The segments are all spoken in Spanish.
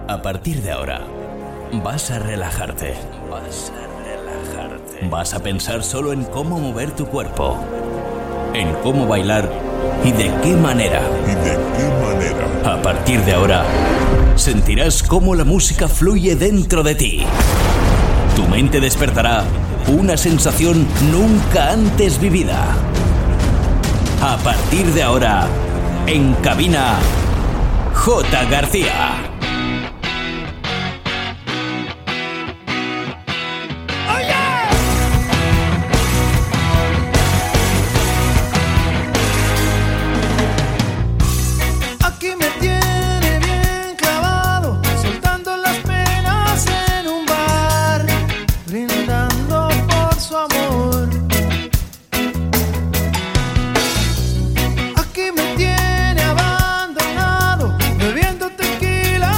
A partir de ahora, vas a relajarte. Vas a pensar solo en cómo mover tu cuerpo, en cómo bailar y de qué manera. A partir de ahora, sentirás cómo la música fluye dentro de ti. Tu mente despertará una sensación nunca antes vivida. A partir de ahora, en cabina, J. García. Aquí me tiene abandonado, bebiendo tequila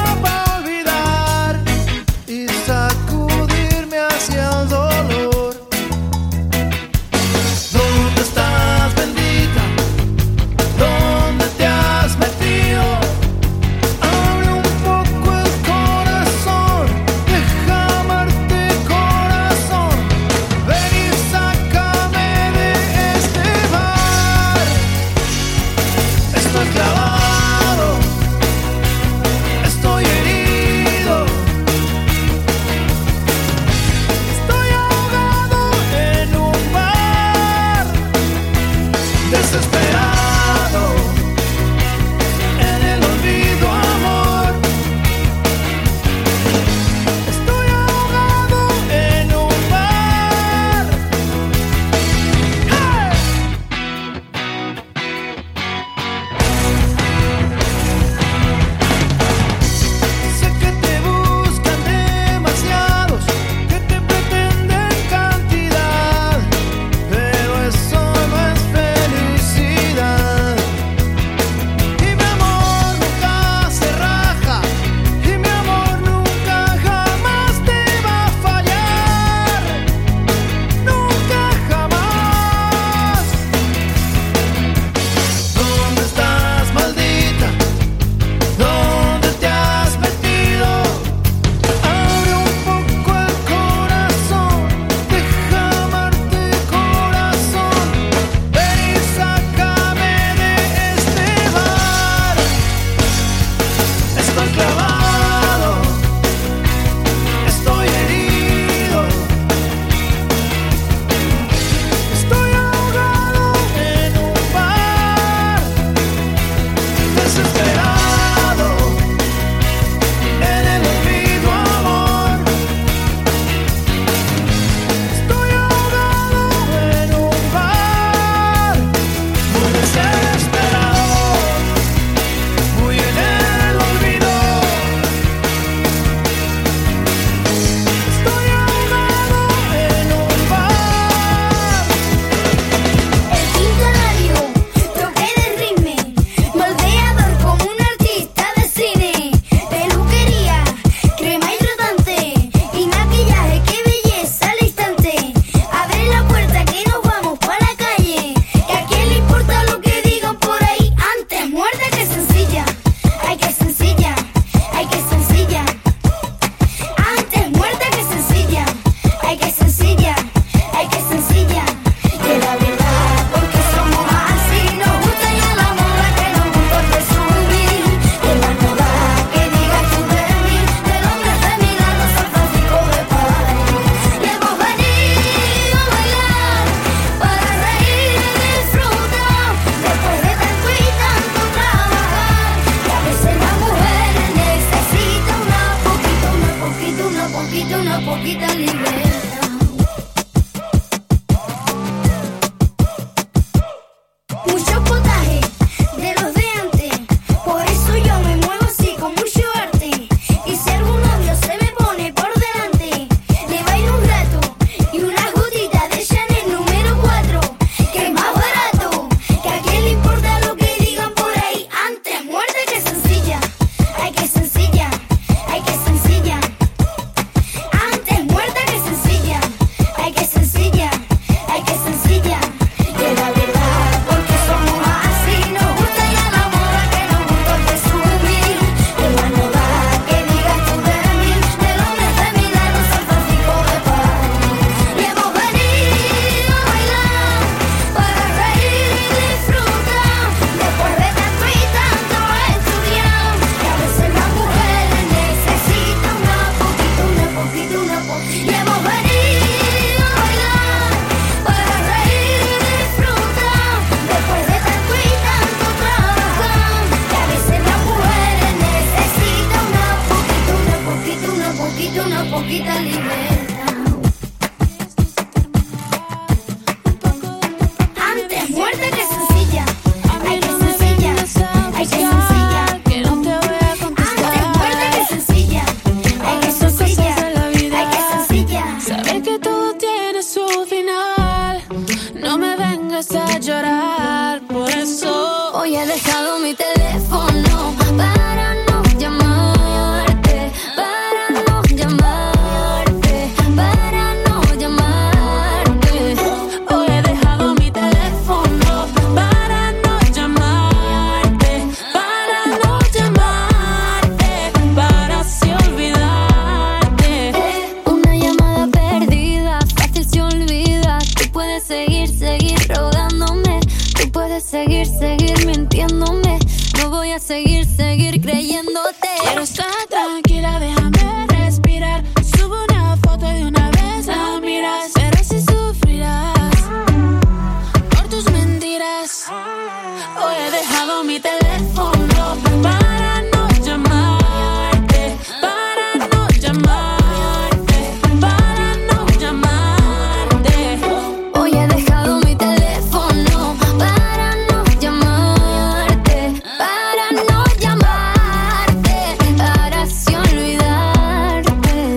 Hoy he dejado mi teléfono para no llamarte, para no llamarte, para no llamarte. Hoy he dejado mi teléfono para no llamarte, para no llamarte, para así olvidarte. Una llamada perdida, fácil se olvida. Tú puedes seguir rogándome. Tú puedes seguir mintiéndome. No voy a seguir creyéndote. Quiero estar tranquila, déjame respirar. Subo una foto y de una vez la miras. Pero si sufrirás por tus mentiras. Hoy he dejado mi teléfono para no llamarte, para no llamarte, para no llamarte. Hoy he dejado mi teléfono para no llamarte, para no llamarte, para así olvidarte.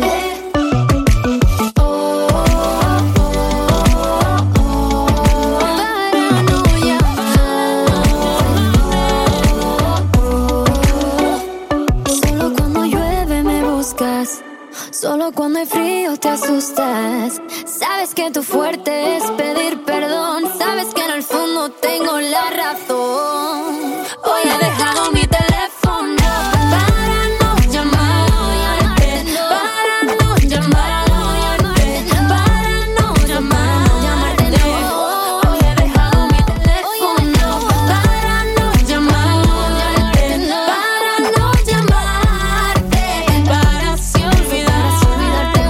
Oh, oh, oh, oh, para no llamarte. Solo cuando llueve me buscas. Solo cuando hay frío te asustas. Sabes que tu fuerte es pedir perdón. Sabes que en el fondo tengo la razón. Hoy he dejado mi teléfono para no llamarte, para no llamarte, para no llamarte. Hoy he dejado mi teléfono para no llamarte, para no llamarte, para así olvidarte.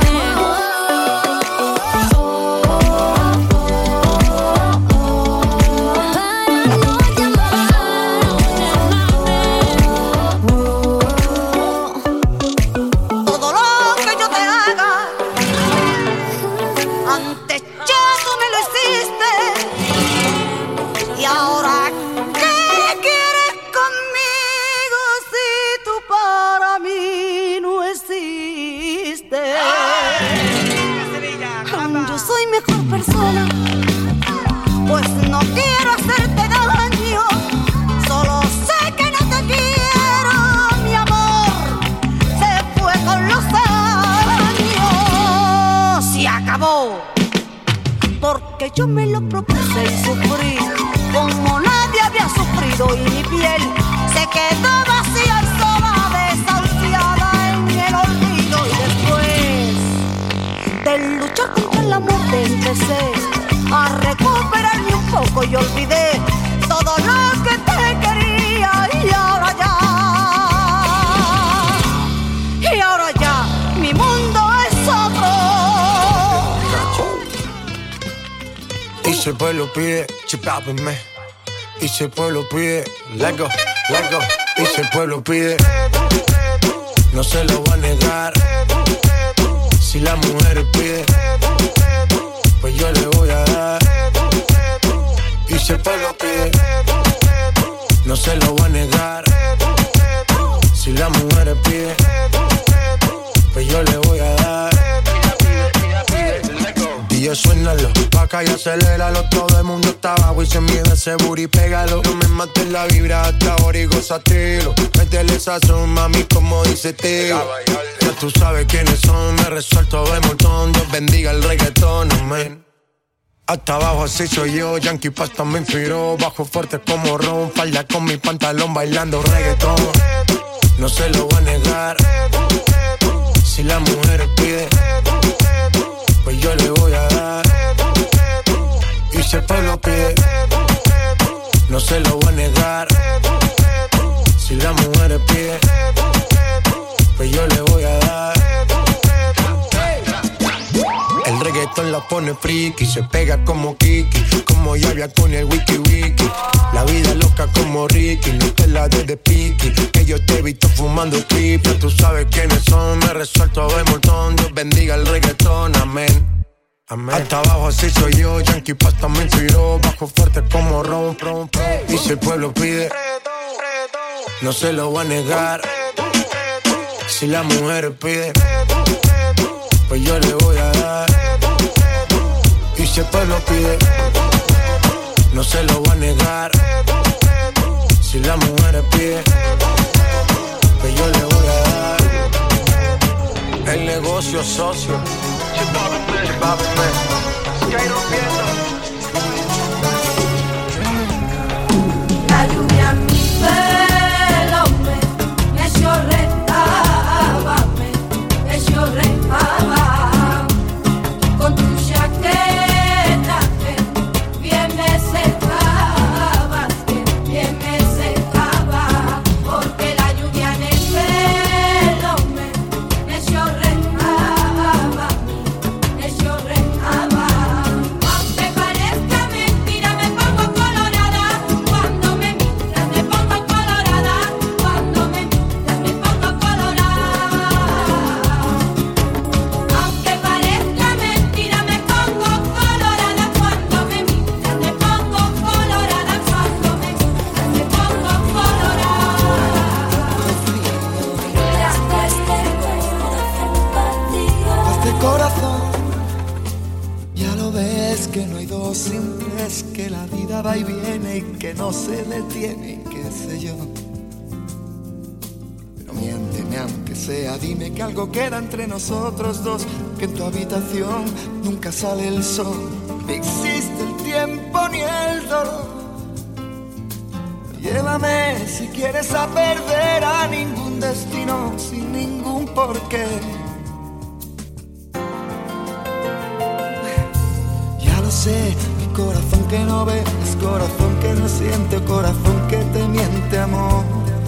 Todo lo que yo te haga, antes ya tú me lo hiciste. Y ahora, ¿qué quieres conmigo si tú para mí no existes? Yo soy mejor persona, pues no quiero hacerte daño. Solo sé que no te quiero, mi amor. Se fue con los años. Se acabó. Porque yo me lo propuse y sufrí como nadie había sufrido. Y mi piel se quedó vacía y sola, desahuciada en el olvido. Y después de luchar contra la muerte empecé a recuperarme un poco y olvidé todo lo que te quería. Y ahora ya, mi mundo es otro. Y si el pueblo pide, chipápenme. Y si el pueblo pide, let go, let go. Y si el pueblo pide, no se lo va a negar. Si la mujer pide, pues yo le voy a dar. Y si el pueblo pide, no se lo va a negar. Si la mujer pide, pues yo le voy a dar. DJ suénalo, pa' acá y aceléralo. Todo el mundo está abajo y se mide ese booty, pégalo. No me mates la vibra hasta ahora y gózatelo. Métele sazón, mami, como dice tío. Ya tú sabes quiénes son, me resuelto de montón. Dios bendiga el reggaetón, amén. Hasta abajo así soy yo, Yankee Pasta me inspiró. Bajo fuerte como Ron, falda con mi pantalón bailando reggaetón. No se lo voy a negar. Si la mujer pide, pues yo le voy a dar. Y si el pueblo pide, no se lo voy a negar. Si la mujer pide, pues yo le voy a dar. El reggaetón la pone friki, se pega como Kiki, como Yavia con el wiki wiki. La vida loca como Ricky, no te la des de piqui, que yo te he visto fumando creep. Ya tú sabes quiénes son, me resuelto de montón. Dios bendiga el reggaetón, amén. Amén. Hasta abajo así soy yo, Yankee Pasta me inspiró. Bajo fuerte como Ron, Ron, Ron. Y si el pueblo pide, no se lo voy a negar. Si la mujer pide, pues yo le voy a dar. Y si el pueblo pide, no se lo voy a negar. siempre es que la vida va y viene y que no se detiene y qué sé yo. Pero miénteme aunque sea, dime que algo queda entre nosotros dos, que en tu habitación nunca sale el sol, ni existe el tiempo ni el dolor. Llévame si quieres a perder a ningún destino sin ningún porqué. Ya lo sé, mi corazón que no ve es corazón que no siente, corazón que te miente, amor.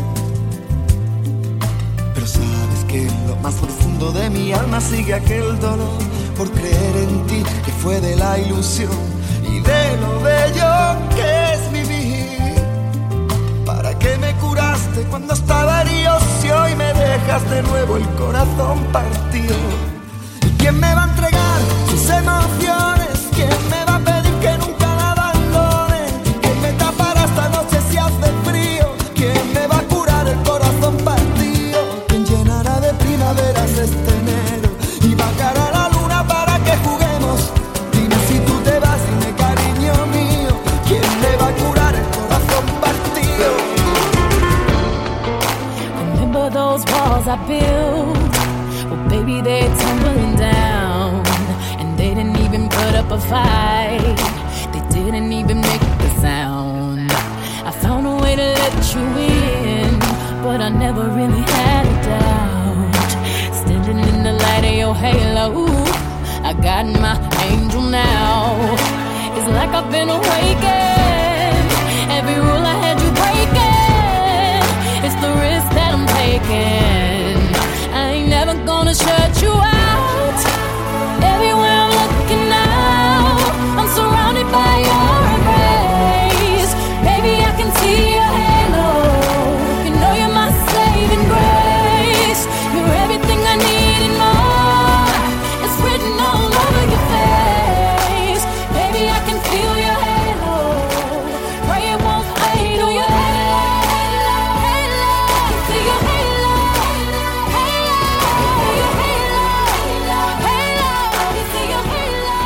Pero sabes que en lo más profundo de mi alma sigue aquel dolor por creer en ti, que fue de la ilusión y de lo bello que es vivir. ¿Para qué me curaste cuando estaba herido si hoy me dejas de nuevo el corazón partido? ¿Y quién me va a entregar sus emociones? ¿Quién me va a pedir que nunca la abandone? ¿Quién me tapará esta noche si hace frío? ¿Quién me va a curar el corazón partido? ¿Quién llenará de primaveras este enero y bajará la luna para que juguemos? Dime si tú te vas, dime cariño mío, ¿quién me va a curar el corazón partido? Remember those walls I built? Well, baby, they're tumbling down, and they didn't even put up a fight. They didn't even make a sound. I found a way to let you in, but I never really had a doubt. Standing in the light of your halo, I got my angel now. It's like I've been awakened. Every rule I had you breaking, it's the risk that I'm taking. I ain't never gonna shut you out. Everywhere I'm looking now, I'm surrounded by your embrace. Baby, I can see your halo. You know you're my saving grace. You're everything I need and more. It's written all over your face. Baby, I can feel your halo. Pray it won't fade. Oh, your halo, halo, halo. See your halo, halo, your halo, halo. You see your halo,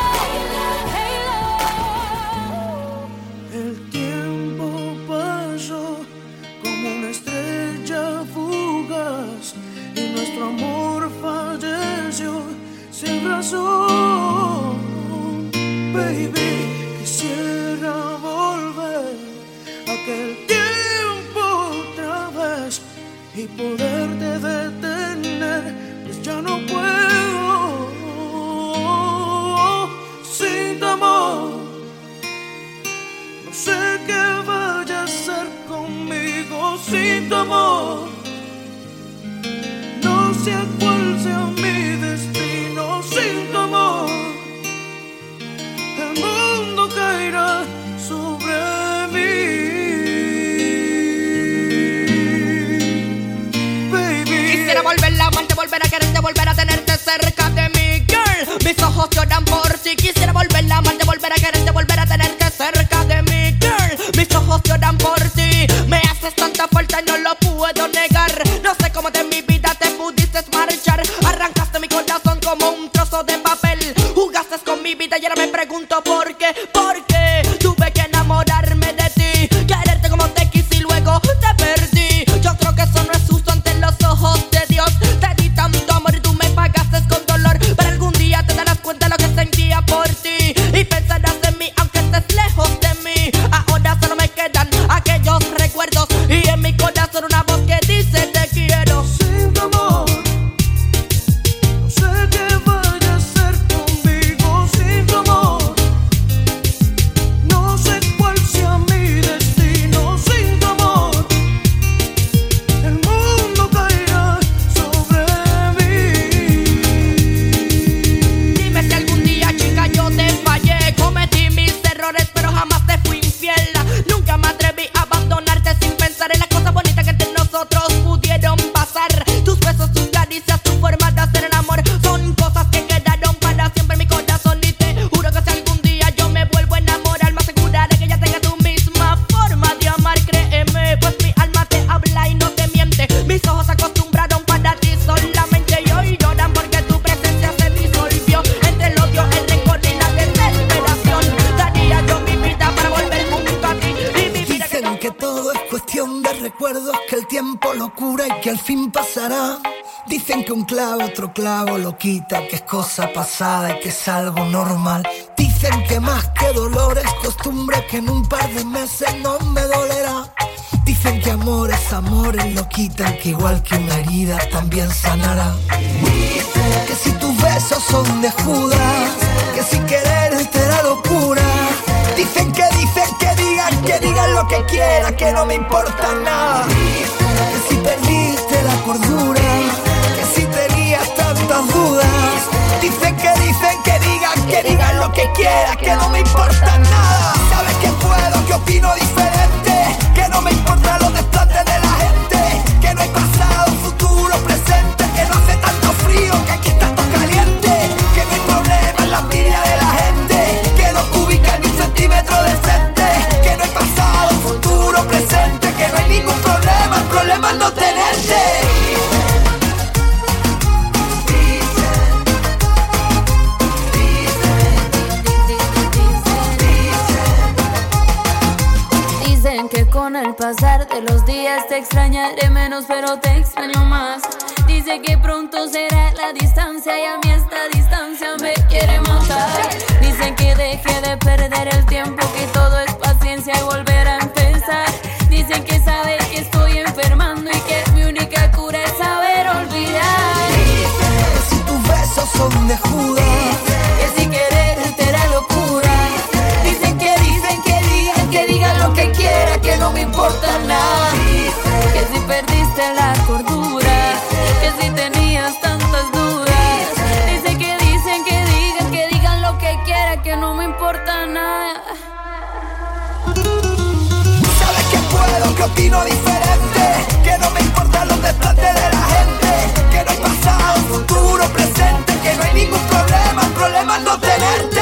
halo. El tiempo pasó como una estrella fugaz y nuestro amor falleció sin razón. Baby, quisiera volver a aquel tiempo otra vez y poderte detener, pues ya no puedo sin tu amor. No sé qué vaya a hacer conmigo sin tu amor. No sé cuál sea mi destino sin tu amor. El mundo caerá sobre mí. Baby, Quisiera volver a amarte, volver a quererte, volver a tenerte cerca de mí, girl. Mis ojos lloran por ti. Quisiera volver a amarte, volver a quererte, volver a tenerte cerca de mí, girl. Mis ojos lloran por ti. Me haces tanta falta y no lo puedo negar. No sé cómo de mi vida te pudiste marchar. Arrancaste mi corazón como un trozo de papel. Jugaste con mi vida y ahora me pregunto por qué. ¿Por qué tuve que enamorarme de ti? Quererte como te quise y luego te perdí. Yo creo que eso no es justo ante los ojos de Dios. Te di tanto amor y tú me pagaste con dolor. Pero algún día te darás cuenta de lo que sentía por ti y pensarás en mí aunque estés lejos de mí. Ahora solo me quedan aquellos canción de recuerdos que el tiempo lo cura y que al fin pasará. Dicen que un clavo otro clavo lo quita, que es cosa pasada y que es algo normal. Dicen que más que dolor es costumbre, que en un par de meses no me dolerá. Dicen que amor es amor, lo quitan, que igual que una herida también sanará. Que si tus besos son de Judas, que si quererte era locura. Dicen que digan lo que quieran, que no me importa nada. Que si perdiste la cordura, que si tenías tantas dudas. Dicen que digan lo que quieran, que no me importa nada. Sabes que puedo, que opino diferente, que no me importan los desplantes de la gente, que no hay pasado, futuro, presente, que no hace tanto frío, que aquí está todo caliente, que no hay problema en la envidia de la gente, que no ubica ni un centímetro de frente, que no hay pasado, futuro, presente, que no hay ningún problema, el problema es no tenerte. Que con el pasar de los días te extrañaré menos, pero te extraño más. Dice que pronto será la distancia y a mí esta distancia me quiere matar. Dicen que deje de perder el tiempo, que todo es paciencia y volver a empezar. Dicen que sabe que estoy enfermando y que mi única cura es saber olvidar. Que si tus besos son de Judas, que si quererte era locura. Dicen que digan lo que quiera, que no me importa nada. Que si perdiste la cordura, que si tenías tantas dudas. Dicen que digan lo que quiera, que no me importa nada. Sabes que puedo, que opino diferente, que no me importan los desplantes de la gente, que no hay pasado, futuro, presente, que no hay ningún problema, el problema es no tenerte.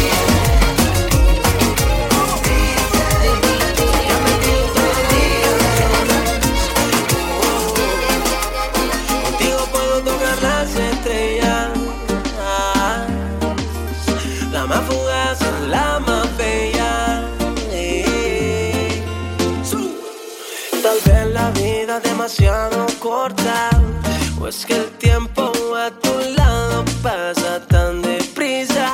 Demasiado corta, o es que el tiempo a tu lado pasa tan deprisa.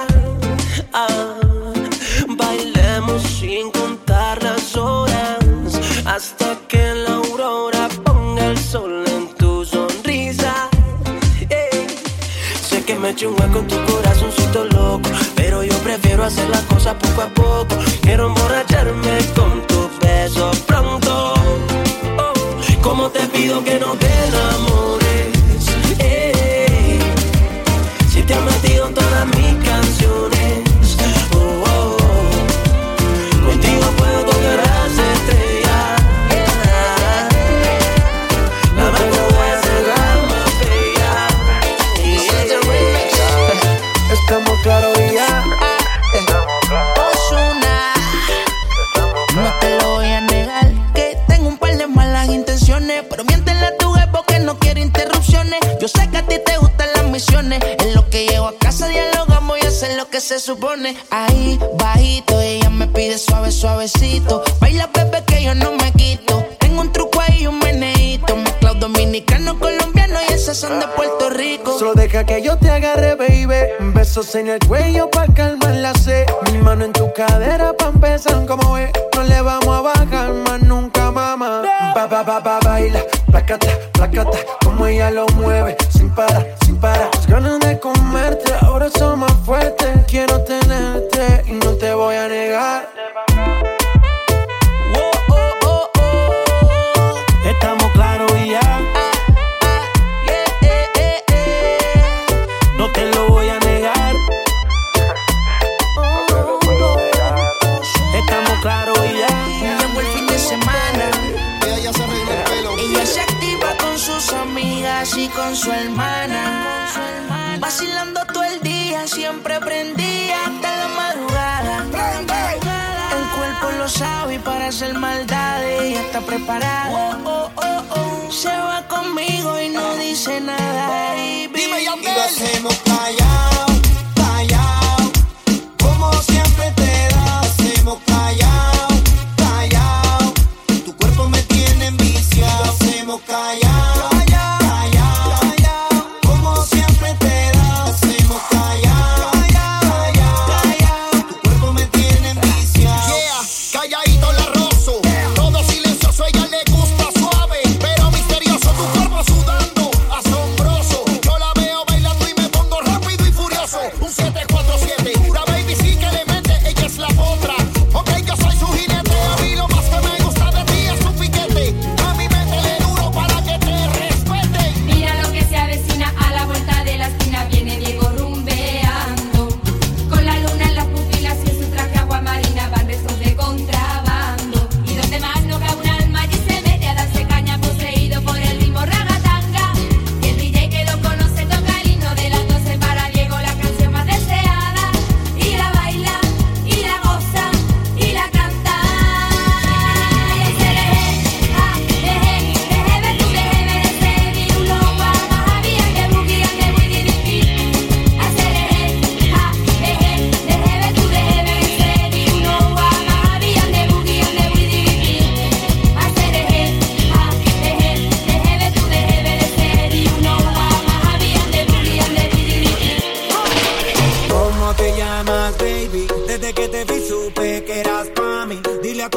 Bailemos sin contar las horas hasta que la aurora ponga el sol en tu sonrisa. Sé que me eché un hueco en tu corazoncito loco, pero yo prefiero hacer las cosas poco a poco. Quiero emborracharme con tus besos pronto. Como te pido que no te enamores, si te has metido en todas mis canciones, contigo puedo tocar las estrellas, la más voy a ser la más bella. Estamos claros y ya. Ozuna, no te lo voy a negar, que tengo un par de malas intenciones, pero miéntele a tu jefe que no quiere interrupciones. Yo sé que a ti te gustan las misiones, en lo que llego a casa dialogamos y hacer lo que se supone. Ahí, bajito, ella me pide suave, suavecito. Baila, bebé, que yo no me quito. Tengo un truco ahí y un meneíto, mezclado dominicano, colombiano y esas son de Puerto Rico. Solo deja que yo te agarre, baby. Besos en el cuello pa' calmar la sed. Mi mano en tu cadera pa' empezar, como ves. No le vamos a bajar más nunca, mamá. Baila, placata, placata. Como ella lo mueve, sin parar, sin parar. Las ganas de comerte ahora son más fuertes. Quiero tenerte y no te voy a negar. Estamos claros y ya. No te lo voy a negar. Estamos claros y ya. Llegó el fin de semana. Ella se arregla el pelo. Ella se activa con sus amigas y con su hermana. Vacilando todo el día, siempre prendía hasta la madrugada. El cuerpo lo sabe y para hacer maldades ella está preparada. Se va conmigo y no dice nada. Dime, y lo hacemos callao, callao, como siempre te da. Hacemos callao, callao, tu cuerpo me tiene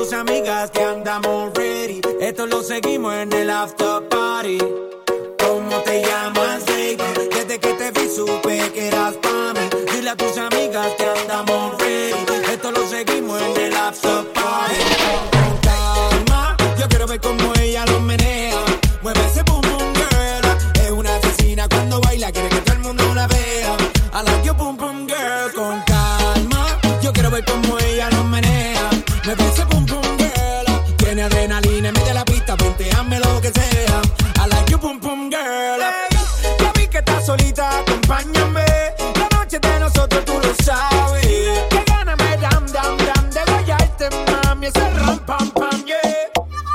tus amigas que andamos ready. Esto lo seguimos en el after party. ¿Cómo te llamas, baby? Desde que te vi supe que eras pa' mí. Dile a tus amigas que andamos ready. Esto lo seguimos en el after party. Con calma, yo quiero ver cómo ella lo menea. Mueve ese boom boom girl. Es una asesina cuando baila, quiere que todo el mundo la vea. I like your boom boom girl. Con calma, yo quiero ver cómo ella lo menea. Mueve ese boom boom girl. Tiene adrenalina, mete la pista, hazme lo que sea. I like your boom boom girl. Hey, ya vi que estás solita, acompáñame. La noche de nosotros tú lo sabes. Que gana me dam dam dam de guayarte, mami. Ese ram pam pam, yeah.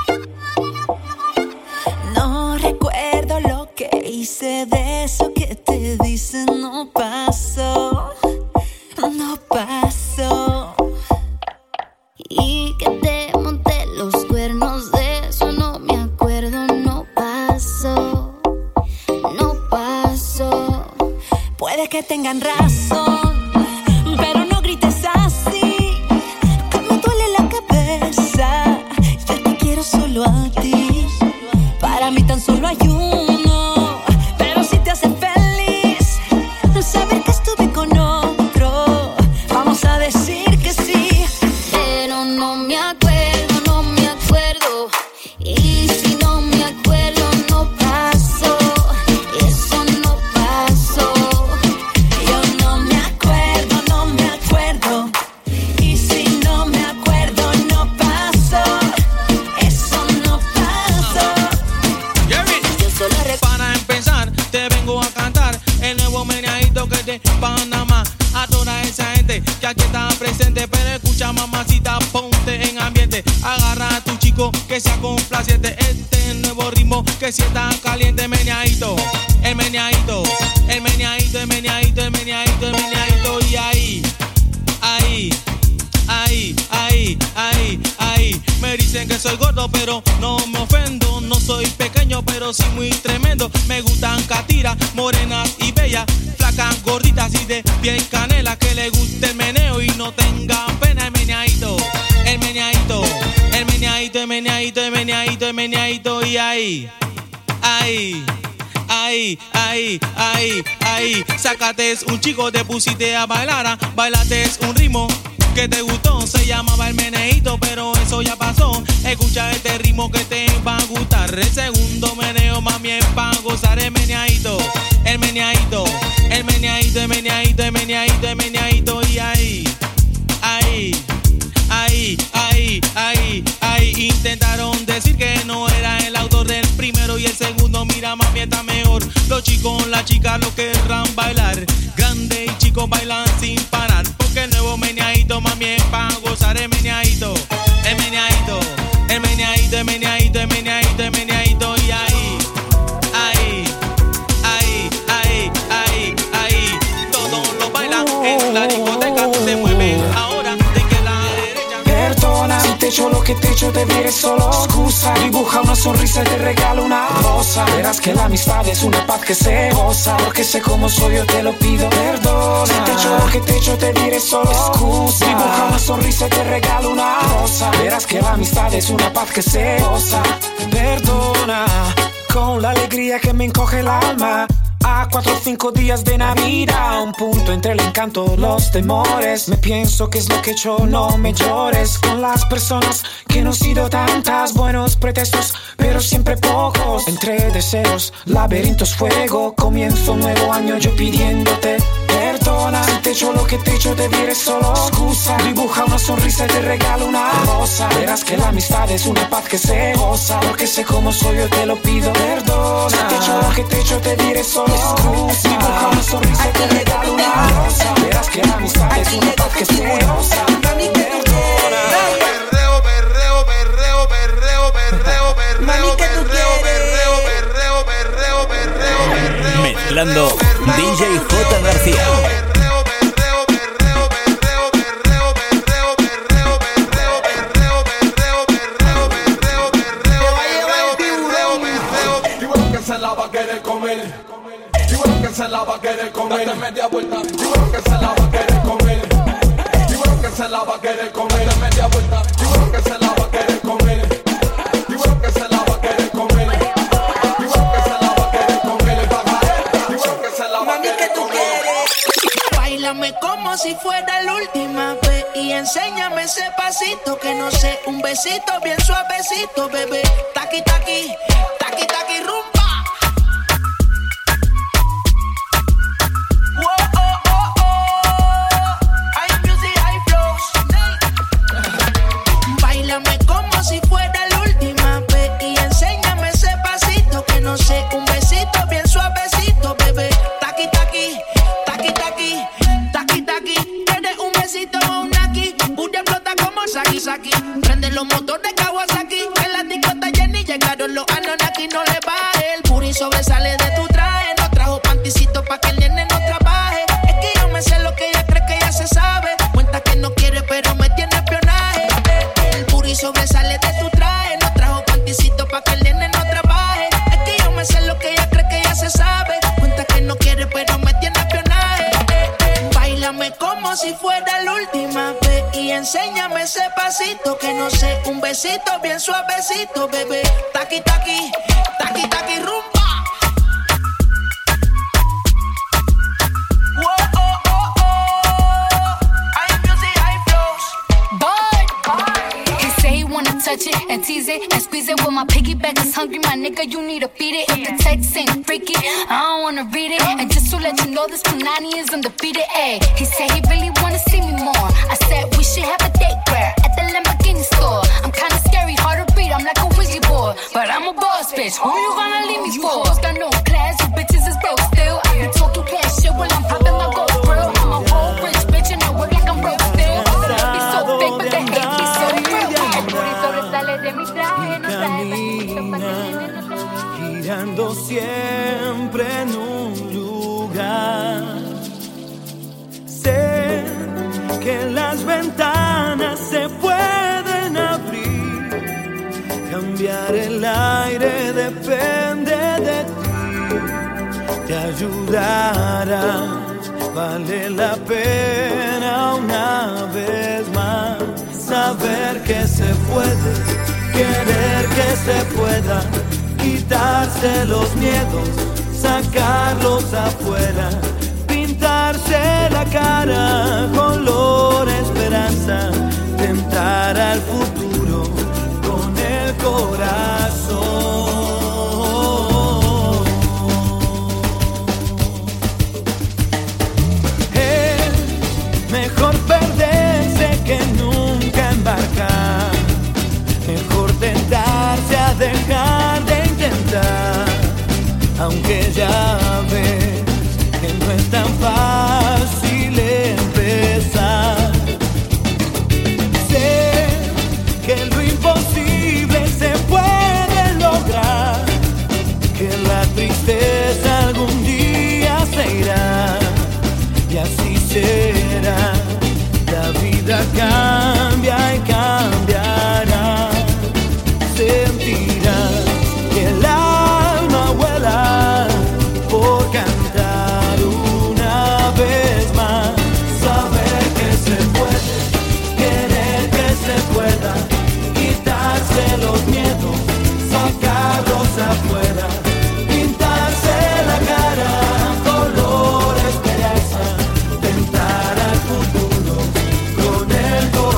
No recuerdo lo que hice, de eso que te dicen no pasó, no pasó. Y que te monté los cuernos, de eso no me acuerdo, no pasó, no pasó. Puede que tengan razón, pero no grites así, que me duele la cabeza. Yo te quiero solo a ti, para mí tan solo hay uno. Pero si te hace feliz saber que estuve con otro, vamos a decir que sí. Pero no me acuerdo, no me acuerdo. Y si no me acuerdo, no pasó. Eso no pasó. Yo no me acuerdo, no me acuerdo. Y si no me acuerdo, no pasó. Eso no pasó. Yo solo Para empezar, te vengo a cantar el nuevo meneadito que es de Panamá. A toda esa gente que aquí está presente, pero escucha, mamacita, ponte en ambiente. Agarra a tu chico que sea complaciente. Este nuevo ritmo que si está caliente. Meneadito, el meneadito, el meneadito, el meneadito, el meneadito, el meneadito. Y ahí, ahí, ahí, ahí, ahí, ahí. Me dicen que soy gordo, pero no me ofendo. No soy pequeño, pero sí muy tremendo. Me gustan catiras, morenas y bellas, flacas, gorditas y de piel canela. Que le guste el meneo y no tengan pena. El meneadito, el meneadito, el meneadito, el meneadito, el meneadito, el meneadito. Y ahí, ahí, ahí, ahí, ahí, ahí. Sácate un chico, te pusiste a bailar. Bailate un ritmo que te gustó, se llamaba el meneíto, pero eso ya pasó. Escucha este ritmo que te va a gustar. El segundo meneo, mami, es para gozar. El meneadito, el meneadito, el meneadito, el meneadito, el meneadito, el meneadito. Y ahí, ahí, ahí, ahí, ahí, ahí. Intentaron decir que no era el autor del primero y el segundo. Mira, mami, está mejor. Los chicos, las chicas lo querrán bailar. Grande y chicos bailan sin parar. Porque el nuevo meneadito, mami, es para gozar. El meneadito, el meneadito, el meneadito, el meneadito, el meneadito, el meneadito. Y ahí, ahí, ahí, ahí, ahí, ahí. Todos lo bailan en la discoteca. Se mueven ahora de izquierda a derecha. Perdona si te echo lo que te echo, te diré solo excusa. Dibuja una sonrisa y te regalo una rosa. Verás que la amistad es una paz que se goza. Porque sé cómo soy, yo te lo pido. Perdona si te echo lo que te echo, te diré solo excusa. Dibuja una sonrisa y te regalo una rosa. Verás que la amistad es una paz que se goza. Perdona con la alegría que me encoge el alma. A 4 o 5 días de Navidad, un punto entre el encanto, los temores. Me pienso que es lo que he hecho, no me llores. Con las personas que no han sido tantas, buenos pretextos, pero siempre pocos. Entre deseos, laberintos, fuego. Comienzo un nuevo año yo pidiéndote perdona. Si te echo lo que te echo, te diré solo excusa. Dibuja una sonrisa y te regalo una rosa. Verás que la amistad es una paz que se goza. Porque sé cómo soy, yo te lo pido. Perdona. Si te echo lo que te echo, te diré solo excusa. Dibuja una sonrisa y te regalo una rosa. Verás que la amistad es una paz que se goza. Perdona. Perreo, perreo, perreo, perreo, perreo, perreo, perreo, perreo, perreo, perreo, perreo. Mezclando DJ J. García. Se la va a querer comer. Digo que se la va a querer comer. Date media vuelta. Digo que se la va a querer comer. Digo que se la va a querer comer. Date media vuelta. Digo que se la va a querer comer. como si fuera la última vez y enséñame ese pasito que no sé, un besito bien suavecito, bebé. Taqui, taqui, taqui, taqui, rumba. Báilame como si fuera la última vez y enséñame ese pasito que no sé, un besito bien suavecito, bebé. Taqui, taqui, taqui, taqui, taqui, taqui. ¿Quieres un besito o un aquí? Booty explota como Saki Saki. Prende los motores Kawasaki. En la disco está llena y llegaron los Anunnaki. No le baje, el booty sobresale de tu traje. No trajo panticito pa' que el nene no trabaje. Es que yo me sé lo que ella cree que ya se sabe. Cuenta que no quiere pero me tiene espionaje. El booty sobresale de tu traje. No trajo panticito pa' que el nene no trabaje. Es que yo me sé lo que ella cree que ya se sabe. Cuenta que no quiere pero me tiene espionaje. Báilame como si fuera la última vez y enséñame ese pasito que no sé, un besito bien suavecito, bebé. Taqui, taqui, taqui, taqui, rumba. Touch it and tease it and squeeze it. When my piggyback is hungry, my nigga, you need to feed it. If the text ain't freaky, I don't wanna read it. And just to let you know, this Punani is undefeated. Ayy, he said he really wanna see me more. I said we should have a date where at the Lamborghini store. I'm kinda scary, hard to read, I'm like a Ouija board, but I'm a boss bitch. Who you gonna leave me for? Got no class, you bitches is broke still. I be talking cash shit when I'm popping my gold grill. I'm a whole rich bitch and I work like I'm broke still. The love be so fake, but the hate be so real. Girando siempre en un lugar. Sé que las ventanas se pueden abrir. Cambiar el aire depende de ti. Te ayudará, vale la pena una vez más. Saber que se puede, querer que se pueda, quitarse los miedos, sacarlos afuera, pintarse la cara, color esperanza, tentar al futuro con el corazón. Es mejor perderse que nunca embarcar, mejor tentarse a dejar de intentar, aunque ya ves que no es tan fácil empezar. Sé que lo imposible se puede lograr, que la tristeza algún día se irá, y así será. La vida cambia y cambiará. Sentirás que el alma vuela por cantar una vez más. Saber que se puede, querer que se pueda, quitarse los miedos, sacarlos afuera, pintarse la cara, color esperanza, tentar al futuro con el corazón.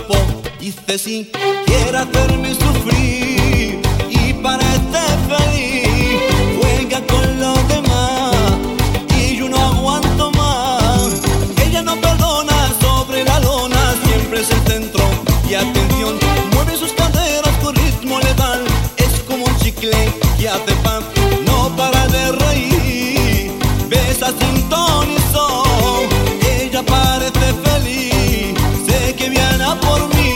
cuerpo. Dice si quiere hacerme sufrir y parece feliz, juega con los demás y yo no aguanto más. Ella no perdona, sobre la lona siempre es el centro y atención. Mueve sus caderas con ritmo letal, es como un chicle que hace pan. No para de reír, besa sin ton y son. Ella parece feliz, sé que viene a por mí.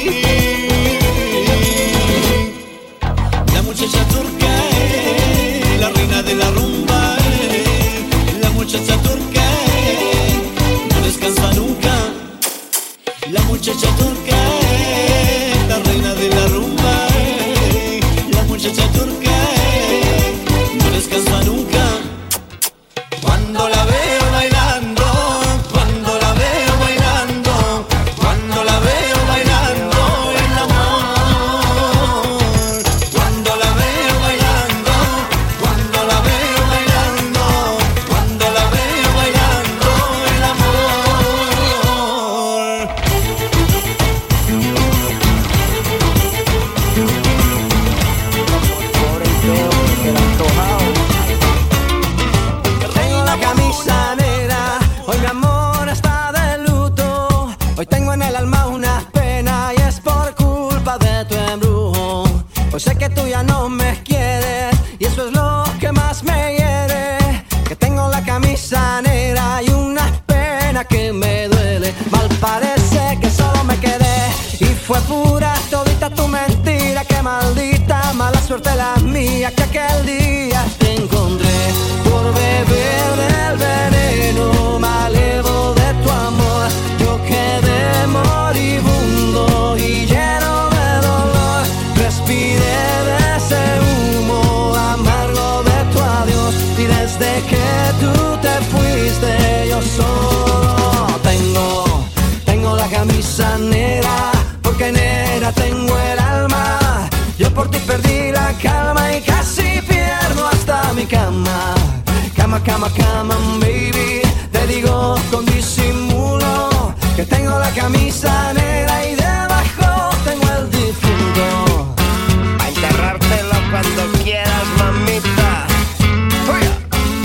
La muchacha turca, la reina de la rumba. La muchacha turca, no descansa nunca. La muchacha turca, la reina de la rumba. La muchacha turca, no descansa nunca. Cuando la veo bailando, cuando la veo bailando, cuando la veo bailando, el amor. Cuando la veo bailando, cuando la veo bailando, cuando la veo bailando, el amor. Tengo la camisa negra, hoy mi amor está de luto. Hoy tengo en el alma una pena y es por culpa de tu embrujo. Hoy sé que tú ya no me quieres y eso es lo que más me hiere. Que tengo la camisa negra y una pena que me duele. Mal parece que solo me quedé y fue pura todita tu mentira. Que maldita mala suerte la mía que aquel día te encontré. Por beber del veneno malevo de tu amor, yo quedé moribundo y lleno de dolor. Respiré de ese humo amargo de tu adiós y desde que tú te fuiste yo solo tengo la camisa negra, porque negra tengo el alma. Yo por ti perdí la calma y casi pierdo hasta mi cama. Cama, cama, cama, baby. Te digo con disimulo que tengo la camisa negra y debajo tengo el difunto. A enterrártelo cuando quieras, mamita. ¡Fuera!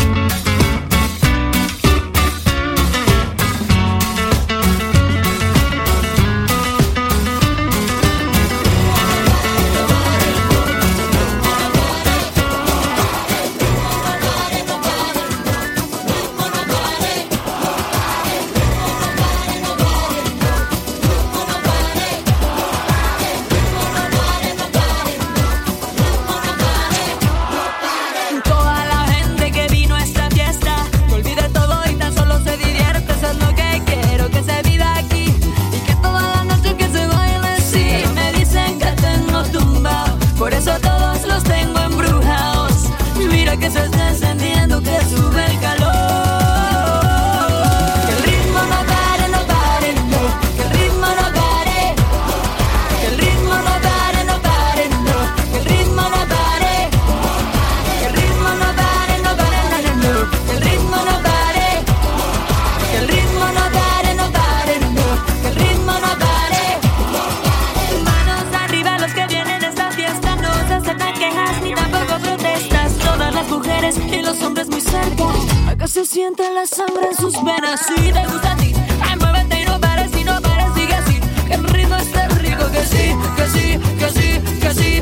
Toda la gente que vino a esta fiesta, que olvide todo y tan solo se divierte. Eso es lo que quiero que se viva aquí y que toda la noche que se baile así. Me dicen que tengo tumbado, por eso todos los tengo embrujados. Mira que se está encendiendo, que sube el calor. Que el ritmo no pare, no pare, no. Que el ritmo no pare. Que el ritmo no pare, no pare, no. Que el ritmo no pare. Que el ritmo no pare, no pare, no, no, no. Que el ritmo no pare. Que el ritmo no pare, no pare, no. Que el ritmo no pare. Manos arriba los que vienen a esta fiesta, no se aceptan quejas ni tampoco protestas. Todas las mujeres y los hombres muy cerca, acá se siente la sangre en sus venas. Si te gusta a ti, ay, muévete y no pares, y no pares, sigue así. Que el ritmo está rico, que sí, que sí, que sí, que sí.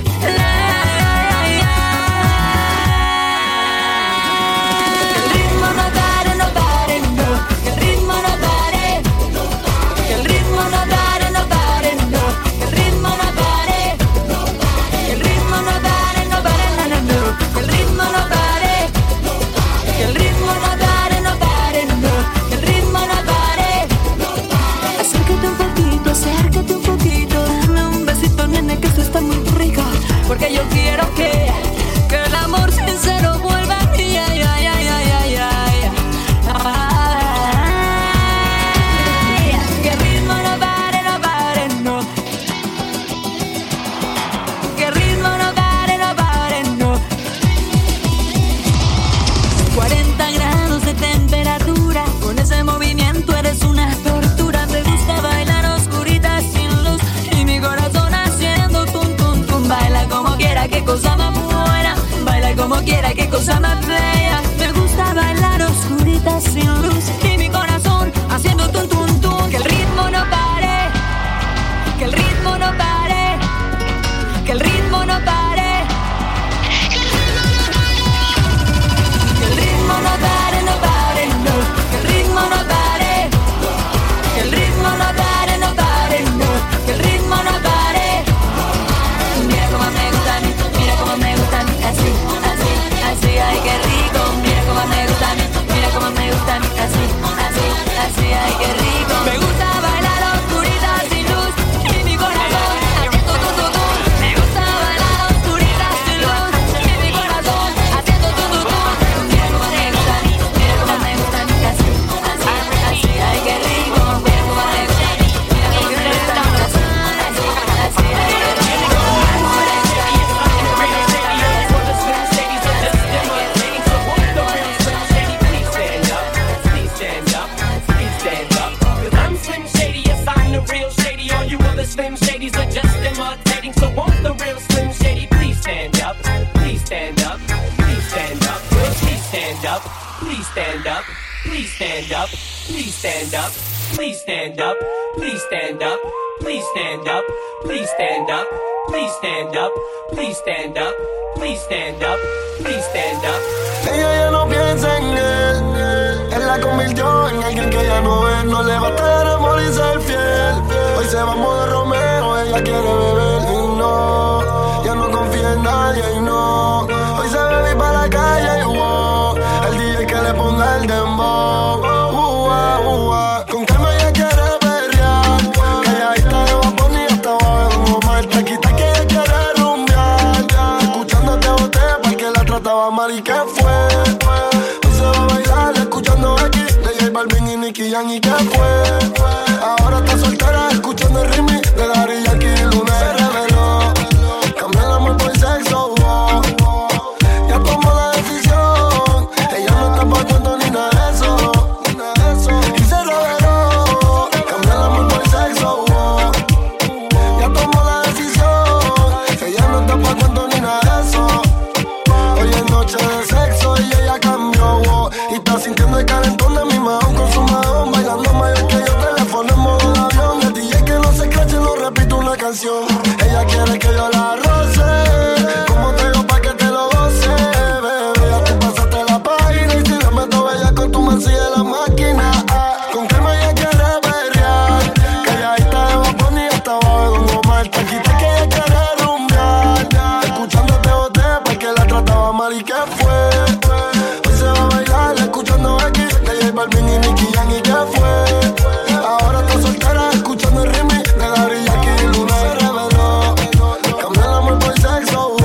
Que el ritmo no pare, no pare, no. Que el ritmo no pare. Que el ritmo no pare, no pare, no. Que el ritmo no pare. Que el ritmo no pare, no pare, no, no, no. Que el ritmo no pare. Que el ritmo no pare, no pare, no. Que el ritmo no pare. Acércate un poquito, dame un besito, nene, que esto está muy rico. Porque yo quiero que el amor sincero vuelva a mí, ay, ay, ay, ay, ay, ay. Ay, que el ritmo no pare, no pare, no. Que el ritmo no pare, no pare, no. 40 grados de temperatura, con ese movimiento eres una tortura. Me gusta bailar oscurita sin luz y qué cosa más buena. Baila como quiera, qué cosa más bella. Me gusta bailar oscurita sin luz y mi corazón haciendo tun tun tun. Que el ritmo no pare, que el ritmo no pare, que el ritmo no pare, que el ritmo no pare, no pare, no. Que el ritmo no pare, que el ritmo no pare, no pare, no. Que el ritmo no pare. Mira cómo me gusta a mí, mira cómo me gusta a mí, así, así, así, ay qué rico. Mira cómo me gusta a mí, mira cómo me gusta a mí, así, así, así, ay qué rico. Me gusta bailar oscurita sin luz y mi corazón haciendo tu tu tu. Me gusta bailar oscurita sin luz y mi corazón haciendo tu tu tu. Mira cómo me gusta a mí, mira cómo me gusta a mí, así, así, así, ay qué rico. Mira cómo me gusta a mí, mira cómo me gusta a mí, así, así, ay qué rico. Slim Shadys are just imitating, so won't the real Slim Shady please stand up? Please stand up, please stand up, please stand up, please stand up, please stand up, please stand up, please stand up, please stand up, please stand up, please stand up, please stand up, please stand up, please stand up, please stand up. Ella ya no piensa en él, él la convirtió en alguien que ya no es. No le basta el amor y ser fiel. Hoy se va a modo Romeo, ella quiere beber y no, ya no confía en nadie y no. Hoy se bebe y para la calle y el DJ que le ponga el dembow. Con calma ella quiere perrear, calladita de Bad Bunny hasta abajo de Omar. Taquita que ella quiere rumbear, escuchándote boté porque la trataba mal y que fue. Hoy se va a bailar escuchando aquí de J Balvin y Nicky Jam y que fue. Ahora está soltera escuchando el remix de Daddy Yankee y Luna. Se reveló, cambió el amor por sexo, ya tomó la decisión. Ella no está pa' cuento ni nada de eso, y se reveló, cambió el amor por sexo, ya tomó la decisión. Ella no está pa' cuento ni nada de eso. Hoy es noche de sexo y ella cambió, y está sintiendo el calentón de mi mahón con su mahón, bailando mayor que yo. Teléfono en modo de avión, el DJ que no se crache, lo repito una canción. Ella quiere que yo la roce, como te digo pa' que te lo goce, bebé. Ya tú pasaste la página y si le meto bella con tu man sigue la máquina. Con calma ella quiere perrear, calladita de Bad Bunny hasta abajo de Don Omar. Taquita que ella quiere rumbear, escuchándote boté porque la trataba mal y que fue. Hoy se va a bailar escuchando aquí de J Balvin y Nicky Jam y que fue. Ahora está soltera escuchando el remix de Daddy Yankee y Luna. Se reveló, cambió el amor por sexo,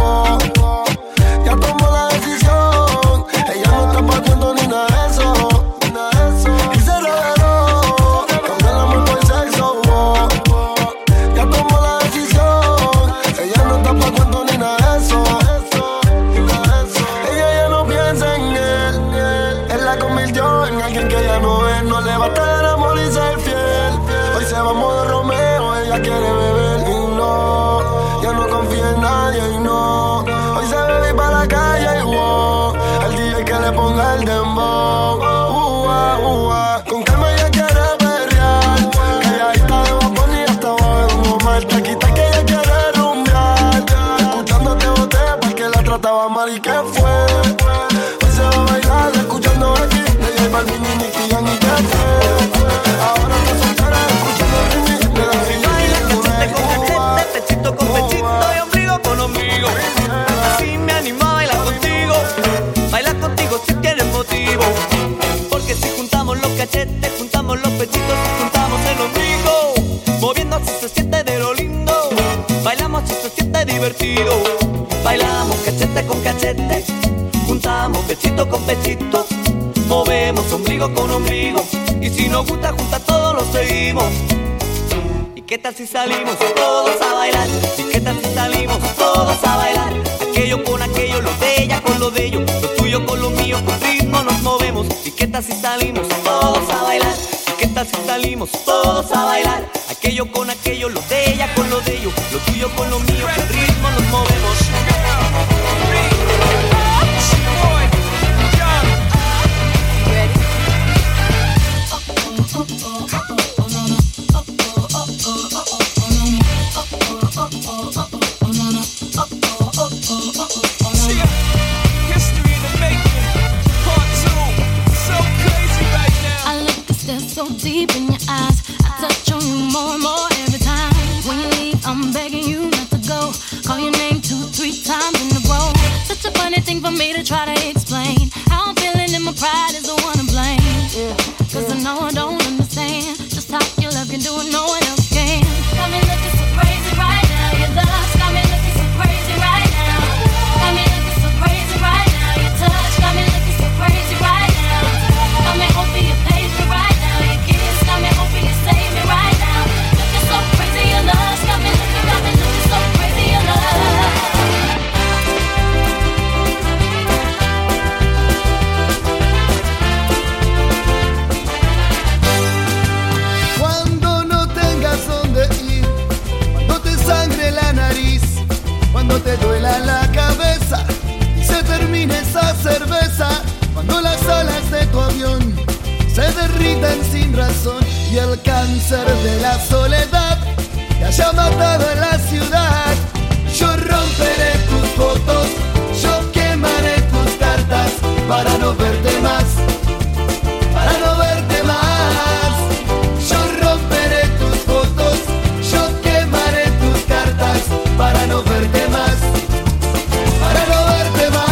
ya tomó la decisión. Ella no está pa' cuento ni nada de eso, y se reveló, cambió el amor por sexo, ya tomó la decisión. Ella no está pa' cuento ni nada de eso. Ella ya no piensa en él la convirtió en alguien que ya no es. No le basta el amor y ser fiel. Hoy se va a modo Romeo, ella quiere beber y no, ya no confía en nadie y no. Hoy se bebe y para la calle y el DJ que le ponga el dembow. Con calma ella quiere perrear, calladita de Bad Bunny hasta abajo de Don Omar. Taquita que ella quiere rumbear, escuchándote boté porque la trataba mal y que fue. Hoy se va a bailar escuchando aquí de J Balvin y Nicky Jam y que fue. Ahora está soltera escuchando el remix de Daddy Yankee. Cachete con cachete, pechito con pechito y ombligo con ombligo. Así me animo a bailar contigo. Bailar contigo si tienes motivo. Porque si juntamos los cachetes, juntamos los pechitos, juntamos el ombligo. Moviendo así se siente de lo lindo. Bailamos así se siente divertido. Bailamos cachete con cachete, juntamos pechito con pechito. Movemos ombligo con ombligo. Y si nos gusta juntar todos lo seguimos. ¿Y qué tal si salimos todos a bailar? ¿Y qué tal si salimos todos a bailar? Aquello con aquello, lo de ella con lo de ellos, lo tuyo con lo mío, con ritmo nos movemos. ¿Y qué tal si salimos todos a bailar? ¿Y qué tal si salimos todos a bailar? Aquello con aquello, lo de ella con lo de ellos, lo tuyo con lo mío, con ritmo nos movemos. I'm begging you not to go. Call your name 2-3 times in a row. Such a funny thing for me to try to explain. How I'm feeling and my pride is the one to blame. Cause I know I don't understand just how your love can do it, no one else can. Got me looking so crazy right now. Your love got me looking so crazy right now. Got me looking so crazy right now. Your touch got me looking so crazy right now. Got me hoping you pay me right now. Your kiss got me hoping you save me right now. Looking so crazy, your love got me looking so crazy, your love. Cuando no tengas dónde ir, cuando te sangre la nariz, cuando te duela la cabeza y se termine esa cerveza, cuando las alas de tu avión se derritan sin razón y el cáncer de la soledad te haya matado en la ciudad, yo romperé tus fotos, yo quemaré tus cartas para no verte más, para no verte más. Yo romperé tus fotos, yo quemaré tus cartas para no verte más, para no verte más.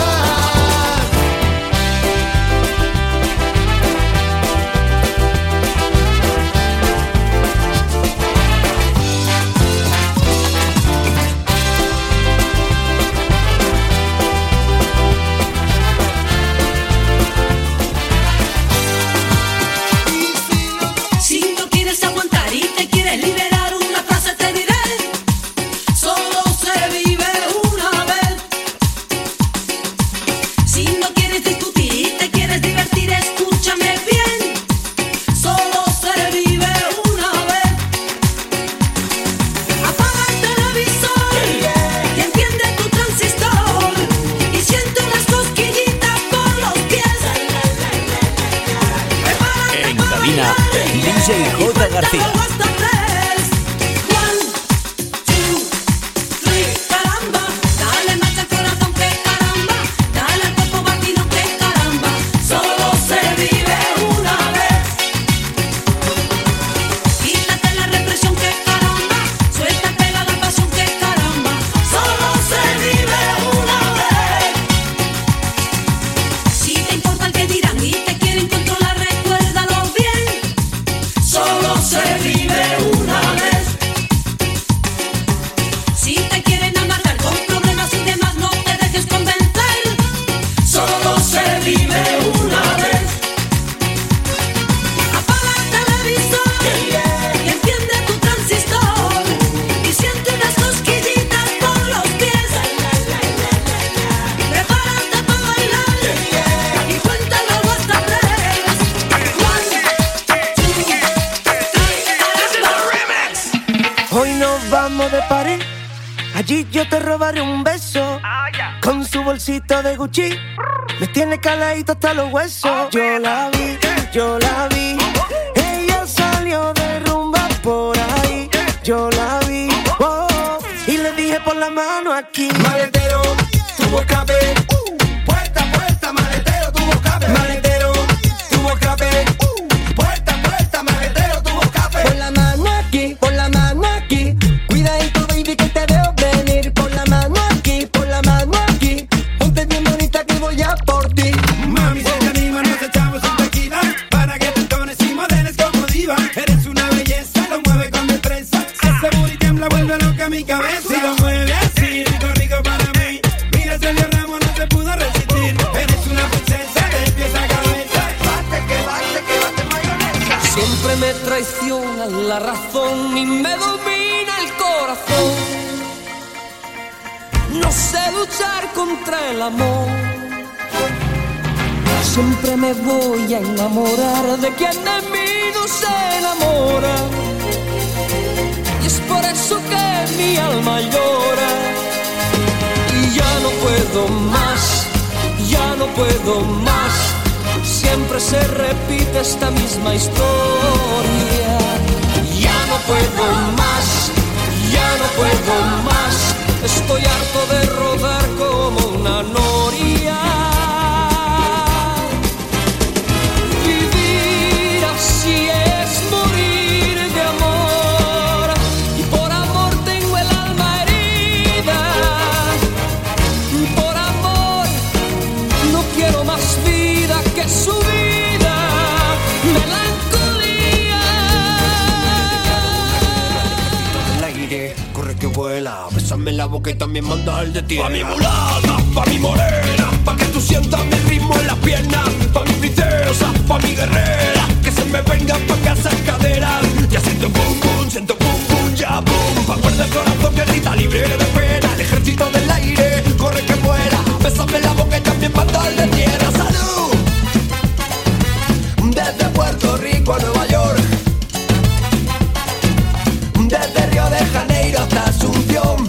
Si no quieres aguantar y te quieres liberar, una frase te diré: solo se vive una vez. Si no quieres discutir y te quieres divertir, escúchame bien: solo se vive una vez. Apaga el televisor y enciende tu transistor y siente unas cosquillitas por los pies. En cabina, DJ J. García. Hasta 3. 1, 2, 3, caramba. Dale marcha al corazón, que caramba. Dale al cuerpo batido, que caramba. Solo se vive una vez. Quítate la represión, que caramba. Suelta, pega la pasión, que caramba. Solo se vive una vez. Si te importa el que dirán y te quieren controlar, recuérdalo bien. Solo se vive una vez. Si te quieren amargar con problemas y demás, no te dejes convencer. Solo se vive una vez. Apaga el televisor y enciende tu transistor y siente unas cosquillitas por los pies. Prepárate para bailar y cuéntalo hasta 3. 1, 2, 3, Hoy nos vamos de París, allí yo te robaré un beso. Con su bolsito de Gucci, me tiene caladito hasta los huesos. Yo la vi, ella salió de rumba por ahí. Yo la vi, y le dije pon la mano aquí. Maletero, tuvo escape. Puerta, puerta, maletero, tuvo escape. Maletero, tuvo escape. Puerta, puerta, maletero, tuvo escape. Pon la mano aquí, pon la mano aquí. Cuidadito, baby, que te veo venir. Pon la mano aquí, pon la mano aquí. Ponte bien bonita que voy a por ti. Mami, si te animas, nos echamos un tequila para que te entones y modeles como diva. Eres una belleza, lo mueve con destreza. Ese booty tiembla, vuelve loca mi cabeza. Si lo mueve así, rico, rico para mí. Mira, Sergio Ramos no se pudo resistir. Eres una princesa de pies a cabeza. Bate, mayonesa. Siempre me traiciona la razón y me domina el corazón. No sé luchar contra el amor. Siempre me voy a enamorar de quien de mí no se enamora. Y es por eso que mi alma llora. Y ya no puedo más, ya no puedo más. Siempre se repite esta misma historia. Ya no puedo más, ya no puedo más. Estoy harto de rodar como una noria. Vivir así es morir de amor. Y por amor tengo el vuela. Bésame la boca y también manda el de tierra. Pa' mi mulata, pa' mi morena, pa' que tú sientas mi ritmo en las piernas. Pa' mi princesa, pa' mi guerrera, que se me venga pa' casa en caderas. Ya siento pum pum, ya pum. Pa' guardar el corazón que grita libre de pena. El ejército del aire, corre que vuela. Bésame la boca y también manda el de tierra. ¡Salud! Desde Puerto Rico a Nueva York, desde Río de Janeiro hasta Asunción,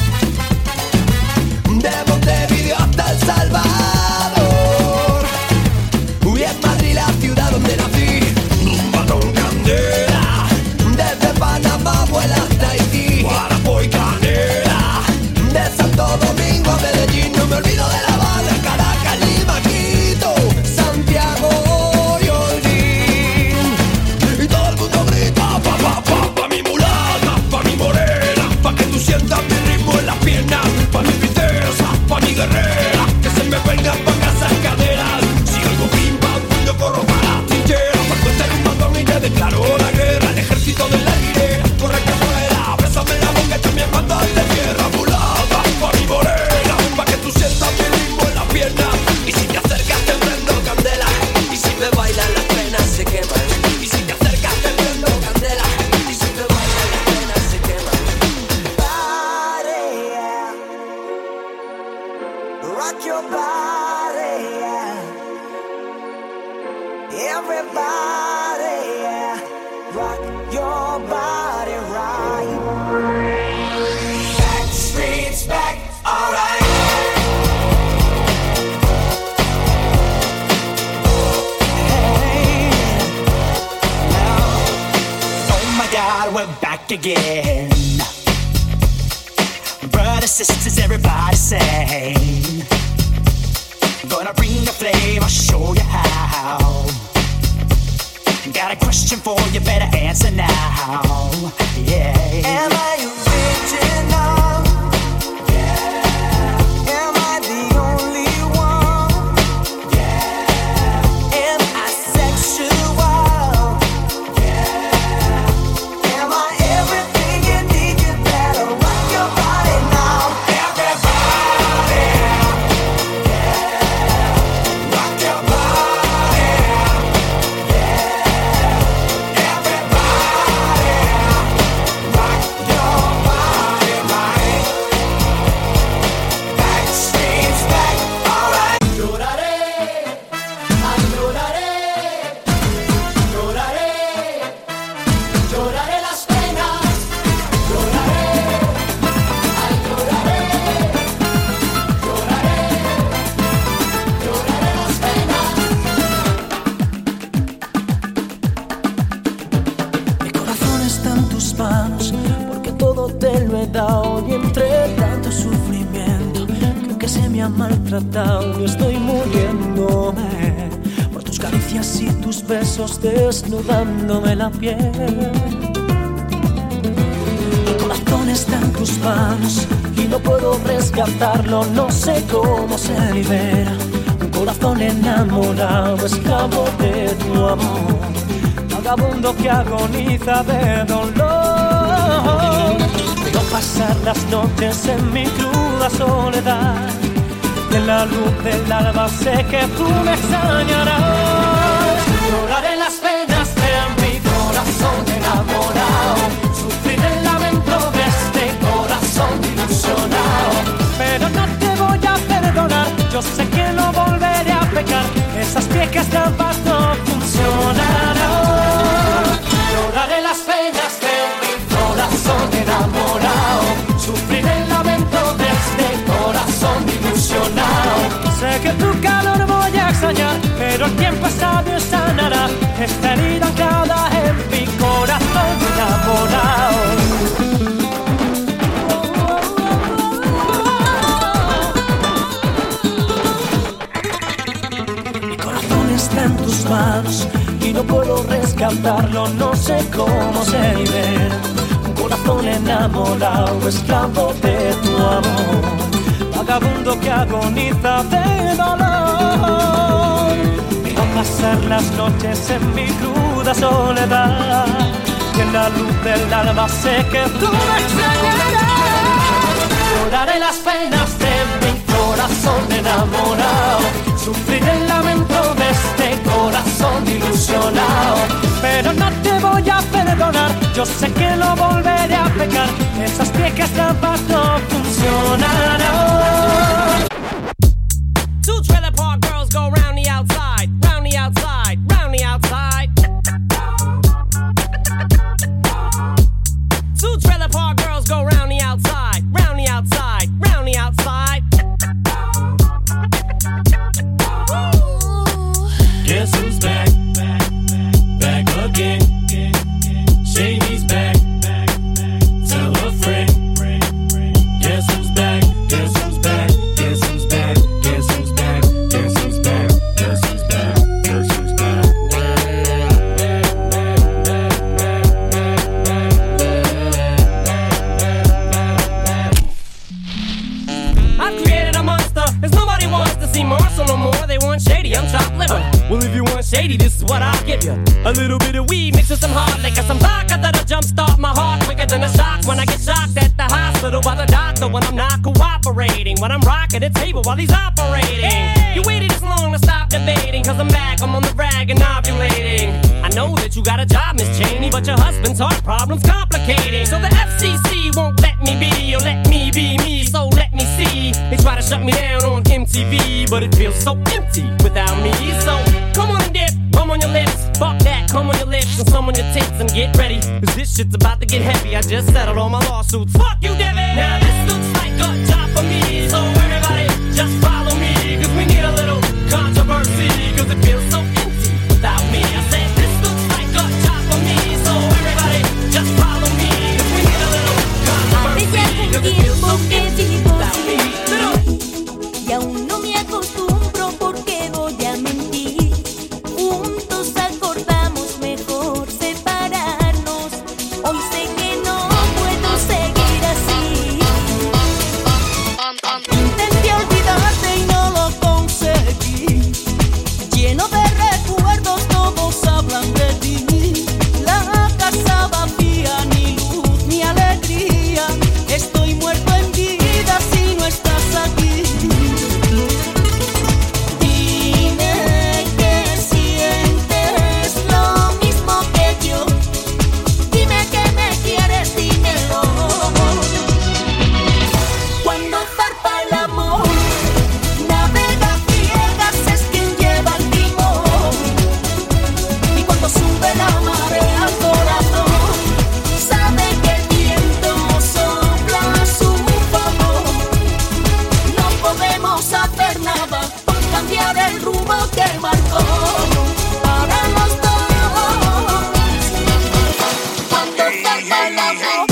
de Montevideo hasta El Salvador, y en Madrid la ciudad donde nací, un batón candela, desde Panamá vuela hasta Haití, Guarapo y Canela, de Santo Domingo a Medellín, no me olvido de La Habana, Caracas, Lima, Quito, Santiago. Sienta mi ritmo en las piernas, pa' mi princesa, pa' mi guerrera, que se me vengan pa' casa en caderas. Si algo pim pam, yo corro para la trinchera, pa' cuestar un matón y te declaro la guerra. El ejército del aire, corre que vuela, bésame la boca y también manda de tierra. Mulata, pa' mi morena, pa' que tú sientas mi ritmo en las piernas. Y si te acercas te prendo candela, y si me bailan las penas se queman. Y si te acercas te prendo candela, y si me bailan las penas se queman. Rock your body, yeah. Everybody, yeah. Rock your body right. Back streets back, alright. Hey, now, oh my God, we're back again. Brothers, sisters, everybody sing. Gonna bring the flame, I'll show you how. Got a question for you, better answer now. Yeah. Am I original? Yeah. Am I the only one? Yeah. Am I sexual? Yeah. Am I everything you need? You better rock your body now. Everybody, yeah. Rock your body, yeah. Everybody, rock your body right. Backstage's back, alright. Lloraré, ay lloraré, lloraré, lloraré las penas, lloraré, ay lloraré, lloraré, lloraré las penas. Mi corazón está en tus manos, porque todo te lo he dado. Y entre tanto sufrimiento, creo que se me ha maltratado. Y estoy muriéndome por tus caricias y tus besos, desnudándome la piel. Mi corazón está en tus manos y no puedo rescatarlo. No sé cómo se libera un corazón enamorado, esclavo de tu amor, vagabundo que agoniza de dolor. Veo pasar las noches en mi cruda soledad, y en la luz del alba sé que tú me extrañarás. Lloraré las penas de mi corazón enamorado, sufriré el lamento de este corazón ilusionado. Pero no te voy a perdonar, yo sé que no volveré a pecar, esas viejas trampas no funcionarán. Lloraré las penas de mi corazón enamorado, sufriré el lamento de este corazón ilusionado. Sé que tu calor voy a extrañar, pero el tiempo sabio sanará esta herida anclada en mi corazón enamorado. Mi corazón está en tus manos y no puedo rescatarlo, no sé cómo se libera un corazón enamorado, esclavo de tu amor, vagabundo que agoniza de dolor. Veo pasar las noches en mi cruda soledad, y en la luz del alba sé que tú me extrañarás. Lloraré las penas de mi corazón enamorado, sufriré el lamento de este corazón ilusionado, pero no te voy a perdonar, yo sé que lo volveré a pecar, esas viejas trampas no funcionarán. Two trailer park girls go round the outside, round the outside, round the outside. Two trailer park girls go round the outside, round the outside, round the outside. Guess who's back? Back again. Shady's back. Tell a friend. Guess who's back? Guess who's back? Guess who's back? Guess who's back? Guess who's back? Guess who's back? Guess who's back? I've created a monster, as nobody wants to see Marshall no more. They want Shady, I'm chopped liver. Well, if you want Shady, this is what I'll give you. A little bit of weed mixed with some hard liquor, some vodka that'll jumpstart my heart quicker than a shock when I get shocked at the hospital by the doctor when I'm not cooperating, when I'm rocking the table while he's operating. Hey! You waited this long to stop debating, cause I'm back, I'm on the rag and ovulating. I know that you got a job, Miss Cheney, but your husband's heart problem's complicating. So the FCC won't let me be, or let me be me, so let me see. They try to shut me down on MTV, but it feels so empty without me. So come on and dip, come on your lips, fuck that, come on your lips and some on your tits and get ready, cause this shit's about to get heavy. I just settled all my lawsuits. Fuck you, Devin! Now this looks like a job for me, so everybody just follow me, cause we need a little controversy, cause it feels so empty without me. I said this looks like a job for me, so everybody just follow me, cause we need a little controversy, cause it feels so empty without me. Y aún no me acostumbro porque voy a mentir. Juntos acordamos mejor separarnos. Hoy sé que no puedo seguir así. Intenté olvidarte y no lo conseguí. Lleno de recuerdos, todos hablan de ti. La casa vacía, ni luz ni alegría. Estoy muerto en vida si no estás aquí. Dime que sientes lo mismo que yo. Dime que me quieres, dímelo. Cuando zarpa el amor, navega ciegas, es quien lleva el timón. Y cuando sube la marea al corazón, sabe que el viento sopla a su favor. No podemos hacer nada por cambiar el rumbo que marcó para los dos. Cuando zarpa el amor.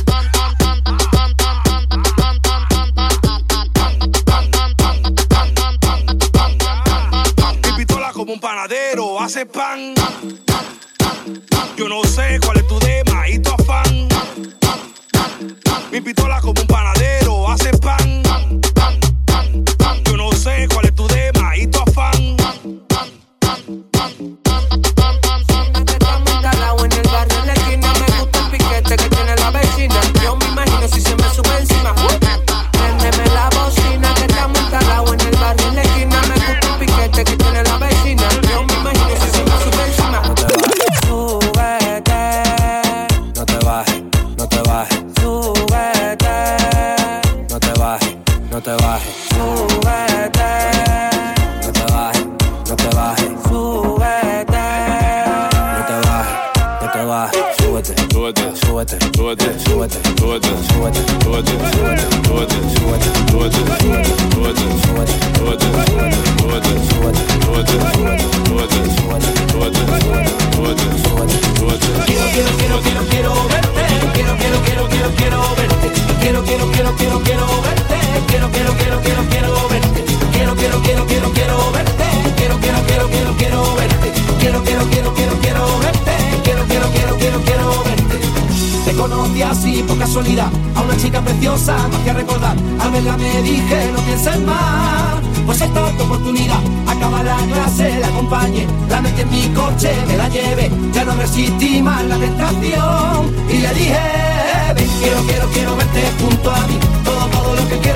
Mi pistola como un panadero hace pan. Yo no sé cuál es tu dema y tu afán. Mi pistola como un panadero hace pan. Yo no sé cuál es tu dema y tu afán. Estamos instalados en el barrio, en la esquina. Me gusta el piquete que tiene la vecina. Yo me imagino si se me sube encima. Préndeme la bocina, que estamos instalados en el barrio, en la esquina. Me gusta el piquete que tiene la vecina. Yo me imagino si se me sube encima. No te bajes, no te bajes, súbete. No te bajes, no te bajes, súbete. No te bajes, no te bajes, súbete. No te bajes, no te bajes, súbete, súbete, súbete, súbete, súbete, súbete, súbete, súbete, súbete, súbete, Quiero verte. Quiero verte. Quiero verte. Quiero verte. Te conocí así por casualidad, a una chica preciosa me hacía recordar. Al verla me dije, no pienses más, pues esta es tu oportunidad. Acaba la clase, la acompañé, la metí en mi coche, me la llevé. Ya no resistí más la tentación y le dije, ven, quiero verte junto a mí. Todo lo que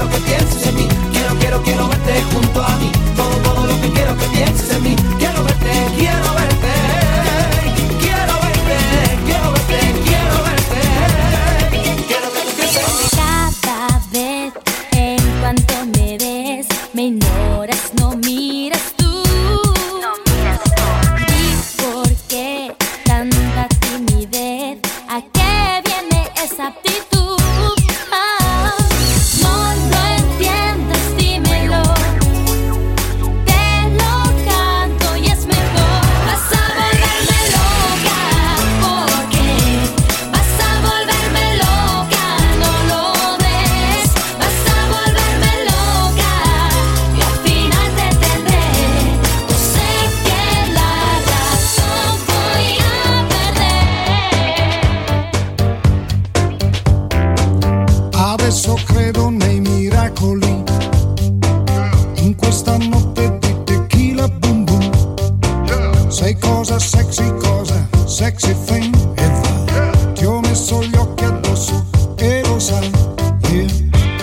adesso credo nei miracoli. In questa notte di tequila boom boom. Sei cosa sexy thing. E vai, ti ho messo gli occhi addosso e lo sai, yeah.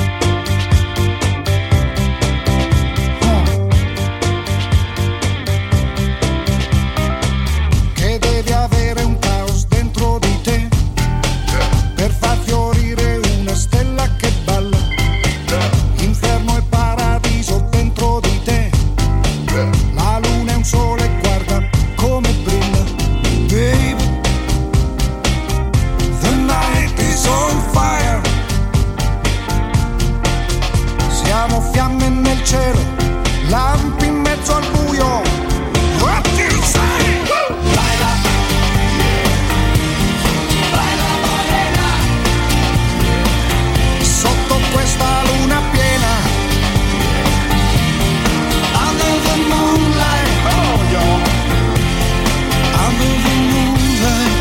Che devi avere un caos dentro di te per far fiorire una stella che balla. Inferno e paradiso dentro di te. La luna è un sole, guarda come brilla. Baby, the night is on fire. Siamo fiamme nel cielo, lampi in mezzo al buio. What do you say? Baila, baila morena. Sotto questa luna piena. Under the moonlight. Oh, yeah. Under the moonlight.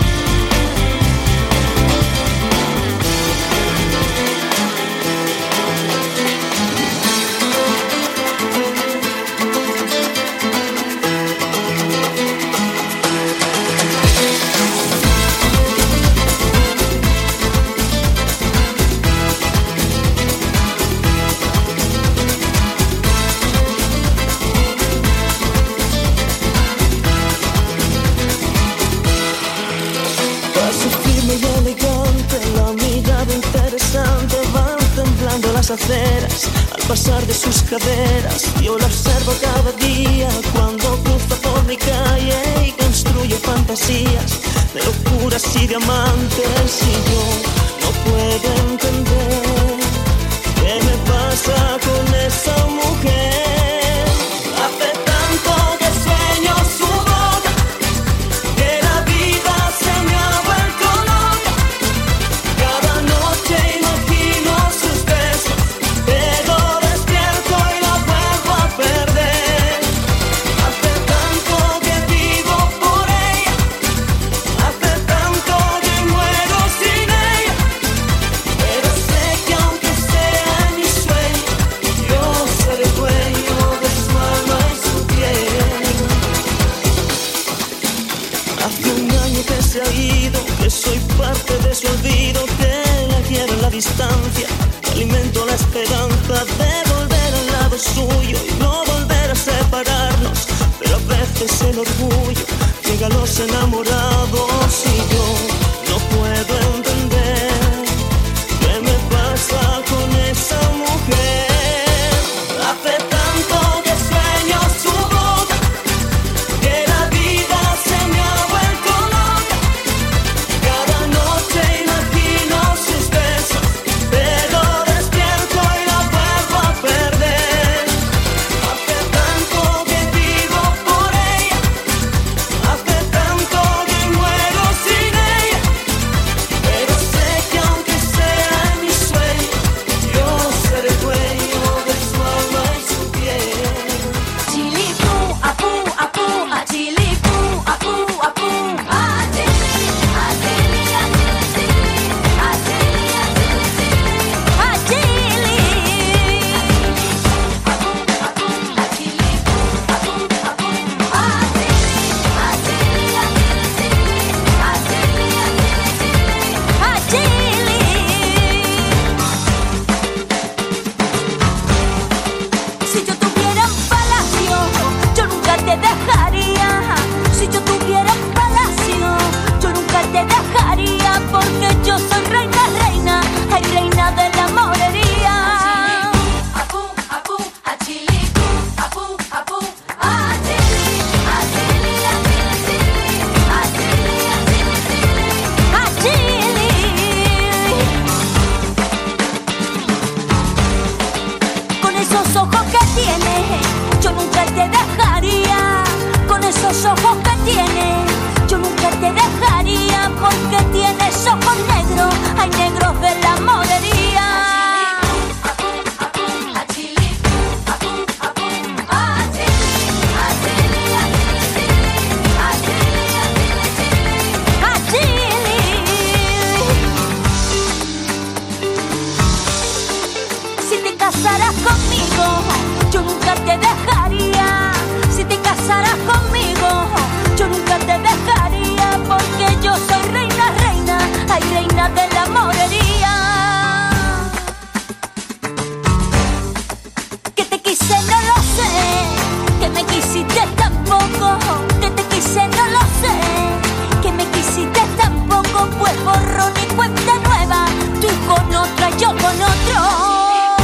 Paso firme y elegante, la mirada interesante, van temblando las aceras al pasar de sus caderas. Yo la observo cada día cuando cruza por mi calle y construye fantasías de locuras y diamantes. Y yo no puedo entender qué me pasa con esa mujer. Hace tanto que sueño su boca, que la vida se me ha vuelto loca. Cada noche imagino sus besos, pero despierto y la vuelvo a perder. Hace tanto que vivo por ella, hace tanto que muero sin ella. Pero sé que aunque sea en mi sueño, yo seré dueño de su alma y su piel. Hace un año que se ha ido, que soy parte de su olvido, que la quiero en la distancia, que alimento la esperanza de volver al lado suyo y no volver a separarnos. Pero a veces el orgullo llega a los enamorados y yo no puedo entender qué me pasa con esa mujer. Hace tanto que sueño su boca, que la vida se me ha vuelto loca. Cada noche imagino sus besos, pero despierto y la vuelvo a perder. Hace tanto que vivo por ella, hace tanto que muero sin ella. Pero sé que aunque sea en mi sueño, yo seré dueño de su alma y su piel. Chilipu, apu, apu, a chilipu, apu, apu. A chili, a chili, a chili, a chili, a chili, a chili. Apu, apu, a chilipu, apu, apu. A chili, a chili, a chili, a chili, a chili. Si yo tuviera un palacio, yo nunca te dejaría. Si yo tuviera un palacio, yo nunca te dejaría. Porque yo soy reina, reina, ay, reina de la morería. Apu, apu, a chilipu, apu, apu. A chili, a chili, a chili, a chili, a chili. Con esos ojos que tiene, yo nunca te dejaría. Con esos ojos que tiene, yo nunca te dejaría. Porque tienes ojos negros, hay negros de la morería. Apu, apu, a chilipu, apu, apu. A chili, a chili, a chili, a chili, a chili, a chili. casaras conmigo, yo nunca te dejaría. Si te casaras conmigo, yo nunca te dejaría, porque yo soy reina, reina, ay, reina de la morería. Que te quise no lo sé, que me quisiste tampoco, que te quise no lo sé, que me quisiste tampoco, pues borrón y cuenta nueva, tú con otra, yo con otro.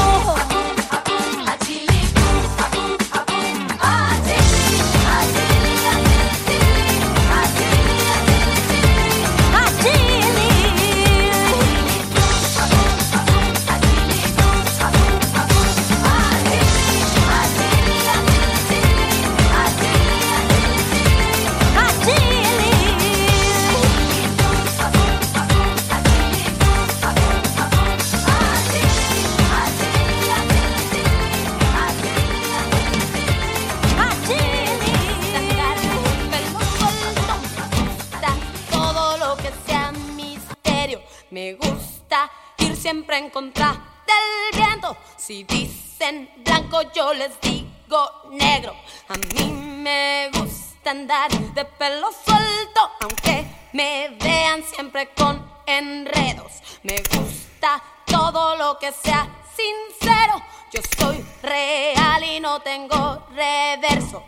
Me gusta ir siempre en contra del viento. Si dicen blanco, yo les digo negro. A mí me gusta andar de pelo suelto, aunque me vean siempre con enredos. Me gusta todo lo que sea sincero. Yo soy real y no tengo reverso.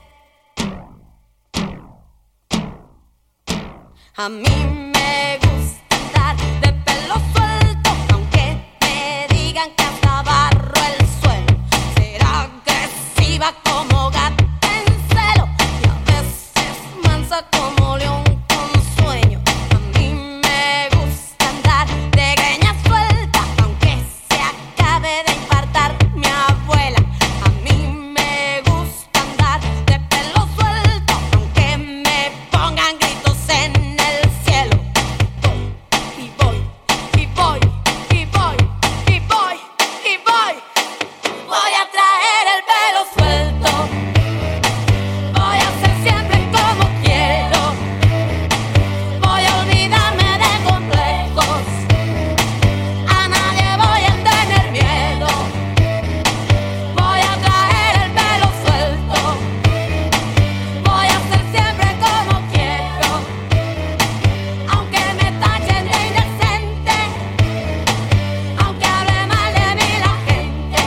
A mí me gusta andar de pelo suelto, aunque me digan que hasta barro el suelo. Ser agresiva como gata en celo y a veces mansa como león con sueño. A mí me gusta andar de greña suelta, aunque se acabe de infartar mi abuela. A mí me gusta andar de pelo suelto, aunque me pongan gritos en el cielo. Y voy, y voy, y voy, y voy, y voy. Voy a traer el pelo suelto. Voy a ser siempre como quiero. Voy a olvidarme de complejos. A nadie voy a tener miedo. Voy a traer el pelo suelto. Voy a ser siempre como quiero. Aunque me tachen de indecente, aunque hable mal de mí la gente.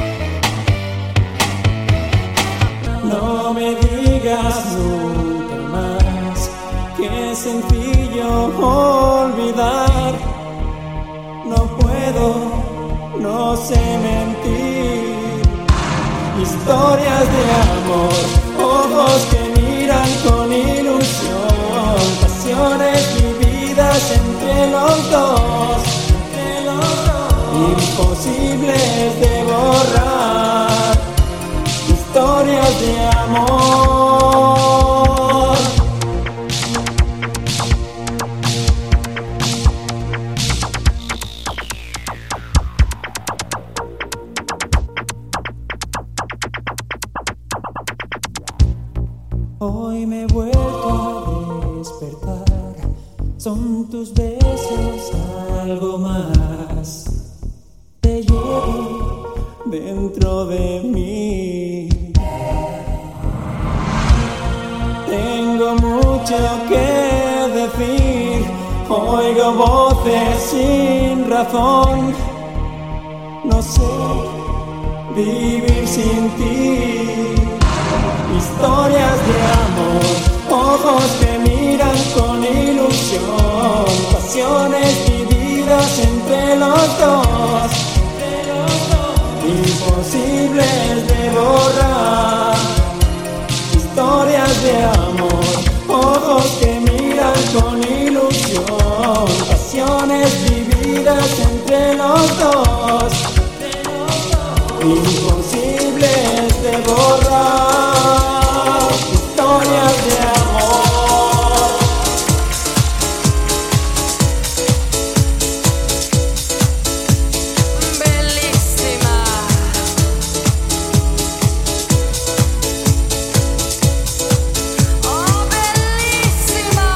No me digas nunca más que es sencillo olvidar. No puedo, no sé mentir. Historias de amor, ojos que miran con ilusión, pasiones vividas entre los dos, imposibles de borrar. Historias de amor. Hoy me he vuelto a despertar, son tus besos algo más. Te llevo dentro de mí. Tengo mucho que decir, oigo voces sin razón. No sé vivir sin ti. Historias de amor, ojos que miran con ilusión, pasiones vividas entre los dos, imposibles de borrar. Historias de amor, ojos que miran con ilusión, pasiones vividas entre los dos, imposibles de borrar. Historias de amor. Bellísima. Oh, bellísima.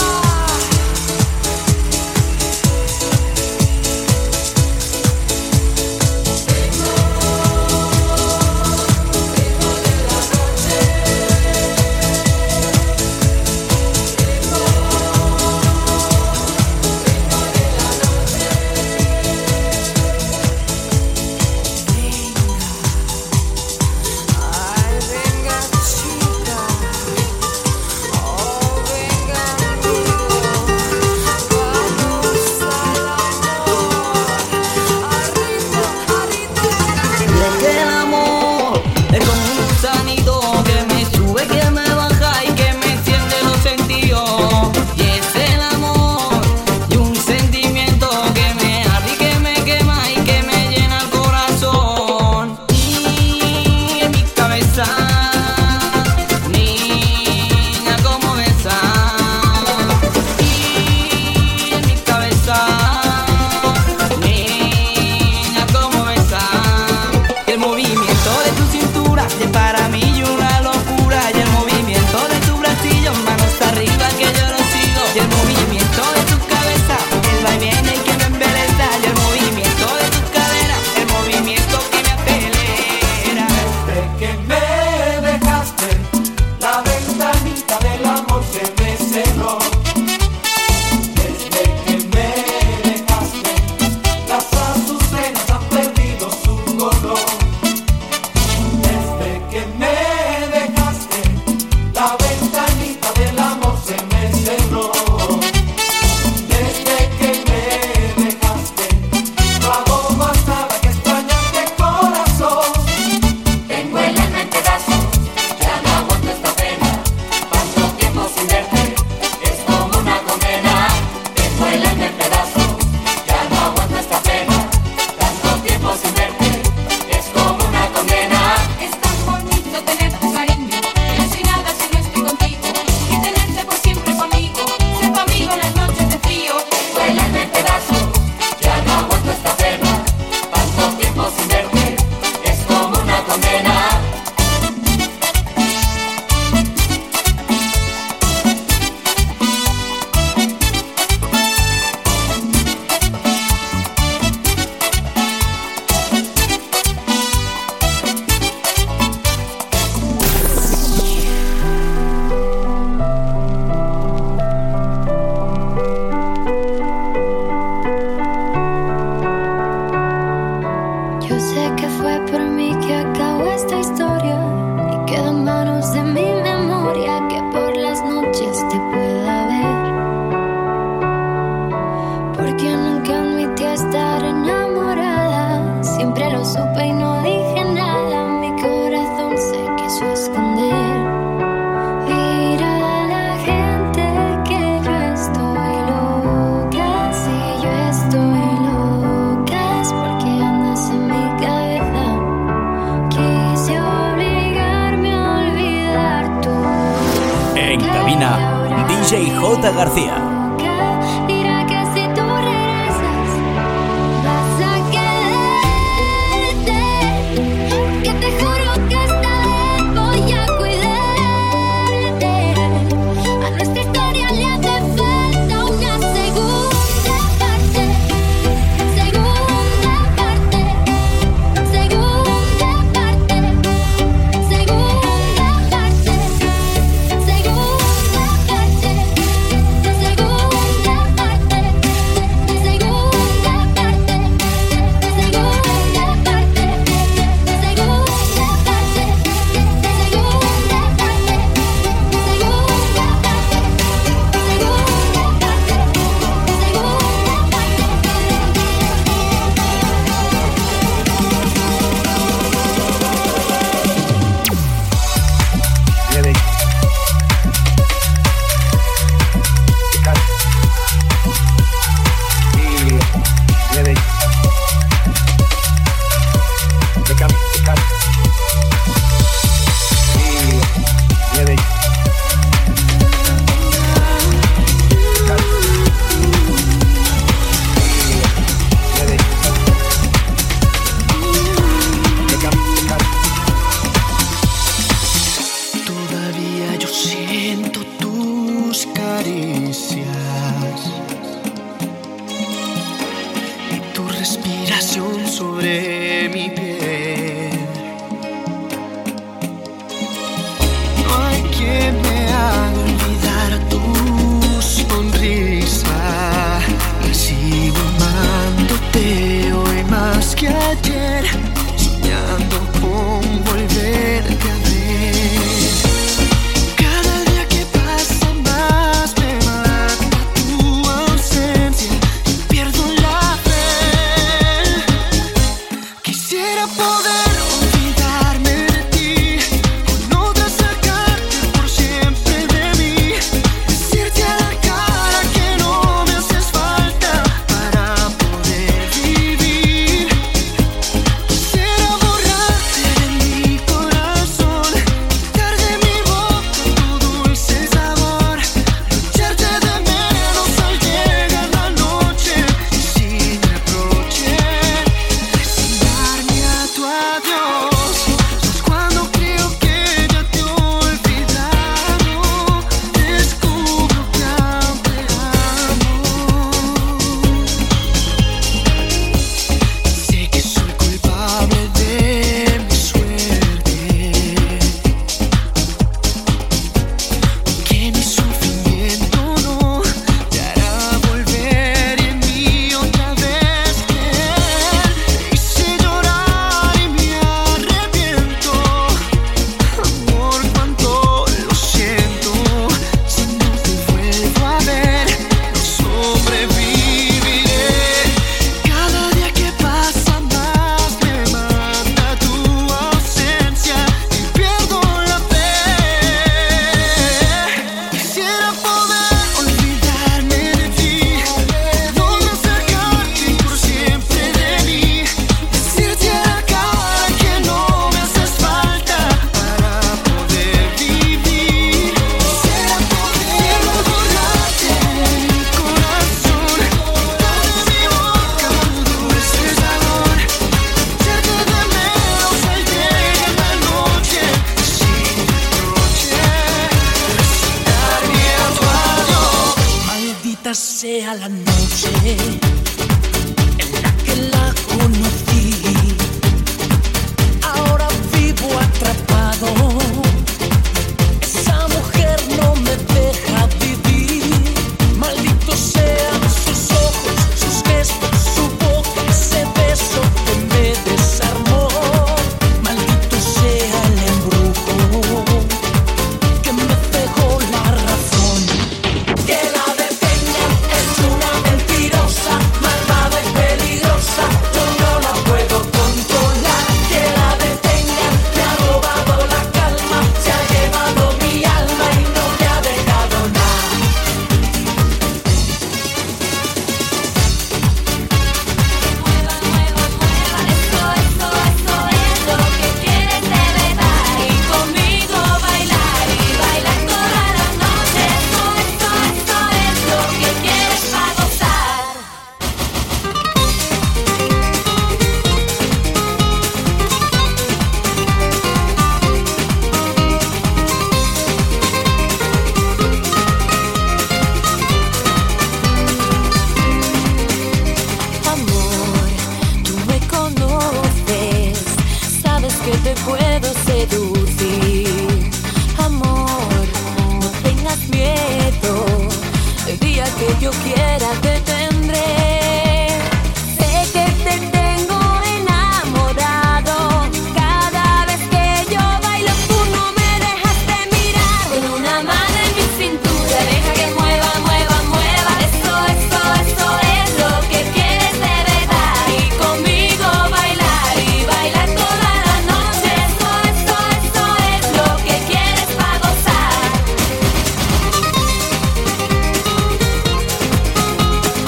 Yo sé que fue por mí que acabó esta historia y queda en manos de mi memoria que por las noches te pueda ver. Porque nunca admití estar enamorada, siempre lo supe y no dije nada. Mi corazón se quiso esconder. Mira a la gente que yo estoy loca. Si yo estoy loca es porque andas en mi cabeza. Quise obligarme a olvidar tu En cabina, DJ J. García. Mira que si tú regresas vas a quedarte, que te juro que esta vez voy a cuidarte. A nuestra historia le hace falta una segunda parte, segunda parte, segunda parte, segunda parte, segunda parte. Todavía yo siento tus caricias y tu respiración sobre mi piel. No hay quien me haga olvidar tu sonrisa. Y sigo amándote hoy más que ayer, soñando con volverte a ver. Cada día que pasa más me mata tu ausencia y pierdo la fe. Quisiera poder olvidarme de ti, con otra sacarte por siempre de mí, decirte a la cara que no me haces falta para poder vivir. Quisiera borrarte de mi corazón, quitar de mi boca tu dulce sabor, echarte de menos al llegar la noche y sin reproche resignarme a tu adiós. Pues cuando creo que ya te he olvidado, descubro que aún te amo. Sé que soy culpable de mi suerte, que mi sufrimiento no te hará volver en mí otra vez creer. Te hice llorar y me arrepiento, amor, cuánto lo siento. Si no te vuelvo a ver, no sobreviviré. Cada día que pasa más me mata tu ausencia y pierdo la fe. Quisiera poder olvidarme de ti, no sacarte por siempre de mí, decirte a la cara que no me haces falta para poder vivir. Quisiera poder borrarte de mi corazón, quitar de mi boca tu dulce sabor, echarte de menos al llegar la noche sin reproche, resignarme a tu adiós. Maldita sea la noche en la que la conocí. Ahora vivo atrapado. Esa mujer no me deja vivir. Malditos sean sus ojos, sus gestos, su boca, ese beso que me deshace. seducir. Amor, no tengas miedo, el día que yo quiera te tendré. Sé que te tengo enamorado, cada vez que yo bailo tú no me dejas de mirar. Con una mano en mi cintura, deja que mueva, mueva, mueva. Eso es lo que quieres de verdad. Y conmigo bailar y bailar toda la noche. Eso es lo que quieres para gozar.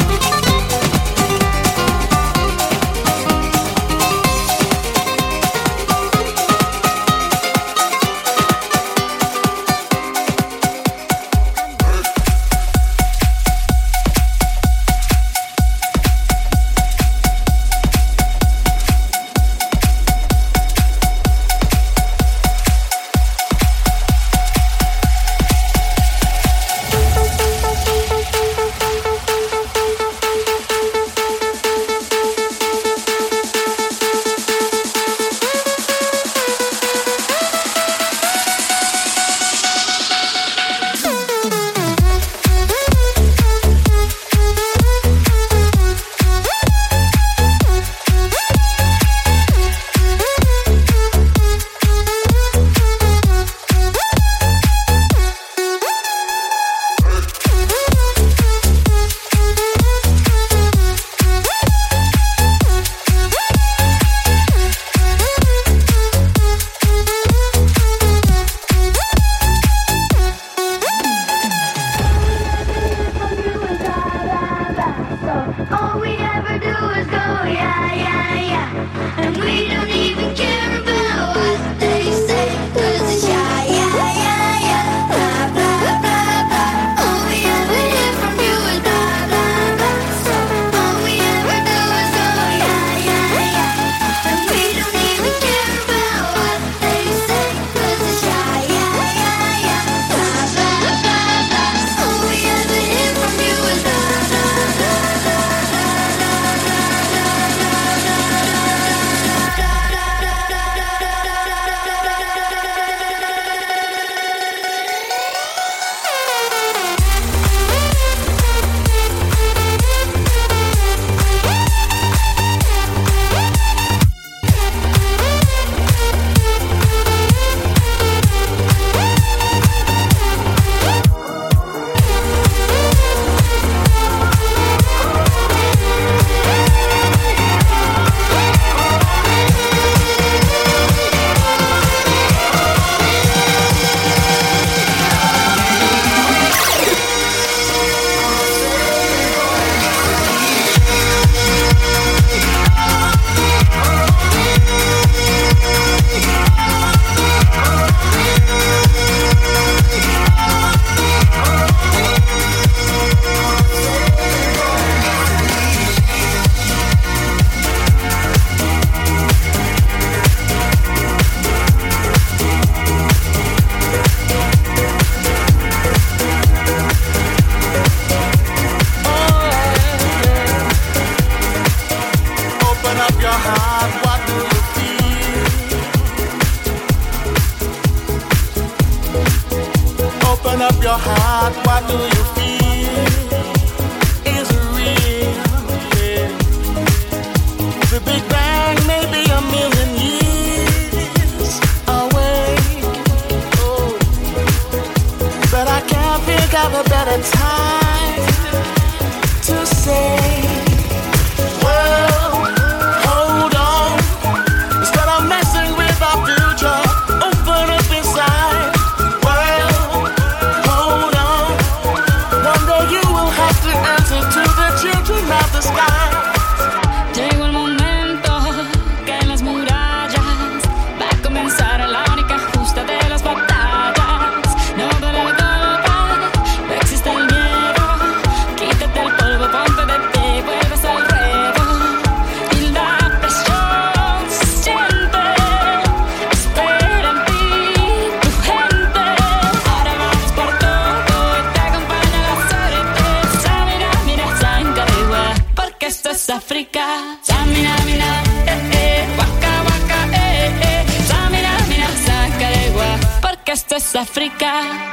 África.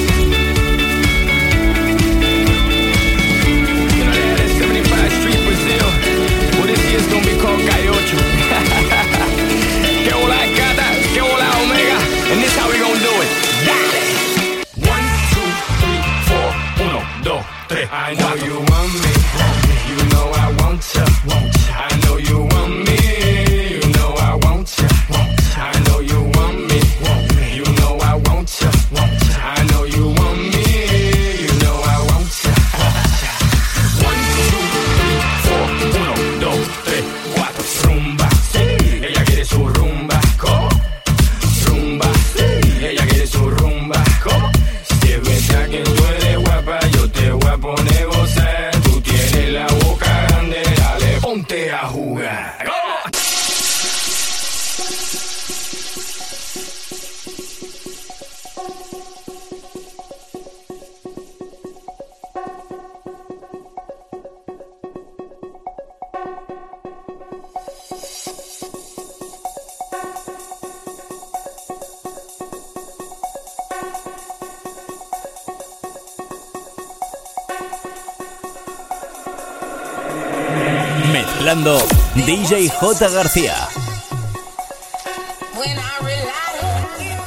It's gonna be called Cayocho. Que hola Cata, que hola Omega, and this how we gonna do it. Dale. 1, 2, 3, 4, 1, 2, 3. I know you want me, you know I want ya. I know you want me, you know I want ya. I know you want me, you know I want ya. I know you want me, you know I want ya. 1, 2, 3, 4, 1, 2, 3, 4, rumba, sí, ella quiere su rumba, ¿cómo? Rumba, sí, ella quiere su rumba, ¿cómo? Si es verdad que tú eres guapa, yo te voy a poner a gozar. Tú tienes la boca grande, dale, ponte a jugar. ¿Cómo? Mezclando DJ J. García. When I rely on you,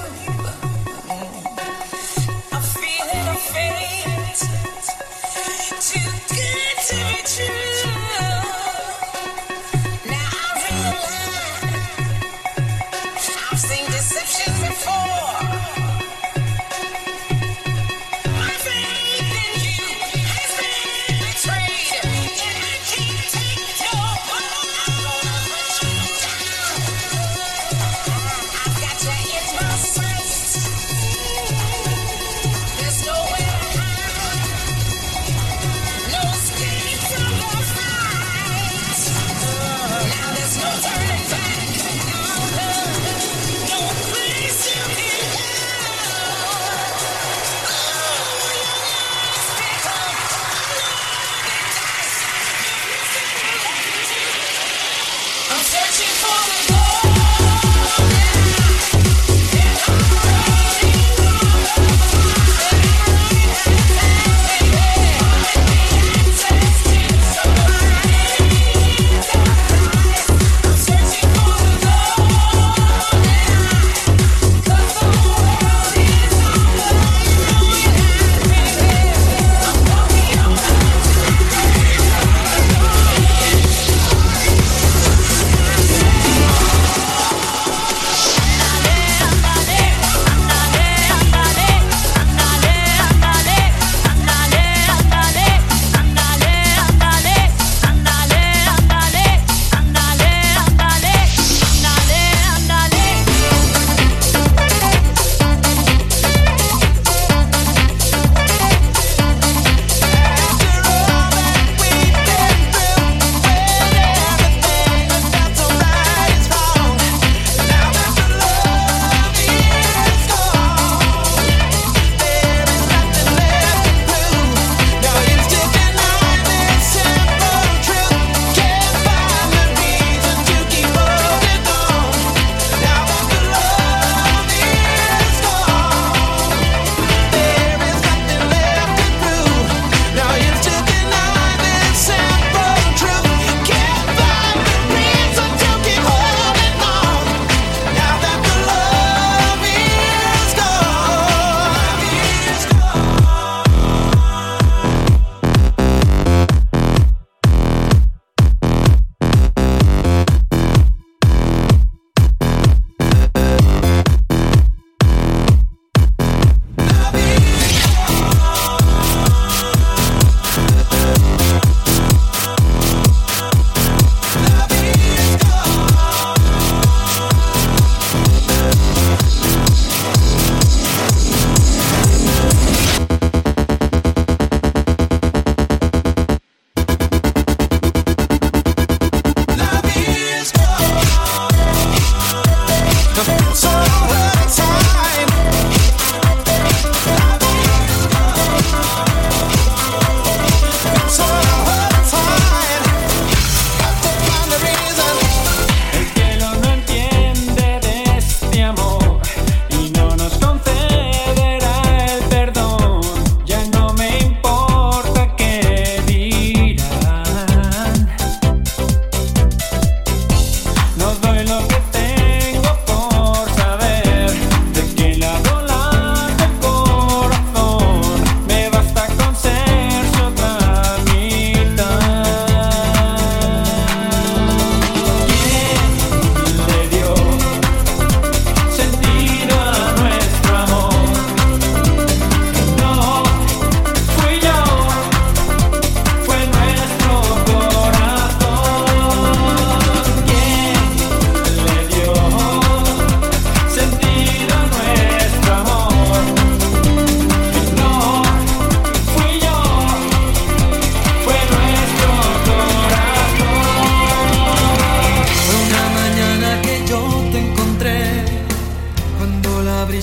I'm feeling afraid. Too good to be true. Now I realize I've seen deception before. My faith in you has been betrayed, and I can't take no more. I'm gonna put you down. I've got you in my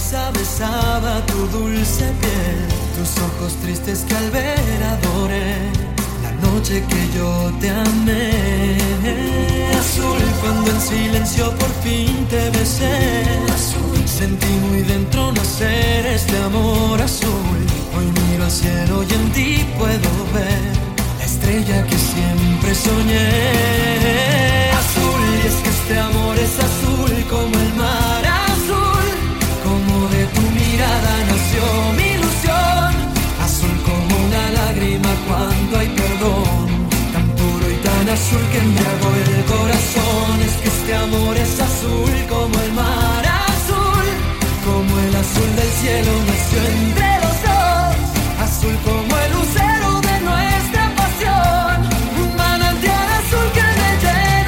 rosa besaba tu dulce piel, tus ojos tristes que al ver adoré, la noche que yo te amé. Azul, cuando en silencio por fin te besé, azul, sentí muy dentro nacer este amor azul. Hoy miro al cielo y en ti puedo ver la estrella que siempre soñé. Azul, y es que este amor es azul como el mar azul, como de tu mirada nació mi ilusión. Azul como una lágrima cuando hay perdón, tan puro y tan azul que embriagó el corazón. Es que este amor es azul como el mar azul, como el azul del cielo nació entre los dos. Azul como el lucero de nuestra pasión, un manantial azul que me llena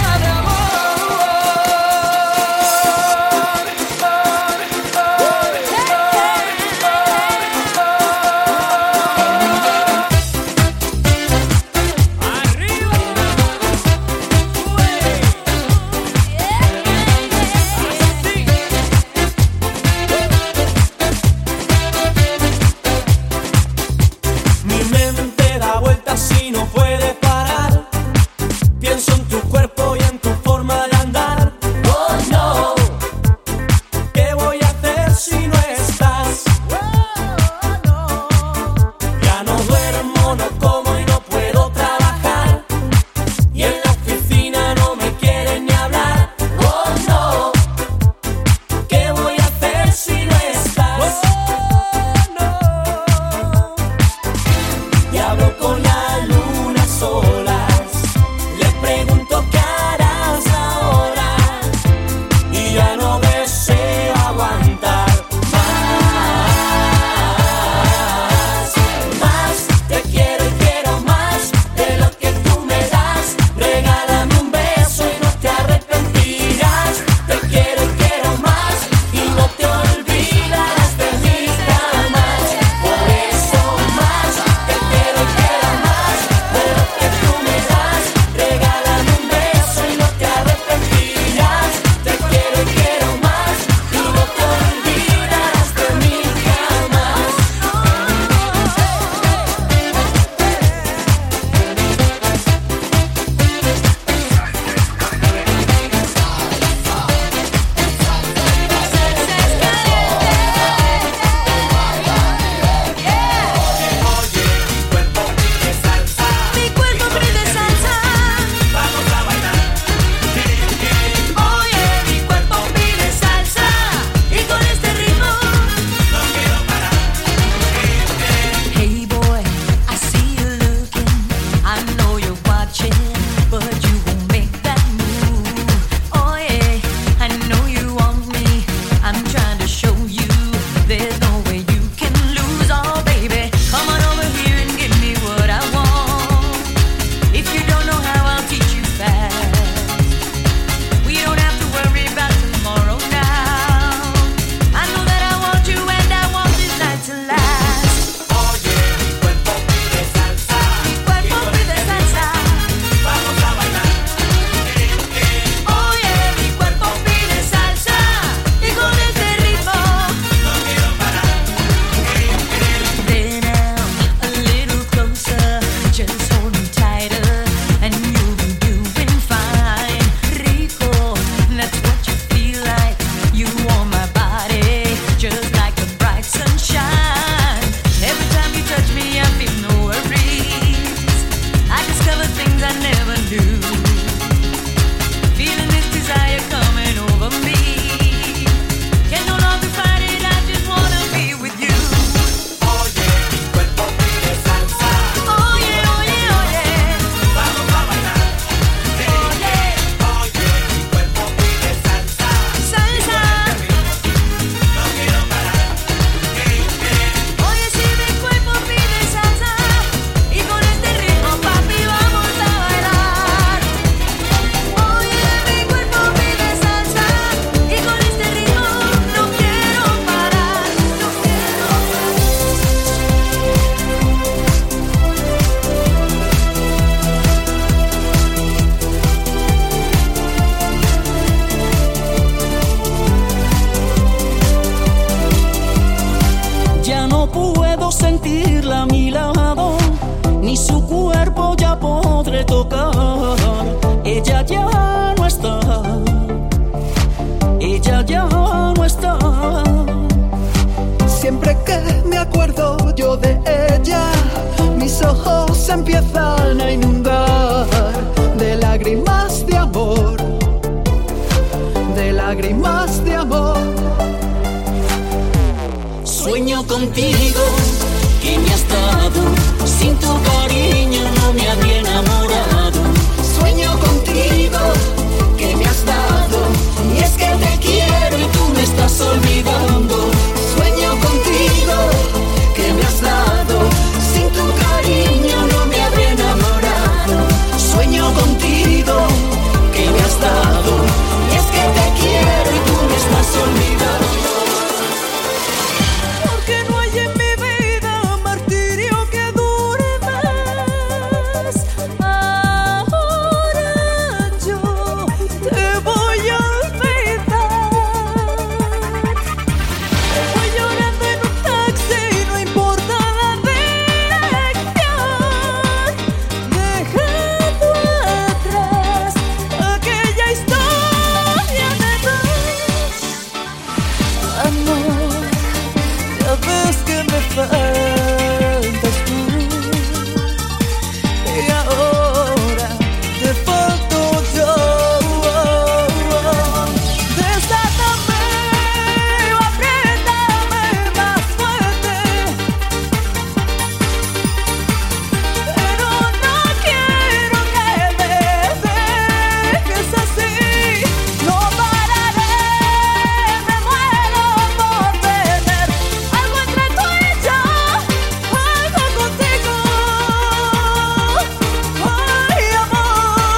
la podré tocar. Ella ya no está. Ella ya no está. Siempre que me acuerdo yo de ella, mis ojos se empiezan a inundar de lágrimas de amor, de lágrimas de amor. Sueño contigo, que me has dado, sin tu cariño no me había enamorado. Sueño contigo, que me has dado, y es que te quiero y tú me estás olvidando. Sueño contigo, que me has dado, sin tu cariño no me habría enamorado. Sueño contigo, que me has dado, y es que te quiero y tú me estás olvidando. Porque no hay en mi vida martirio que dure más. Ahora yo te voy a olvidar. Voy llorando en un taxi, no importa la dirección, dejando atrás aquella historia de dos. Amor, ya ves que me faltas tú, y ahora te falto yo. Desátame o apriétame más fuerte, pero no quiero que me dejes así. No pararé, me muero por tener algo entre tú y yo, algo contigo. Ay, amor.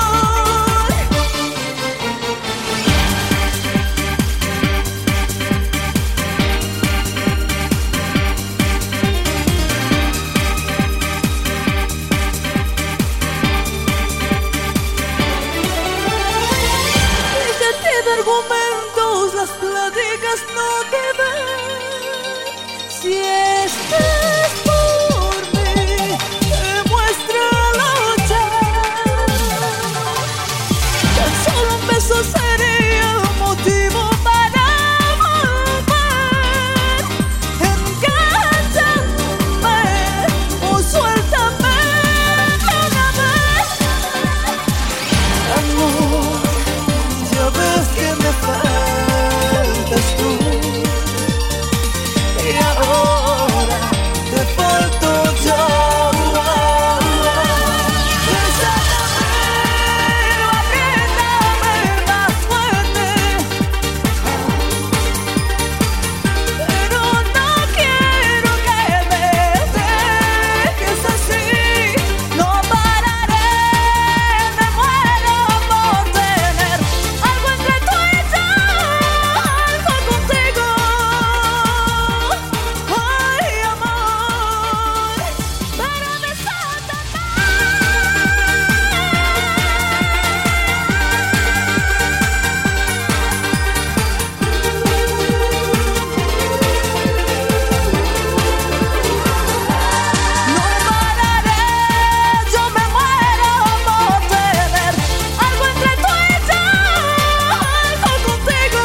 Déjate de argumentos, las pláticas no te dan. Si estás por mí, demuéstralo ya. Tan solo un beso sería motivo para volver. Encántame o suéltame una vez. Amor, ya ves que me faltas tú, y ahora te falto yo. Desátame o apriétame más fuerte, pero no quiero que me dejes así. No pararé, me muero por tener algo entre tú y yo, algo contigo. Ay, amor, pero desátame. No pararé, yo me muero por tener algo entre tú y yo, algo contigo.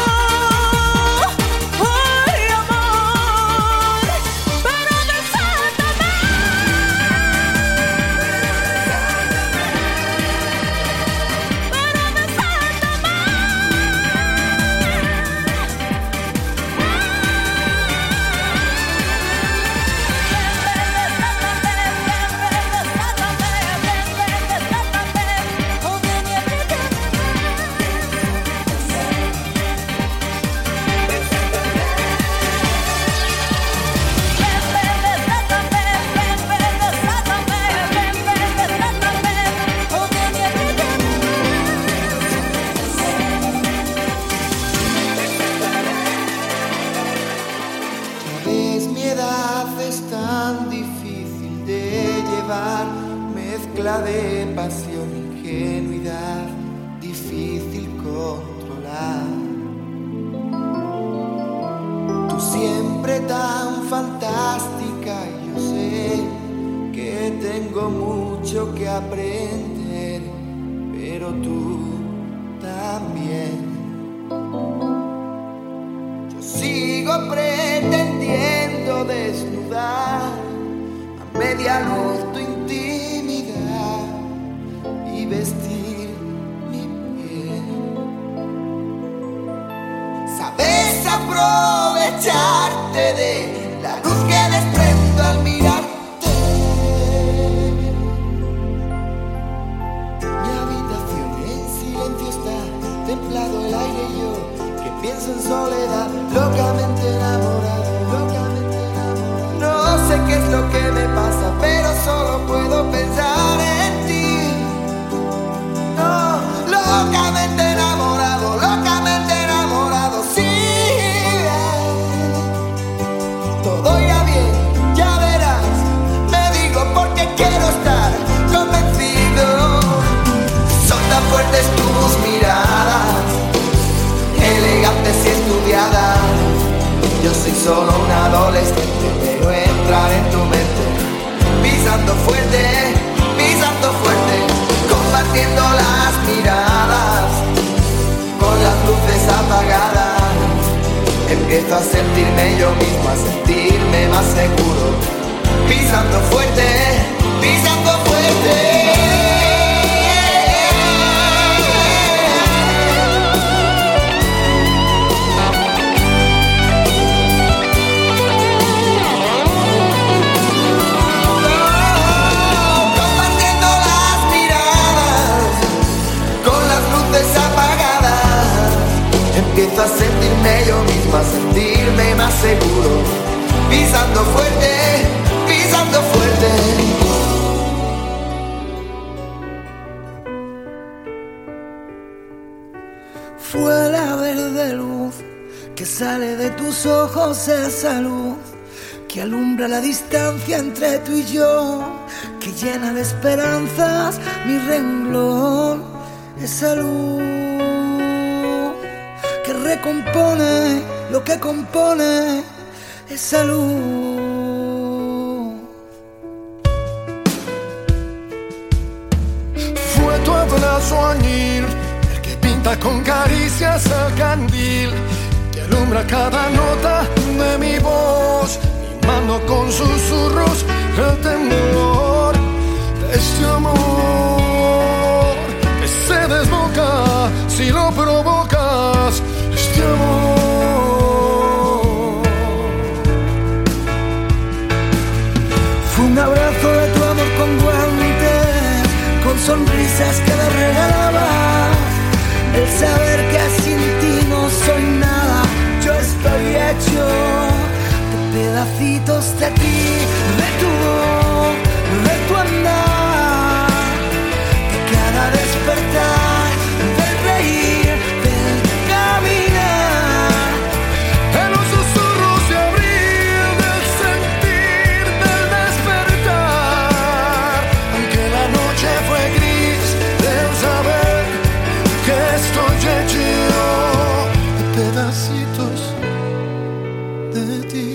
Ay, amor, pero desátame. Sabes, mi edad es tan difícil de llevar, mezcla de pasión, ingenuidad, difícil controlar. Tú siempre tan fantástica y yo sé que que tengo mucho que aprender, pero tú también. Yo sigo pretendiendo desnudar a media luz tu intimidad y vestir mi piel. Sabes aprovecharte de la luz que desprendo al mirarte. Mi habitación en silencio está, templado el aire y yo que pienso en soledad, locamente enamorado, locamente enamorado. No sé qué es lo que me pasa, pero solo puedo pensar en ti. No, locamente enamorado, sí. Todo irá bien, ya verás. Me digo porque quiero estar convencido. Son tan fuertes tus miradas, elegantes y estudiadas. Yo soy solo un adolescente, pero entrar en tu mente, pisando fuerte, compartiendo las miradas, con las luces apagadas. Empiezo a sentirme yo mismo, a sentirme más seguro, pisando fuerte, pisando fuerte. Empiezo a sentirme yo mismo, a sentirme más seguro, pisando fuerte, pisando fuerte. Fue la verde luz que sale de tus ojos, esa luz que alumbra la distancia entre tú y yo, que llena de esperanzas mi renglón, esa luz que recompone lo que compone, esa luz. Fue tu abrazo añil, el que pinta con caricias el candil, que alumbra cada nota de mi voz, mimando con susurros el temor de este amor que se desboca si lo provocas. Este amor fue un abrazo de tu amor con guantes, con sonrisas que me regalabas, el saber que sin ti no soy nada. Yo estoy hecho de pedacitos de ti, de tu voz, de tu andar, de cada despertar, del reír, del caminar, de los susurros de abril, del sentir, del despertar. Aunque la noche fue gris, del saber que estoy hecho de pedacitos de ti.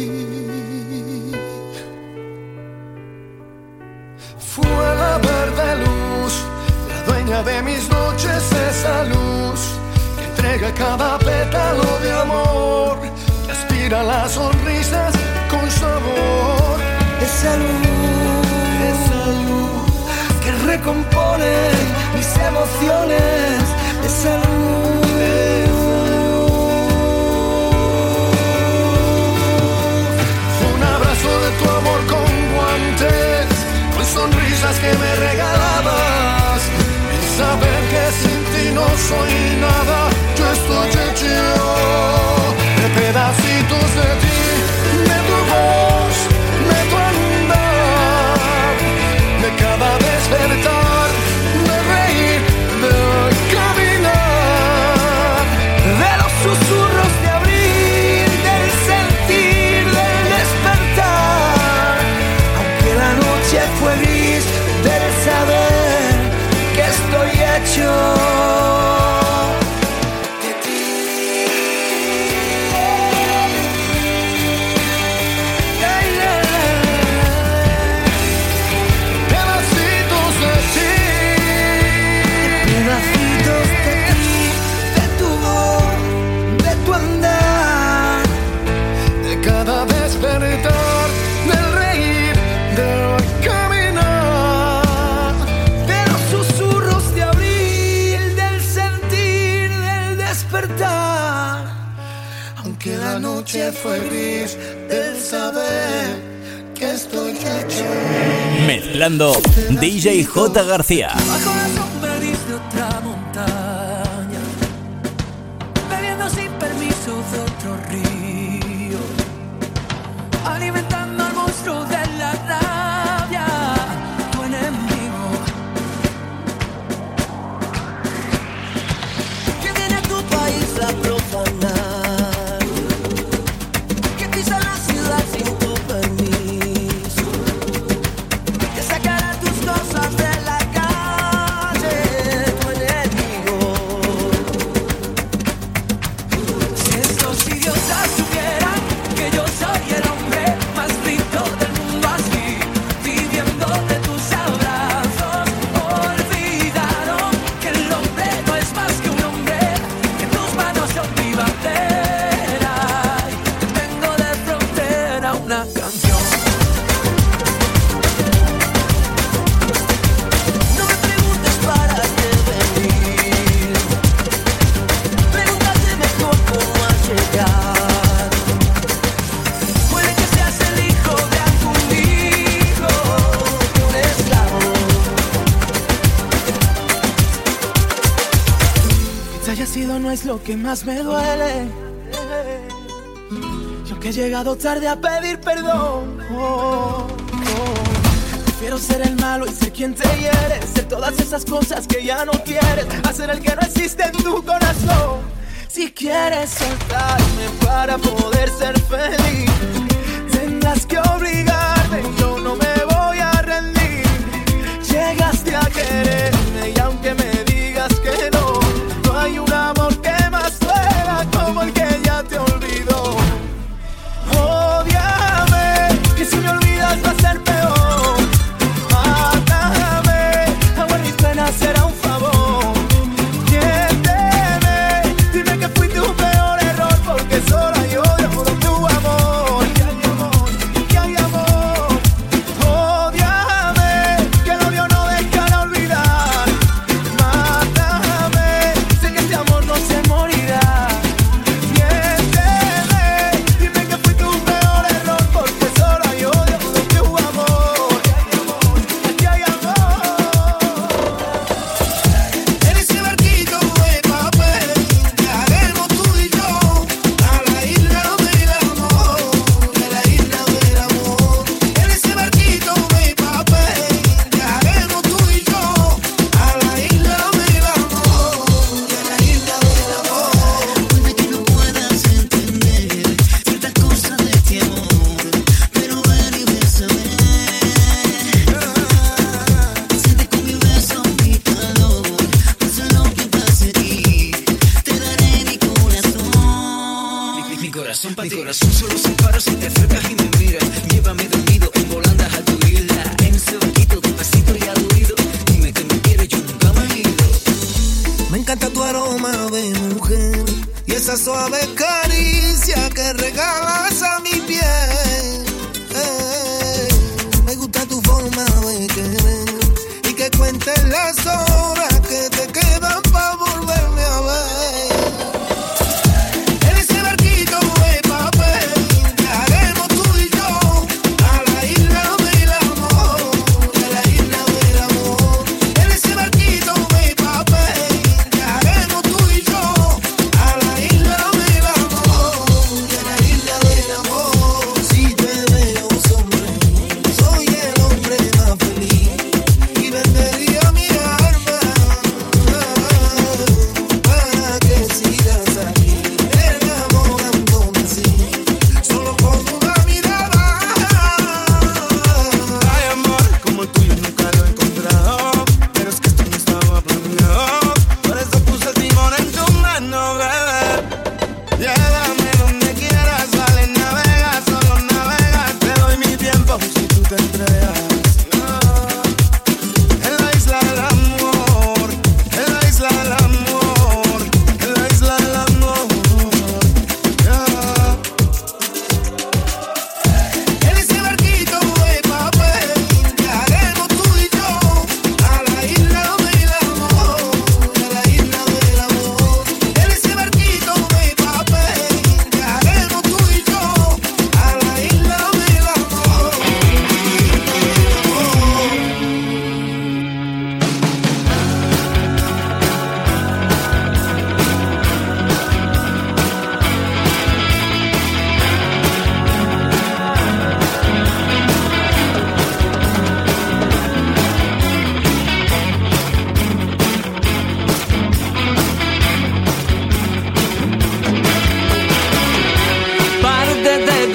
Fue la verde luz, la dueña de mis noches, esa luz que entrega cada pétalo de amor, que aspira las sonrisas con sabor. esa luz que recompone mis emociones, esa luz. Fue un abrazo de tu amor con guantes, con sonrisas que me regalabas, el saber que sin ti no soy nada. Yo estoy hecho de pedacitos de ti, de tu voz, de tu andar, de cada despertar, de reír, de caminar, de los susurros de abril, del sentir, del despertar. Aunque la noche fue gris, del saber que estoy hecho aunque la noche fue gris, el saber que estoy hecho. Mezclando DJ J. García. Bajo la sombra gris de otra montaña, bebiendo sin permiso de otro río, alimentando al monstruo de la rabia, tu enemigo, que viene a tu país a profanar, que pisa la ciudad sin tu permiso, que sacará tus cosas de la calle, tu enemigo. si estos idiotas supieran que yo soy el hombre más rico del mundo, así, viviendo de tus abrazos, olvidaron que el hombre no es más que un hombre, que tus manos son mi bandera, y te tengo de frontera una canción. No me preguntes para qué venir, pregúntate mejor cómo has llegado. Puede que seas el hijo de algún hijo de un esclavo. Que haya sido no es lo que más me duele. Yo que he llegado tarde a pedir perdón. Prefiero ser el malo y ser quien te hiere, ser todas esas cosas que ya no quieres, hacer el que no existe en tu corazón. Si quieres soltarme para poder ser feliz, tendrás que obligarme, yo no me voy a rendir. Llegaste a quererme y aunque me digas que no, no hay un amor que más duela como el que ya te olvidó. Ódiame, que si me olvidas va a ser peor. Mátame, ahora mis penas será un favor. Miénteme, dime que fui tu peor error, porque solo hay odio por tu amor. Que hay amor. Ódiame, que el odio no dejará olvidar. Mátame, sé que este amor no se morirá. Miénteme, dime que fui tu peor error, porque solo hay odio por tu amor. Que hay amor. En ese barquito de papel viajaremos tú y yo a la isla del amor, a la isla del amor. En ese barquito de papel viajaremos tú y yo a la isla del amor, a la isla del amor. Puede que no puedas entender ciertas cosas de este amor, pero ven y bésame. Siente con mi beso mi calor, pasa lo que pase aquí, te daré mi corazón. Mi corazón para ti, mi corazón solo se para si te acercas y me miras. Llévame dormido en volandas a tu isla, en ese barquito despacito y al oído. Dime que me quieres, yo nunca me he ido. Me encanta tu aroma de mujer y esa suave caricia que regalas a mi piel. Me gusta tu forma de querer y que cuentes las horas que te quedan para volverme a ver. En ese barquito de papel viajaremos tú y yo a la isla del amor, a la isla del amor. En ese barquito de papel viajaremos tú y yo a la isla del amor, a la isla del amor.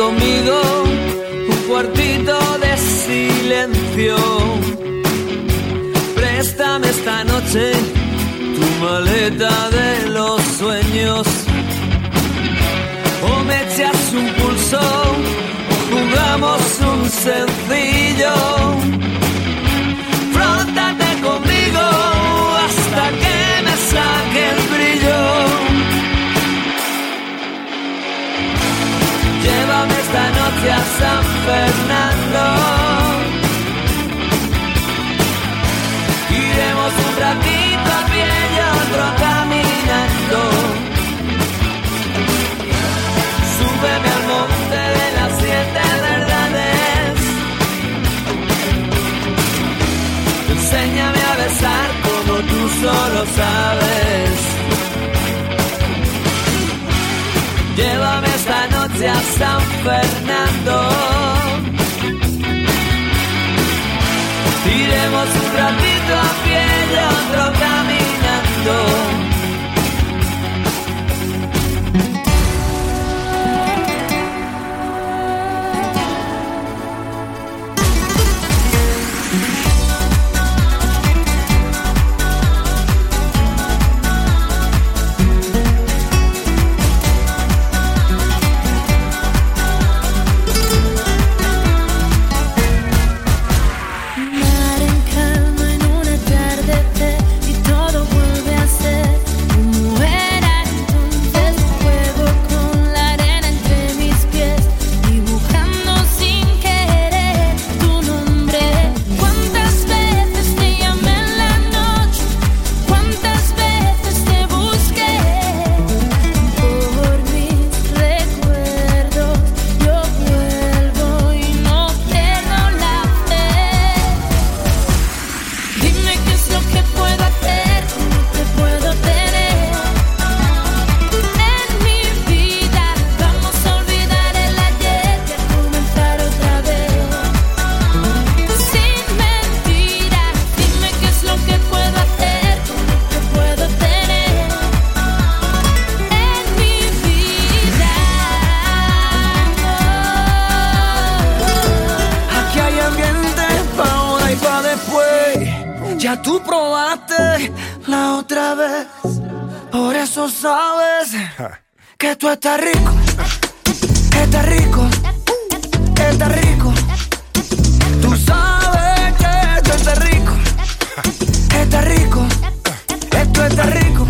conmigo un cuartito de silencio. Préstame esta noche tu maleta de los sueños. O me echas un pulso, o jugamos un sencillo. Frótate conmigo hasta que me saque el brillo. Llévame esta noche a San Fernando. Iremos un ratito a pie y otro caminando. Súbeme al monte de las 7 verdades. Enséñame a besar como tú solo sabes. Llévame esta noche a San Fernando. Iremos un ratito a pie y otro caminando. Ya tú probaste la otra vez, por eso sabes que tú estás rico, estás rico, estás rico. Tú sabes que tú estás rico, estás rico, esto está rico.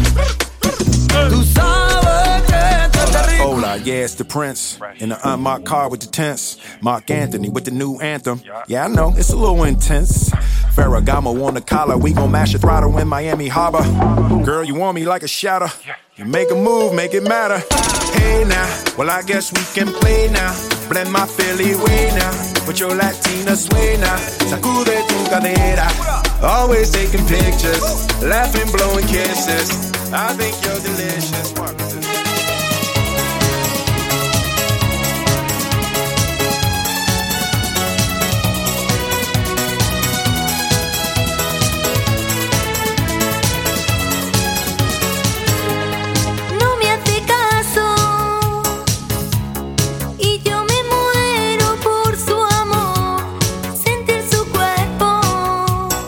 Tú sabes que tú estás rico. Hola, yeah, it's the Prince in the unmarked car with the tents. Mark Anthony with the new anthem. Yeah, I know, it's a little intense. Ferragamo on the collar, we gon' mash a throttle in Miami Harbor. Girl, you want me like a shadow. You make a move, make it matter. Hey now, well I guess we can play now. Blend my Philly way now, with your Latina sway now. Sacude tu cadera, always taking pictures, laughing, blowing kisses. I think you're delicious.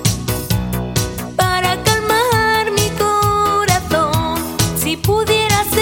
Pudiera ser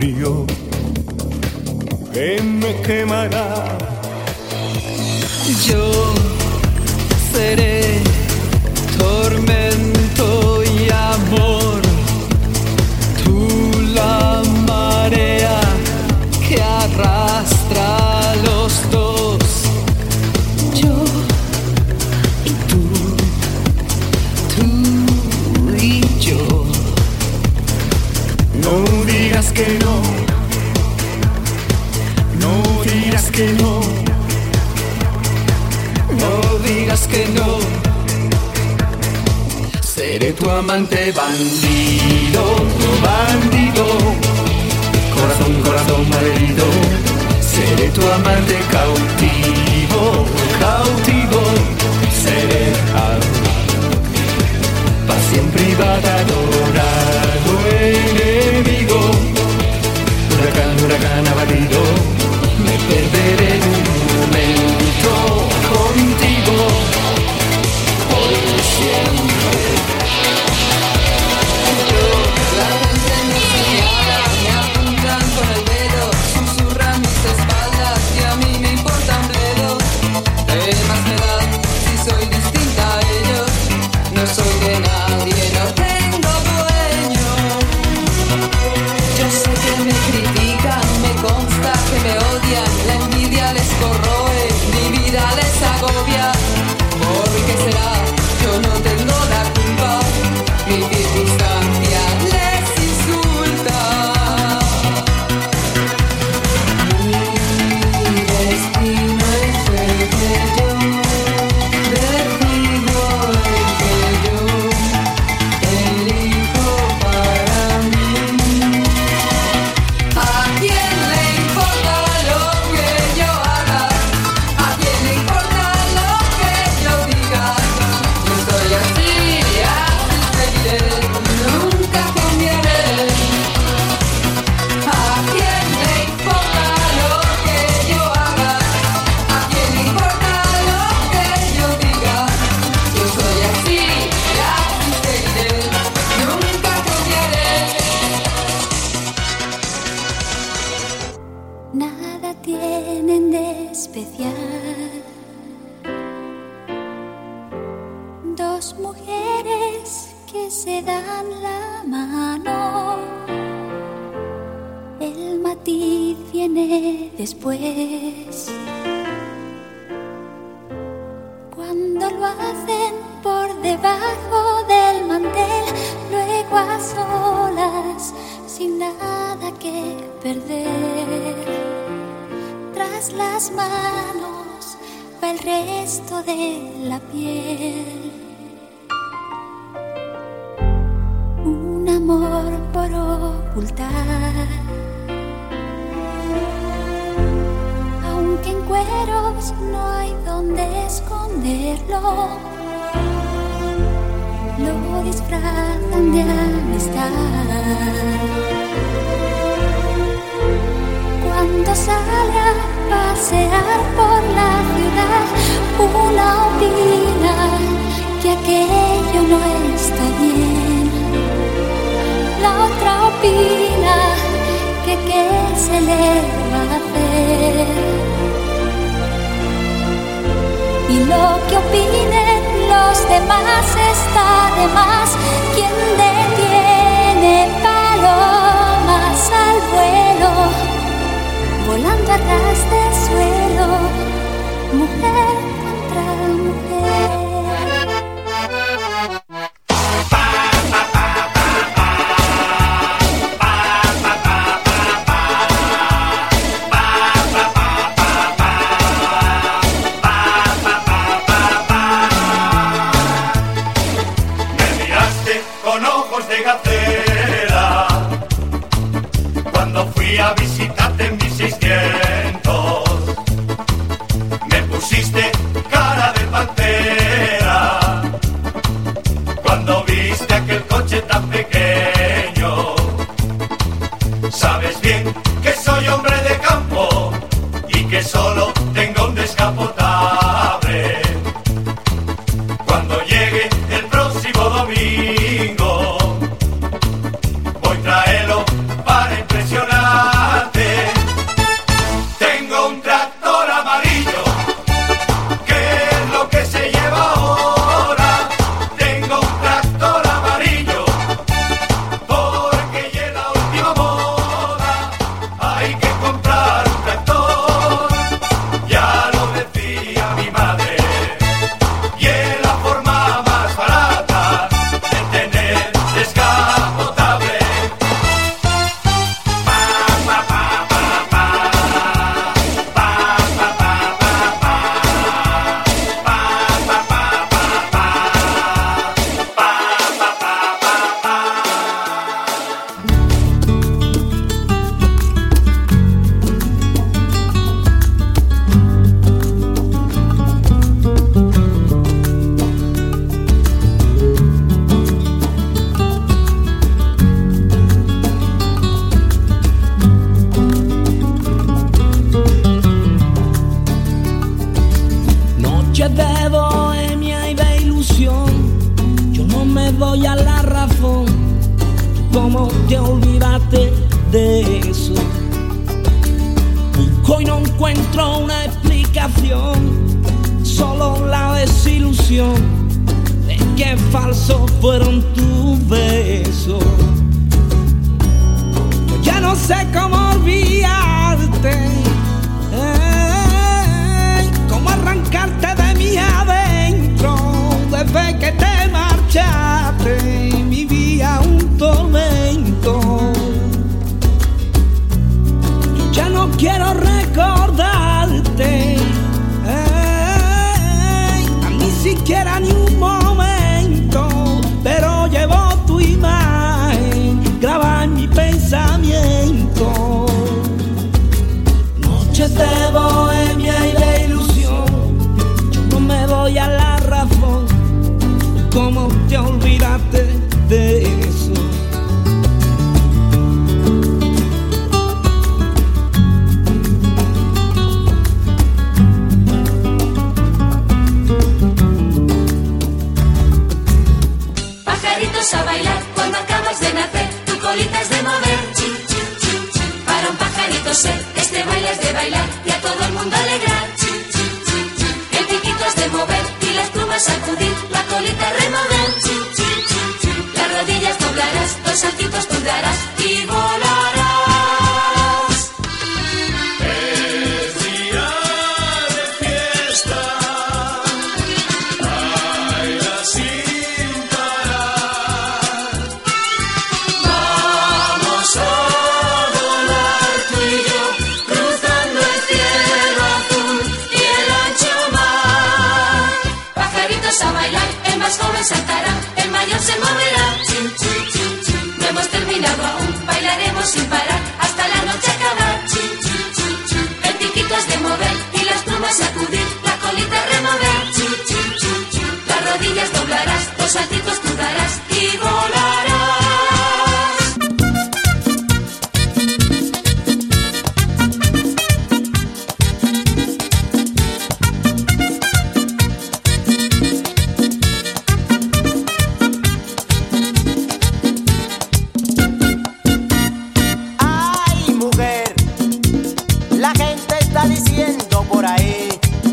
frío que me quemará. Yo seré tormento y amor, tú la marea que arrastra a los dos. Yo y tú y yo. No digas que no, no digas que no, no digas que no. Seré tu amante bandido, bandido, corazón, corazón malherido. Seré tu amante cautivo, cautivo. Seré para siempre y adorado enemigo. Huracán, huracán abatido. Me perderé en un momento contigo por siempre. La gente me señala, me apuntan con el dedo, susurran mis espaldas y a mí me importa un bledo. ¿Qué más me da si soy distinta a ellos? No soy de nadie, no tengo dueño. Yo sé que me critican, me consta que me odian, la envidia les corroe, mi vida les agobia. ¿Por qué será? Yo no tengo la culpa, mi circunstancia les insulta. Mi destino es el que yo decido, el que yo elijo para mí. ¿A quién le importa lo que yo haga? ¿A quién le importa lo que yo diga? Yo soy así, así seguiré, nunca cambiaré. ¿A quién le importa lo que yo haga? ¿A quién le importa lo que yo diga? Yo soy así, así seguiré, nunca cambiaré. Nada tienen de especial dos mujeres que se dan la mano. El matiz viene después, cuando lo hacen por debajo del mantel, luego a solas, sin nada que perder. Tras las manos va el resto de la piel. Un amor por ocultar, aunque en cueros no hay donde esconderlo, lo disfrazan de amistad. Cuando sale a pasear por la ciudad, una opina que aquello no está bien, la otra opina que qué se le va a hacer. Y lo que opinen los demás está de más. ¿Quién detiene palomas al vuelo, volando a ras de suelo, mujer contra mujer? Me miraste con ojos de gacela cuando fui a visitarte en 1600. Me pusiste cara de pantera cuando viste aquel coche tan pequeño. Sabes bien que soy hombre de campo y que solo tengo un descapotable. Cuando llegue el próximo domingo, voy traerlo para impresionar. Noches de bohemia y de ilusión, yo no me doy a la razón. ¿Cómo te olvidaste de eso? Busco y no encuentro una explicación, solo la desilusión de que falsos fueron tus besos. Yo ya no sé cómo olvidarte, cómo arrancarte de mí adentro. Desde que te marchaste vivía un tormento. Yo ya no quiero recordarte, ni siquiera ni un momento, pero llevo tu imagen grabada en mi pensamiento. Noches de bohemia y de ilusión, yo no me doy a la razón. ¿Cómo te olvidaste de eso? Pajaritos a bailar cuando acabas de nacer, tu colita es de mover. Para un pajarito sé, este baile es de bailar y a todo el mundo alegrar. El piquito es de mover y las plumas sacudir, la colita remover. Las rodillas doblarás, dos saltitos tú darás y volarás. Es día de fiesta, baila sin parar. Vamos a volar tú y yo, cruzando el cielo azul y el ancho mar. Pajaritos a bailar, el más joven saltará, el mayor se moverá. No hemos terminado aún, bailaremos sin parar hasta la noche acabar. El piquito es de mover y las plumas sacudir, la colita remover. Las rodillas doblarás, dos saltitos tú darás y volarás. Ay, mujer, la gente está diciendo por ahí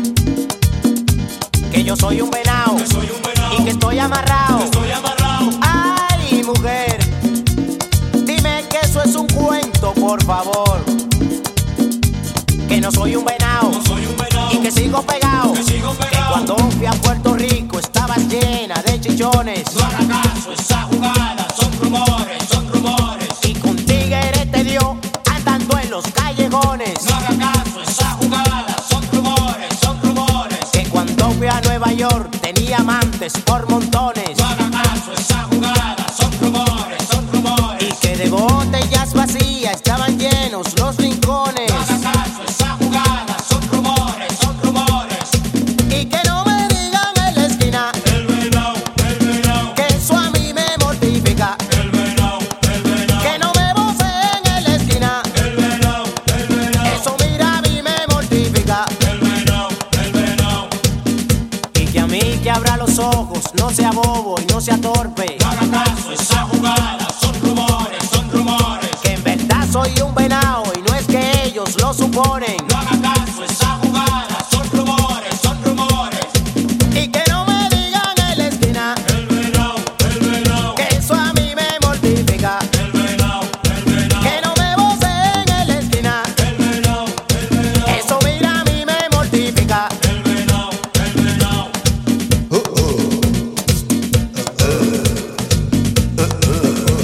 que yo soy un venado y que estoy amarrado. Ay, mujer, dime que eso es un cuento, por favor. Que no soy un venado y que sigo pegado. Que cuando fui a Puerto Rico estaba llena de chichones. No haga caso, esa jugada son rumores, son rumores. Y con tigres te dio andando en los callejones. No haga caso, esa jugada son rumores, son rumores. Que cuando fui a Nueva York tenía amantes por montones. No haga caso, esa jugada son rumores, son rumores. Y que de botellas vacías estaban llenos los rincones. No haga caso, esa jugada son rumores, son rumores. Y que no me digan en la esquina El venao, que eso a mí me mortifica. el venao, el venao. Que no me voceen en la esquina, El venao, eso mira a mí me mortifica. el venao, el venao. Y que a mí que abra los ojos, no sea bobo y no sea torpe. No haga caso, esa jugada son rumores, son rumores. Que en verdad soy un venao y no es que ellos lo suponen. No haga caso, esa jugada son rumores, son rumores. Y que no me digan en la esquina El venao, que eso a mí me mortifica. el venao, el venao. Que no me voceen en la esquina, El venao, el venao. eso mira a mí me mortifica. El venao, el venao.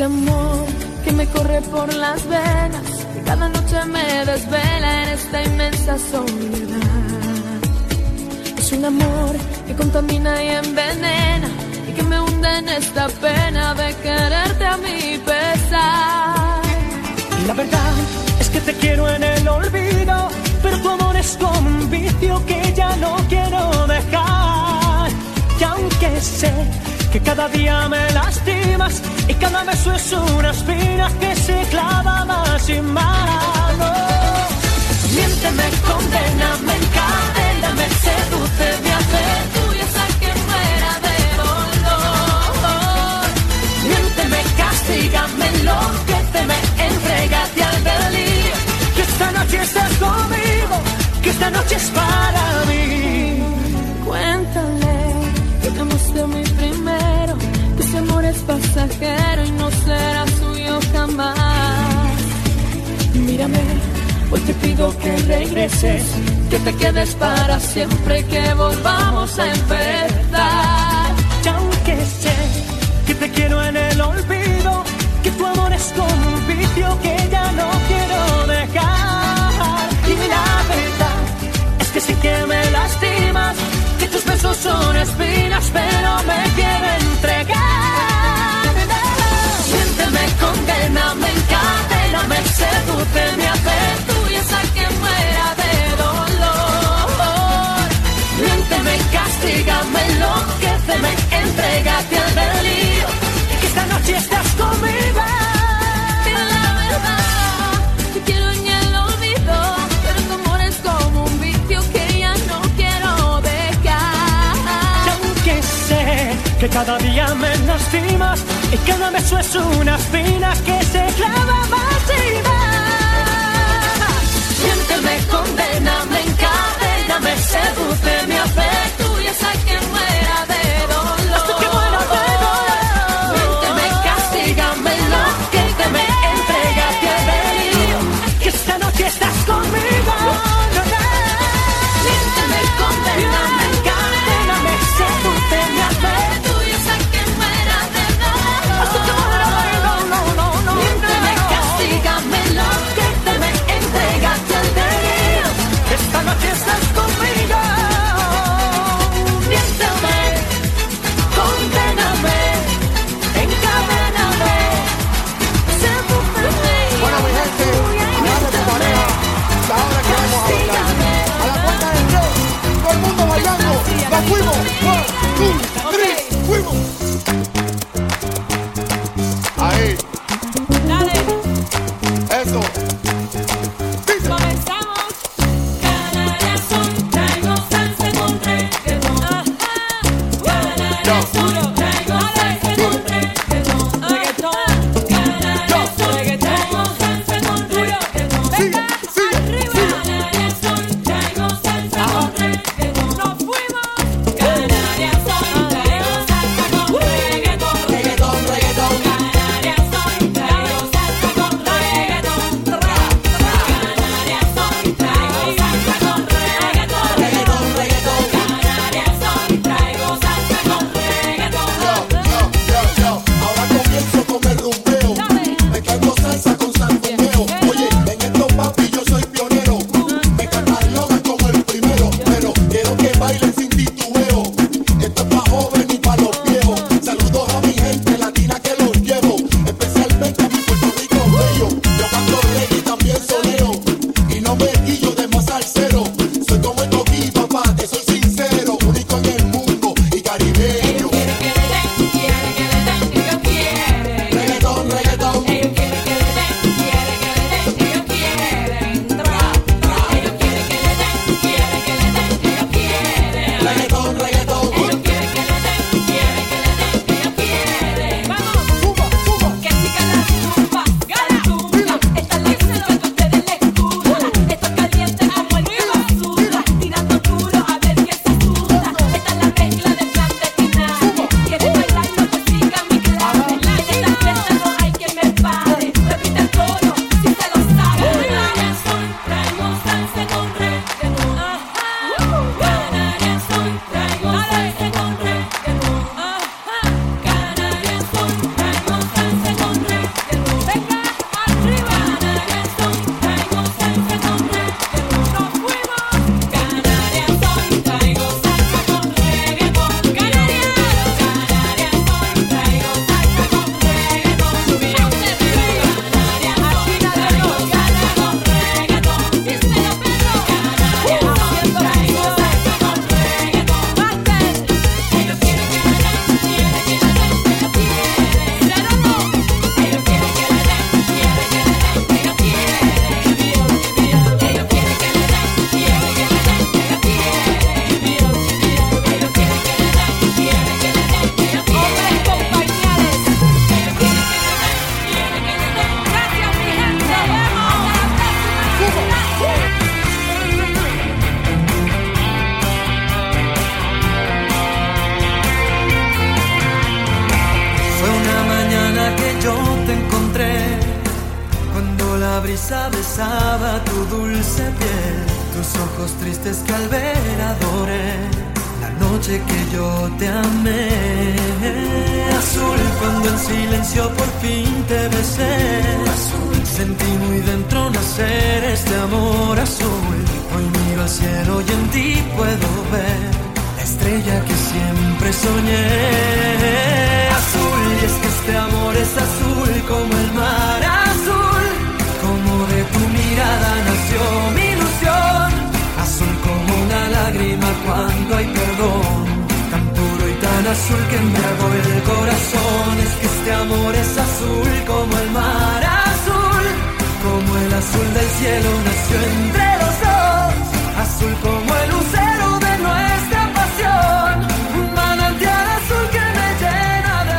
Este amor que me corre por las venas, que cada noche me desvela en esta inmensa soledad. Es un amor que contamina y envenena y que me hunde en esta pena de quererte a mi pesar. Y la verdad es que te quiero en el olvido, pero tu amor es como un vicio que ya no quiero dejar. Y aunque sé que cada día me lastimas y cada beso es una espina que se clava más y más. No. Miénteme, condéname, encadéname, sedúceme, hace tuya hasta que muera de dolor. Miénteme, castígame, enloquéceme, entrégate al delirio. Que esta noche estás conmigo, que esta noche es para mí. Cuéntale que te mostré mi primero, que ese amor es pasajero y no será suyo jamás. Mírame, hoy te pido que regreses, que te quedes para siempre, que volvamos a empezar. Y aunque sé que te quiero en el olvido, que tu amor es como un vicio que ya no quiero dejar. Y la verdad es que sí que me lastimas, que tus besos son espinas, pero me quiero entregar. Siénteme, condéname, encadéname, sedúceme, hace tuya hasta que muera de dolor. Miénteme, castígame, enloquéceme, entrégate al delirio, que esta noche estás conmigo. Y la verdad, te quiero en el olvido, pero tu amor es como un vicio que ya no quiero dejar. Y aunque sé que cada día me lastimas y cada beso es una espina que se clava más y más. Miénteme, condéname, encadéname, sedúceme, hace tuya hasta que muera de dolor. Hasta que muera de dolor. Miénteme, castígame, enloquéceme, entrégate al delirio, que esta noche estás conmigo. Miénteme, condéname, encadéname, sedúceme, hace tuya hasta que muera de dolor. Hasta que muera de dolor. Miénteme, castígame, besaba tu dulce piel, tus ojos tristes que al ver adoré, la noche que yo te amé. Azul cuando en silencio por fin te besé, azul sentí muy dentro nacer este amor azul. Hoy miro al cielo y en ti puedo ver la estrella que siempre soñé. Azul, y es que este amor es azul como el mar azul, como de tu mirada nació mi ilusión. Azul como una lágrima cuando hay perdón, tan puro y tan azul que embriagó el corazón. Es que este amor es azul como el mar azul, como el azul del cielo nació entre los dos. Azul como el lucero de nuestra pasión, un manantial azul que me llena de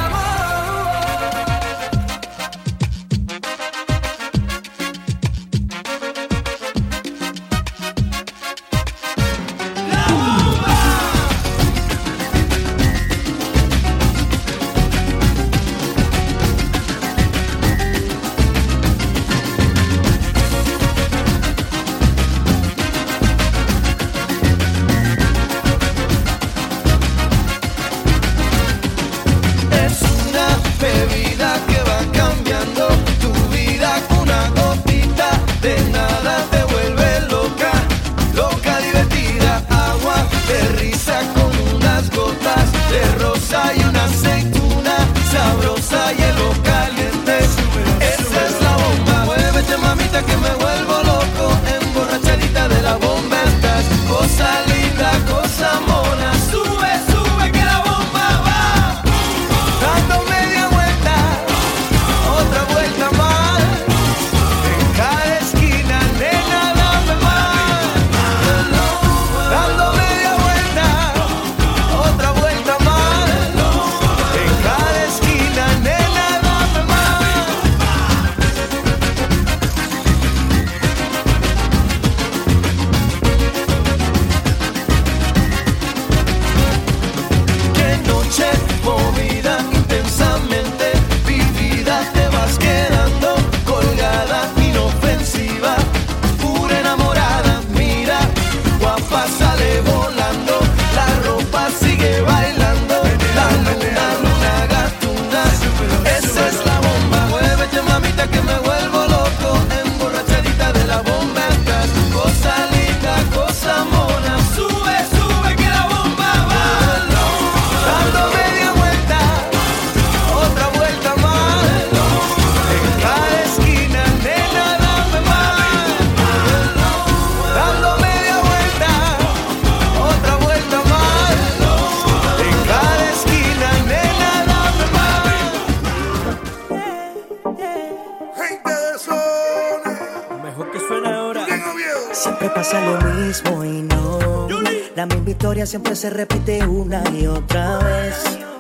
siempre se repite una y otra vez,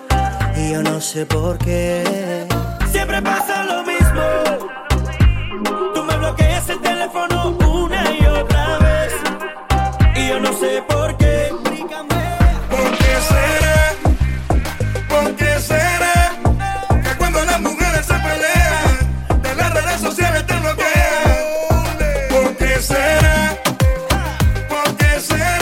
y yo no sé por qué. Siempre pasa lo mismo. Tú me bloqueas el teléfono una y otra vez, y yo no sé por qué. ¿Por qué será? ¿Por qué será? Que cuando las mujeres se pelean, de las redes sociales te bloquean. ¿Por qué será? ¿Por qué será?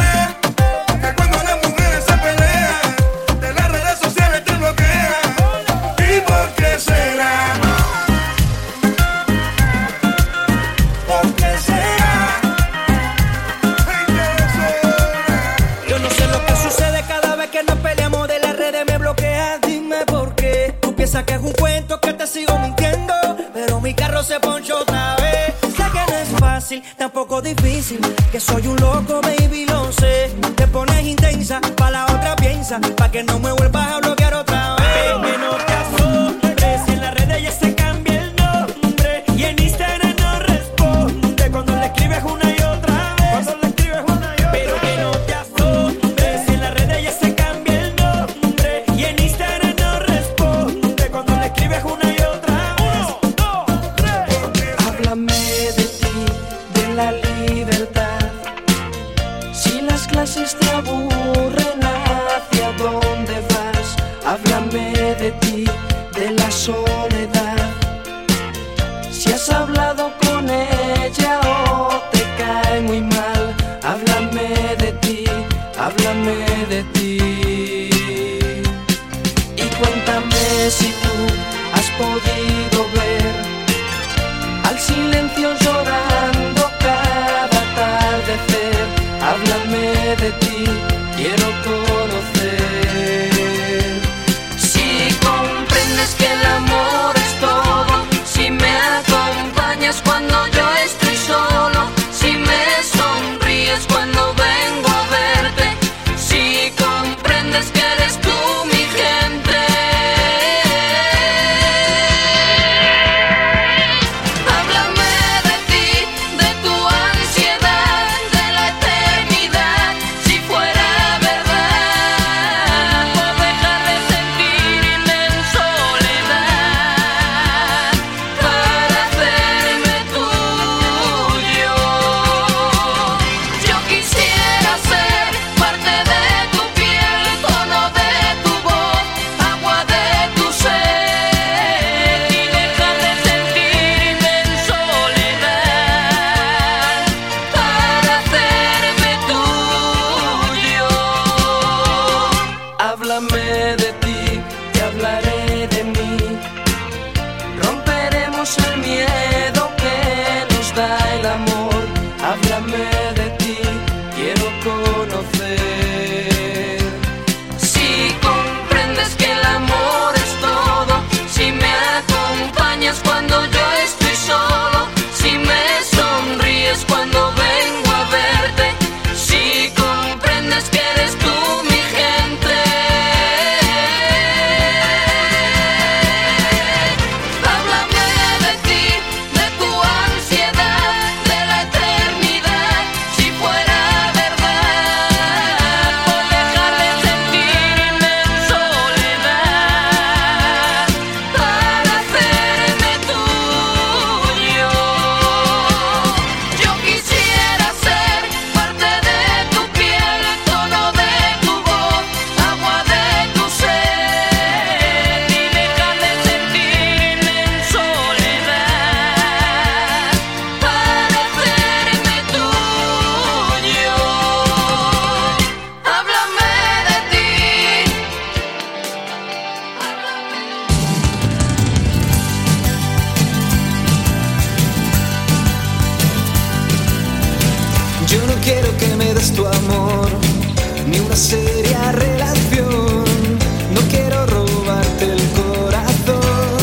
Que es un cuento que te sigo mintiendo, pero mi carro se ponchó otra vez. Sé que no es fácil, tampoco difícil, que soy un loco, baby, lo sé. Te pones intensa, pa' la otra piensa, pa' que no me vuelvas a bloquear otra vez. Que no te asombres si en las redes ya se cambia el nombre y en Instagram no responde cuando le escribes una y otra vez. Pero que no te asombres si en las redes ya se cambia el nombre y en Instagram no responde cuando le escribes una y otra vez. 1, 2, 3. Háblame de ti, de la libertad. Si las clases te aburren, ¿hacia dónde vas? Háblame de ti, de la soledad. Si has hablado sé si tú has podido ver al silencio llorando cada atardecer. Háblame de ti, quiero conocer. Si comprendes que el amor es todo, si me acompañas cuando yo estoy solo, si me sonríes cuando vengo a verte, si comprendes que eres tú mi gente. Háblame de ti, de tu ansiedad, de la eternidad, si fuera verdad, por dejar de sentirme en soledad, para hacerme tuyo. Yo quisiera ser parte de tu piel, tono de tu voz, agua de tu ser, y dejar de sentirme en soledad, para hacerme tuyo. Háblame de ti, te hablaré de mí. Romperemos el miedo que nos da el amor. Háblame de ti, quiero conocer. Si comprendes que el amor es todo, si me acompañas cuando yo estoy solo, si me sonríes cuando vengo a verte, si comprendes que eres tú mi gente. Háblame de ti, de tu ansiedad, de la eternidad, si fuera verdad, por dejar de sentirme en soledad, para hacerme tuyo. Yo quisiera ser parte de tu piel, tono de tu voz, agua de tu ser, y dejar de sentirme en soledad, para hacerme tuyo. Háblame de ti. Yo no quiero que me des tu amor, ni una seria relación. No quiero robarte el corazón.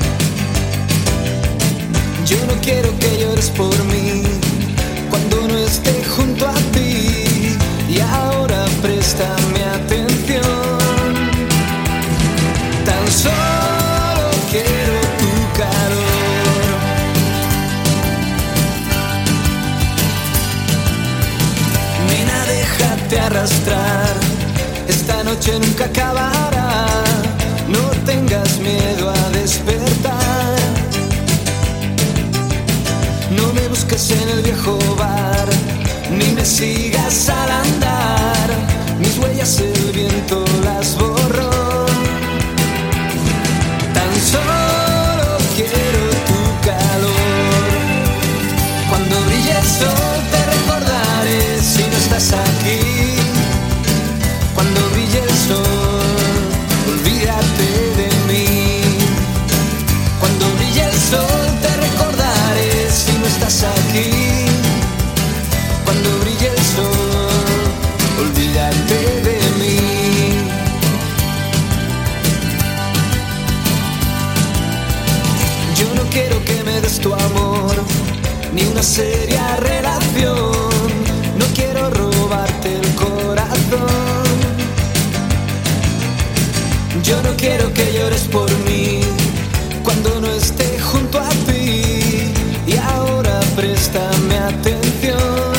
Yo no quiero que llores por mí cuando no esté junto a ti. Y ahora préstame atención. Tan solo quiero tu calor. Nena, déjate arrastrar, esta noche nunca acabará. No tengas miedo a despertar. No me busques en el viejo bar, ni me sigas al andar. Mis huellas el viento las borró. Tan solo quiero tu calor. Cuando brille el sol te recordaré si no estás aquí. Cuando brille el sol, olvídate de mí. Cuando brille el sol te recordaré si no estás aquí. Cuando brille el sol, olvídate de mí. Yo no quiero que me des tu amor, ni una seria relación. No quiero robarte el corazón. Yo no quiero que llores por mí cuando no esté junto a ti. Y ahora préstame atención.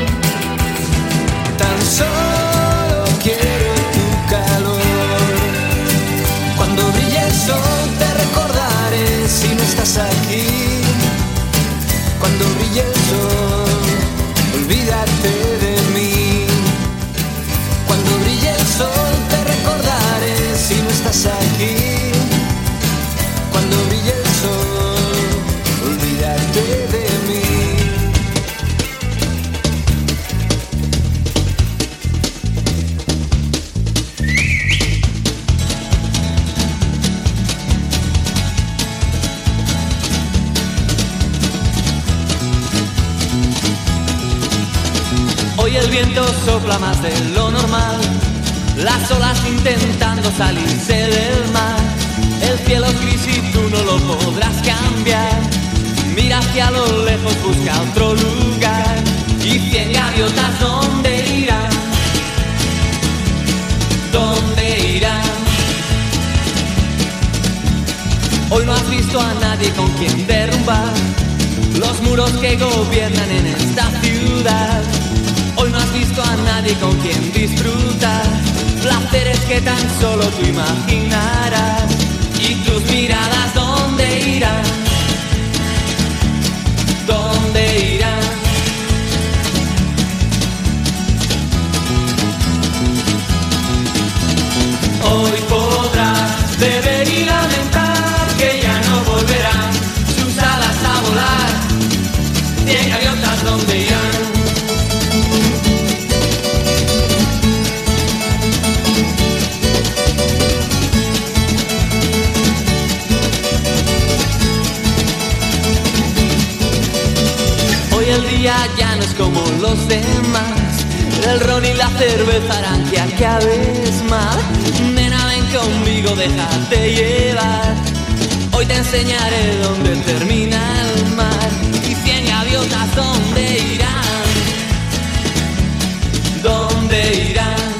Tan solo quiero tu calor. Cuando brille el sol te recordaré si no estás aquí. Cuando brille el sol, olvídate de mí. Cuando brille el sol te recordaré si no estás aquí. Cuando brille el sol, olvídate de mí. Hoy el viento sopla más de lo normal, las olas intentando salirse del mar. El cielo es gris y tú no lo podrás cambiar. Mira hacia lo lejos, busca otro lugar. Y 100 gaviotas, ¿dónde irán? ¿Dónde irán? Hoy no has visto a nadie con quien derrumbar los muros que gobiernan en esta ciudad. Hoy no has visto a nadie con quien disfrutar placeres que tan solo tú imaginarás. Y tus miradas, ¿dónde irán? ¿Dónde irán? Hoy podrás beber y lamentar que ya no volverán sus alas a volar. 100 gaviotas, ¿dónde irán? El día ya no es como los demás, el ron y la cerveza harán que acabes mal. Nena, ven conmigo, déjate llevar. Hoy te enseñaré dónde termina el mar. Y 100 gaviotas, ¿dónde irán? ¿Dónde irán?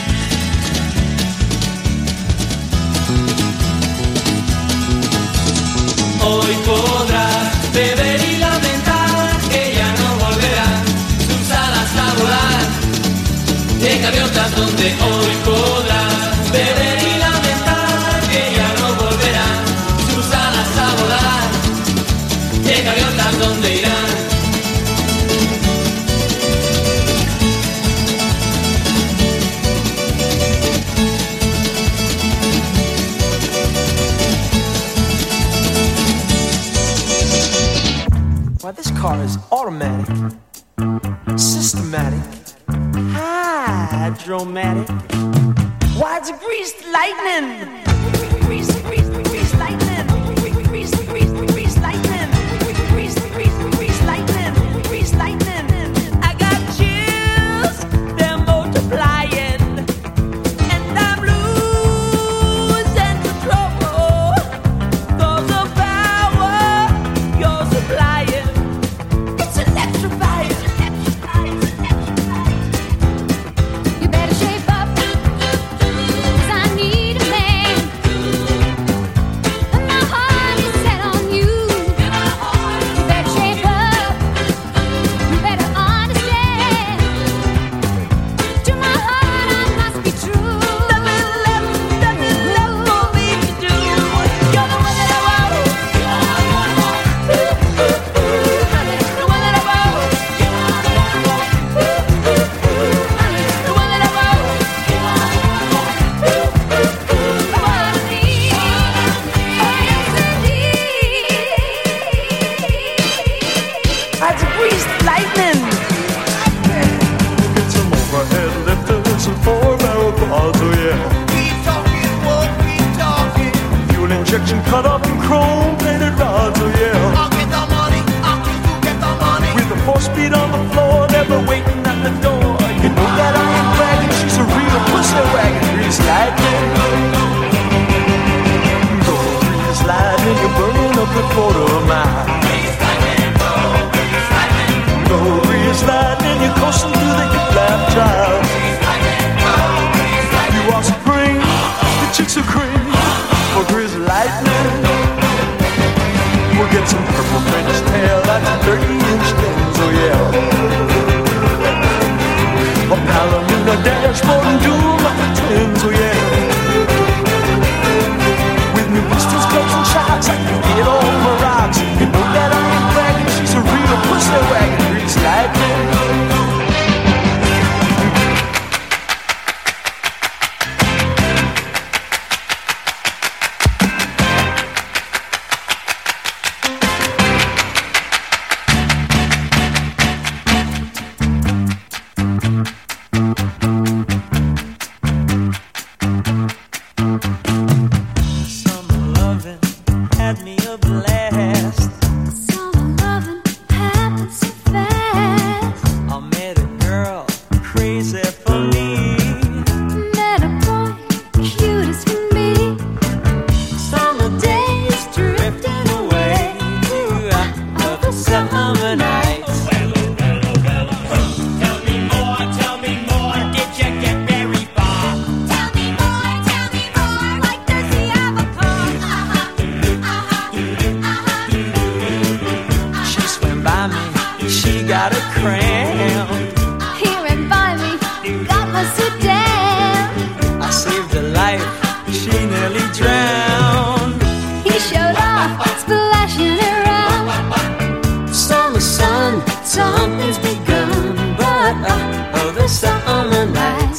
Hoy podrás beber y lamentar que ya no volverán sus alas a volar. 100 gaviotas, donde hoy podrás beber y lamentar que ya no volverán sus alas a volar. 100 gaviotas, ¿dónde irán? Why, this car is automatic, systematic, hydromatic. Why, it's greased lightning. Greased lightning. Greased lightning. Greased lightning. Greased lightning. I got chills, they're multiplying, and I'm losing control. Cause of power you're supplying. It's electrifying. You better shape up, 'cause I need a man. And my heart is set on you. You better shape up, you better understand. To my heart I must be true. Nothing left for me to do. You're the one that I want. You're the one that I want. The one that I want. That's greased lightning. Get some overhead lifters and 4-barrel quads, oh yeah. Keep talking, won't keep talking. Fuel injection cut up in chrome plated rods, oh yeah. I'll get the money, I'll get the money. With the 4-speed on the floor, never waiting at the door. You know that I ain't bragging, she's a real pussy wagon. Grease lightning. Go grease lightning, you're burning up a quarter mile. Go grease lightning, you're coasting through the hip lap drive. You are spring, the chicks are cream. For grease lightning, we'll get some purple French tail, that's 30-inch things, oh yeah. A ballerina dashboard and dual mother twins, oh yeah. With new pistols, clubs and shocks, I can get on my rocks. You know that I ain't bragging, she's a real pussy wagon. Grease lightning. drown. Here and by me, God must sit down. I saved her life, she nearly drowned. He showed off, splashing around. Summer sun, something's begun, but the summer nights.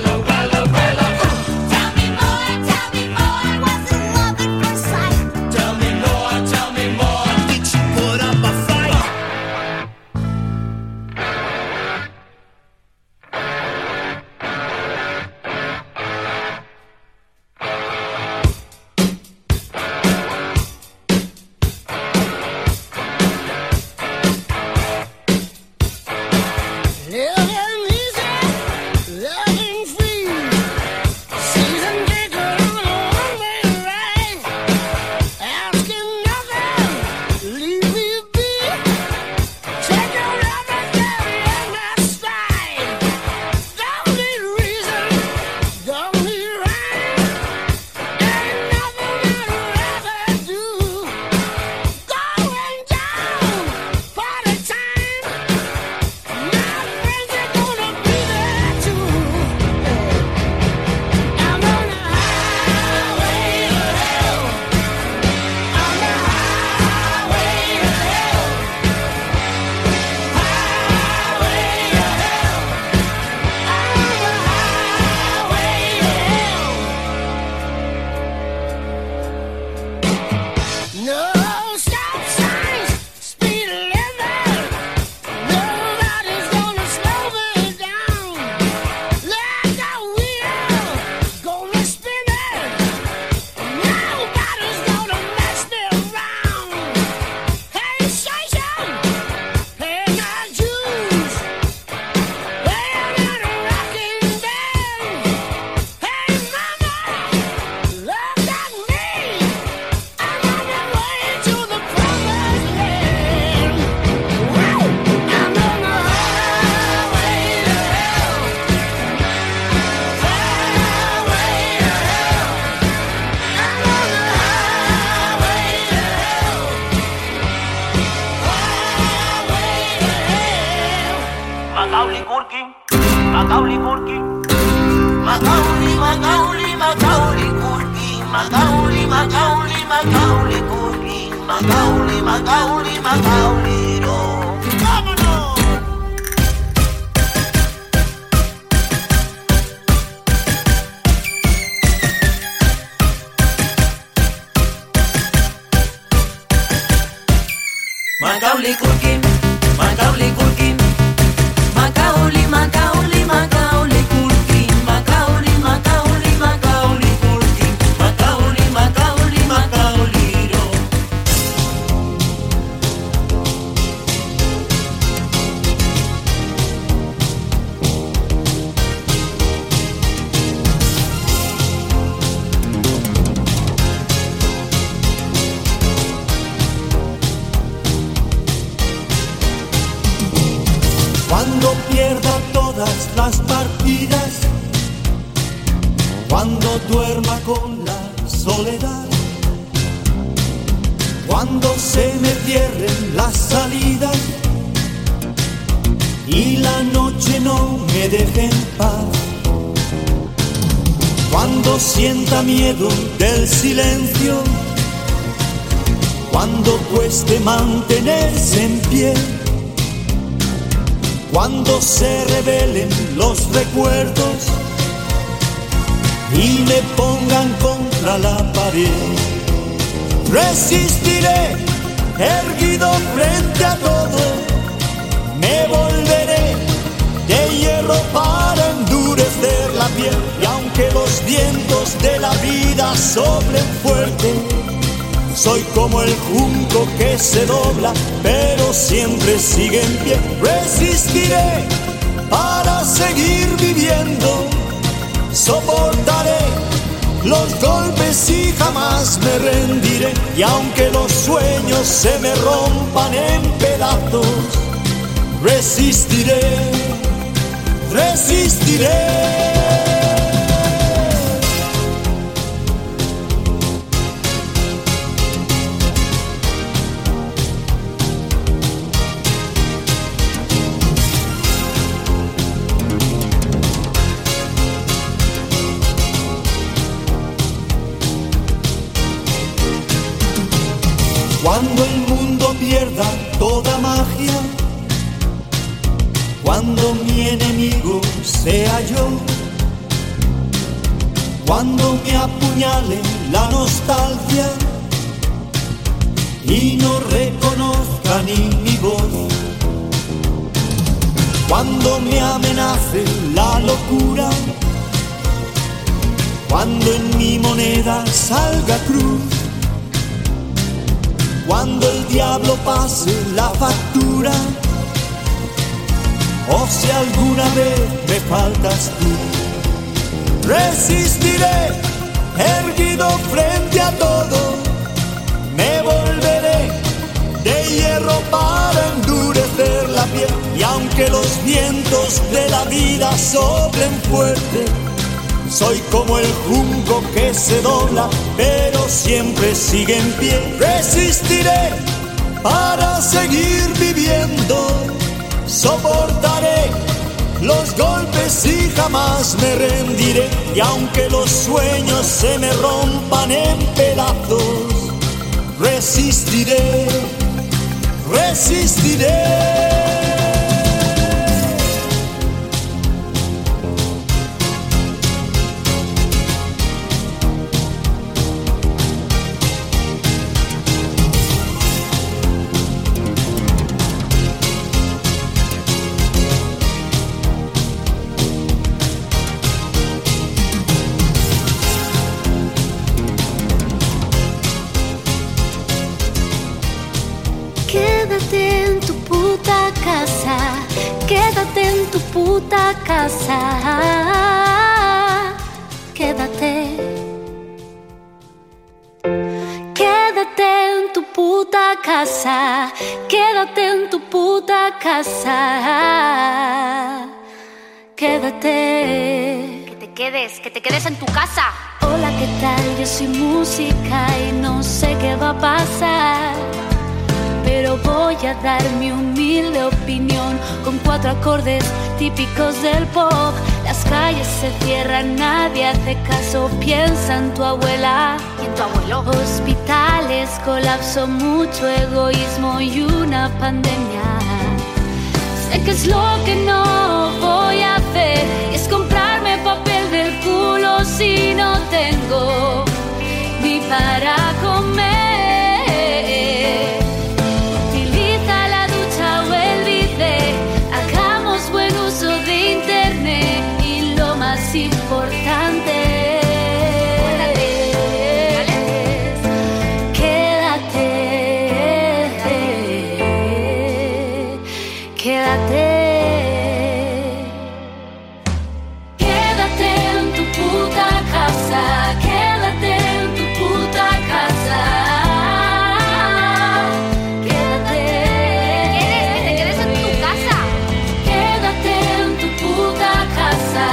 Macaulay Culkin, Macaulay Culkin, Macaulay, Macaulay, Macaulay Culkin, Macaulay, Macaulay, Macaulay Culkin, Macaulay, Macaulay, Macaulay, no. ¡Vámonos! Macaulay Culkin, Macaulay Culkin, Macaulay, Macaulay, Macaulay Culkin, Macaulay, Macaulay, Macaulay Culkin, Macaulay, Macaulay, Macaulay, no. Cuando pierda todas las partidas, cuando duerma con la soledad, cuando se me cierren las salidas y la noche no me deje en paz, cuando sienta miedo del silencio, cuando cueste mantenerse en pie, cuando se revelen los recuerdos y me pongan contra la pared, resistiré erguido frente a todo, me volveré de hierro para endurecer la piel, y aunque los vientos de la vida soplen fuerte, soy como el junco que se dobla, pero siempre sigue en pie. Resistiré para seguir viviendo, soportaré los golpes y jamás me rendiré. Y aunque los sueños se me rompan en pedazos, resistiré, resistiré. Cuando el mundo pierda toda magia, cuando mi enemigo sea yo, cuando me apuñale la nostalgia y no reconozca ni mi voz, cuando me amenace la locura, cuando en mi moneda salga cruz, cuando el diablo pase la factura, o si alguna vez me faltas tú, resistiré erguido frente a todo, me volveré de hierro para endurecer la piel, y aunque los vientos de la vida soplen fuerte, soy como el junco que se dobla, pero siempre sigue en pie. Resistiré para seguir viviendo, soportaré los golpes y jamás me rendiré. Y aunque los sueños se me rompan en pedazos, resistiré, resistiré. Quédate en tu puta casa, quédate en tu puta casa, quédate. Quédate en tu puta casa, quédate en tu puta casa, quédate. Que te quedes en tu casa. Hola, ¿qué tal? Yo soy música y no sé qué va a pasar, pero voy a dar mi humilde opinión con 4 acordes típicos del pop. Las calles se cierran, nadie hace caso, piensa en tu abuela y en tu abuelo. Hospitales, colapso, mucho egoísmo y una pandemia. Sé que es lo que no voy a hacer, y es comprarme papel del culo si no tengo ni para comer. Importante, quédate, quédate, quédate en tu puta casa, quédate en tu puta casa, quédate, te quedes en tu casa, quédate en tu puta casa.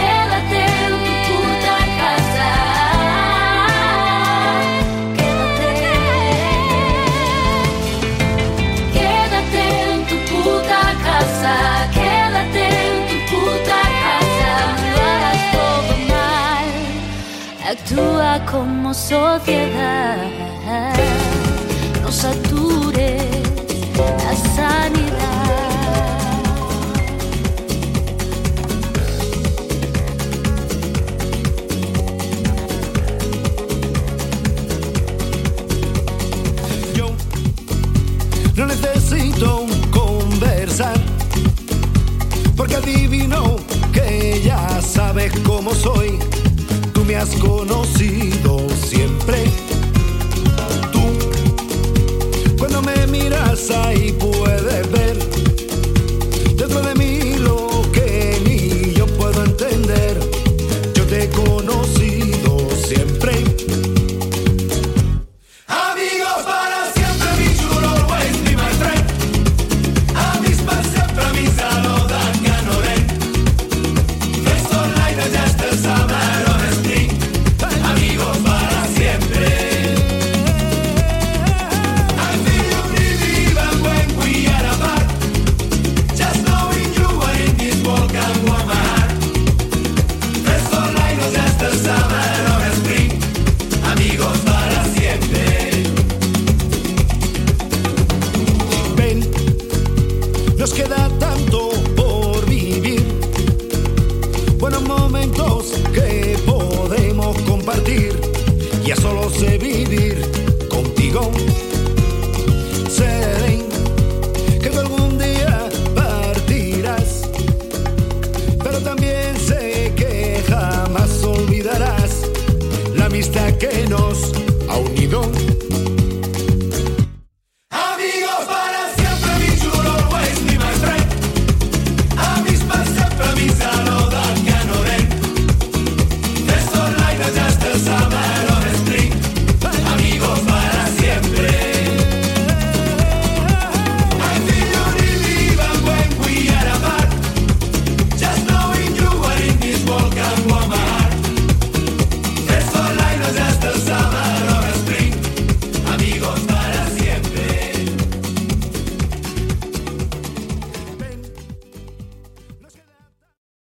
Actúa como sociedad, no satures la sanidad. Yo no necesito conversar, porque adivino que ya sabes cómo soy. Tú me has conocido siempre. Tú, cuando me miras ahí puedes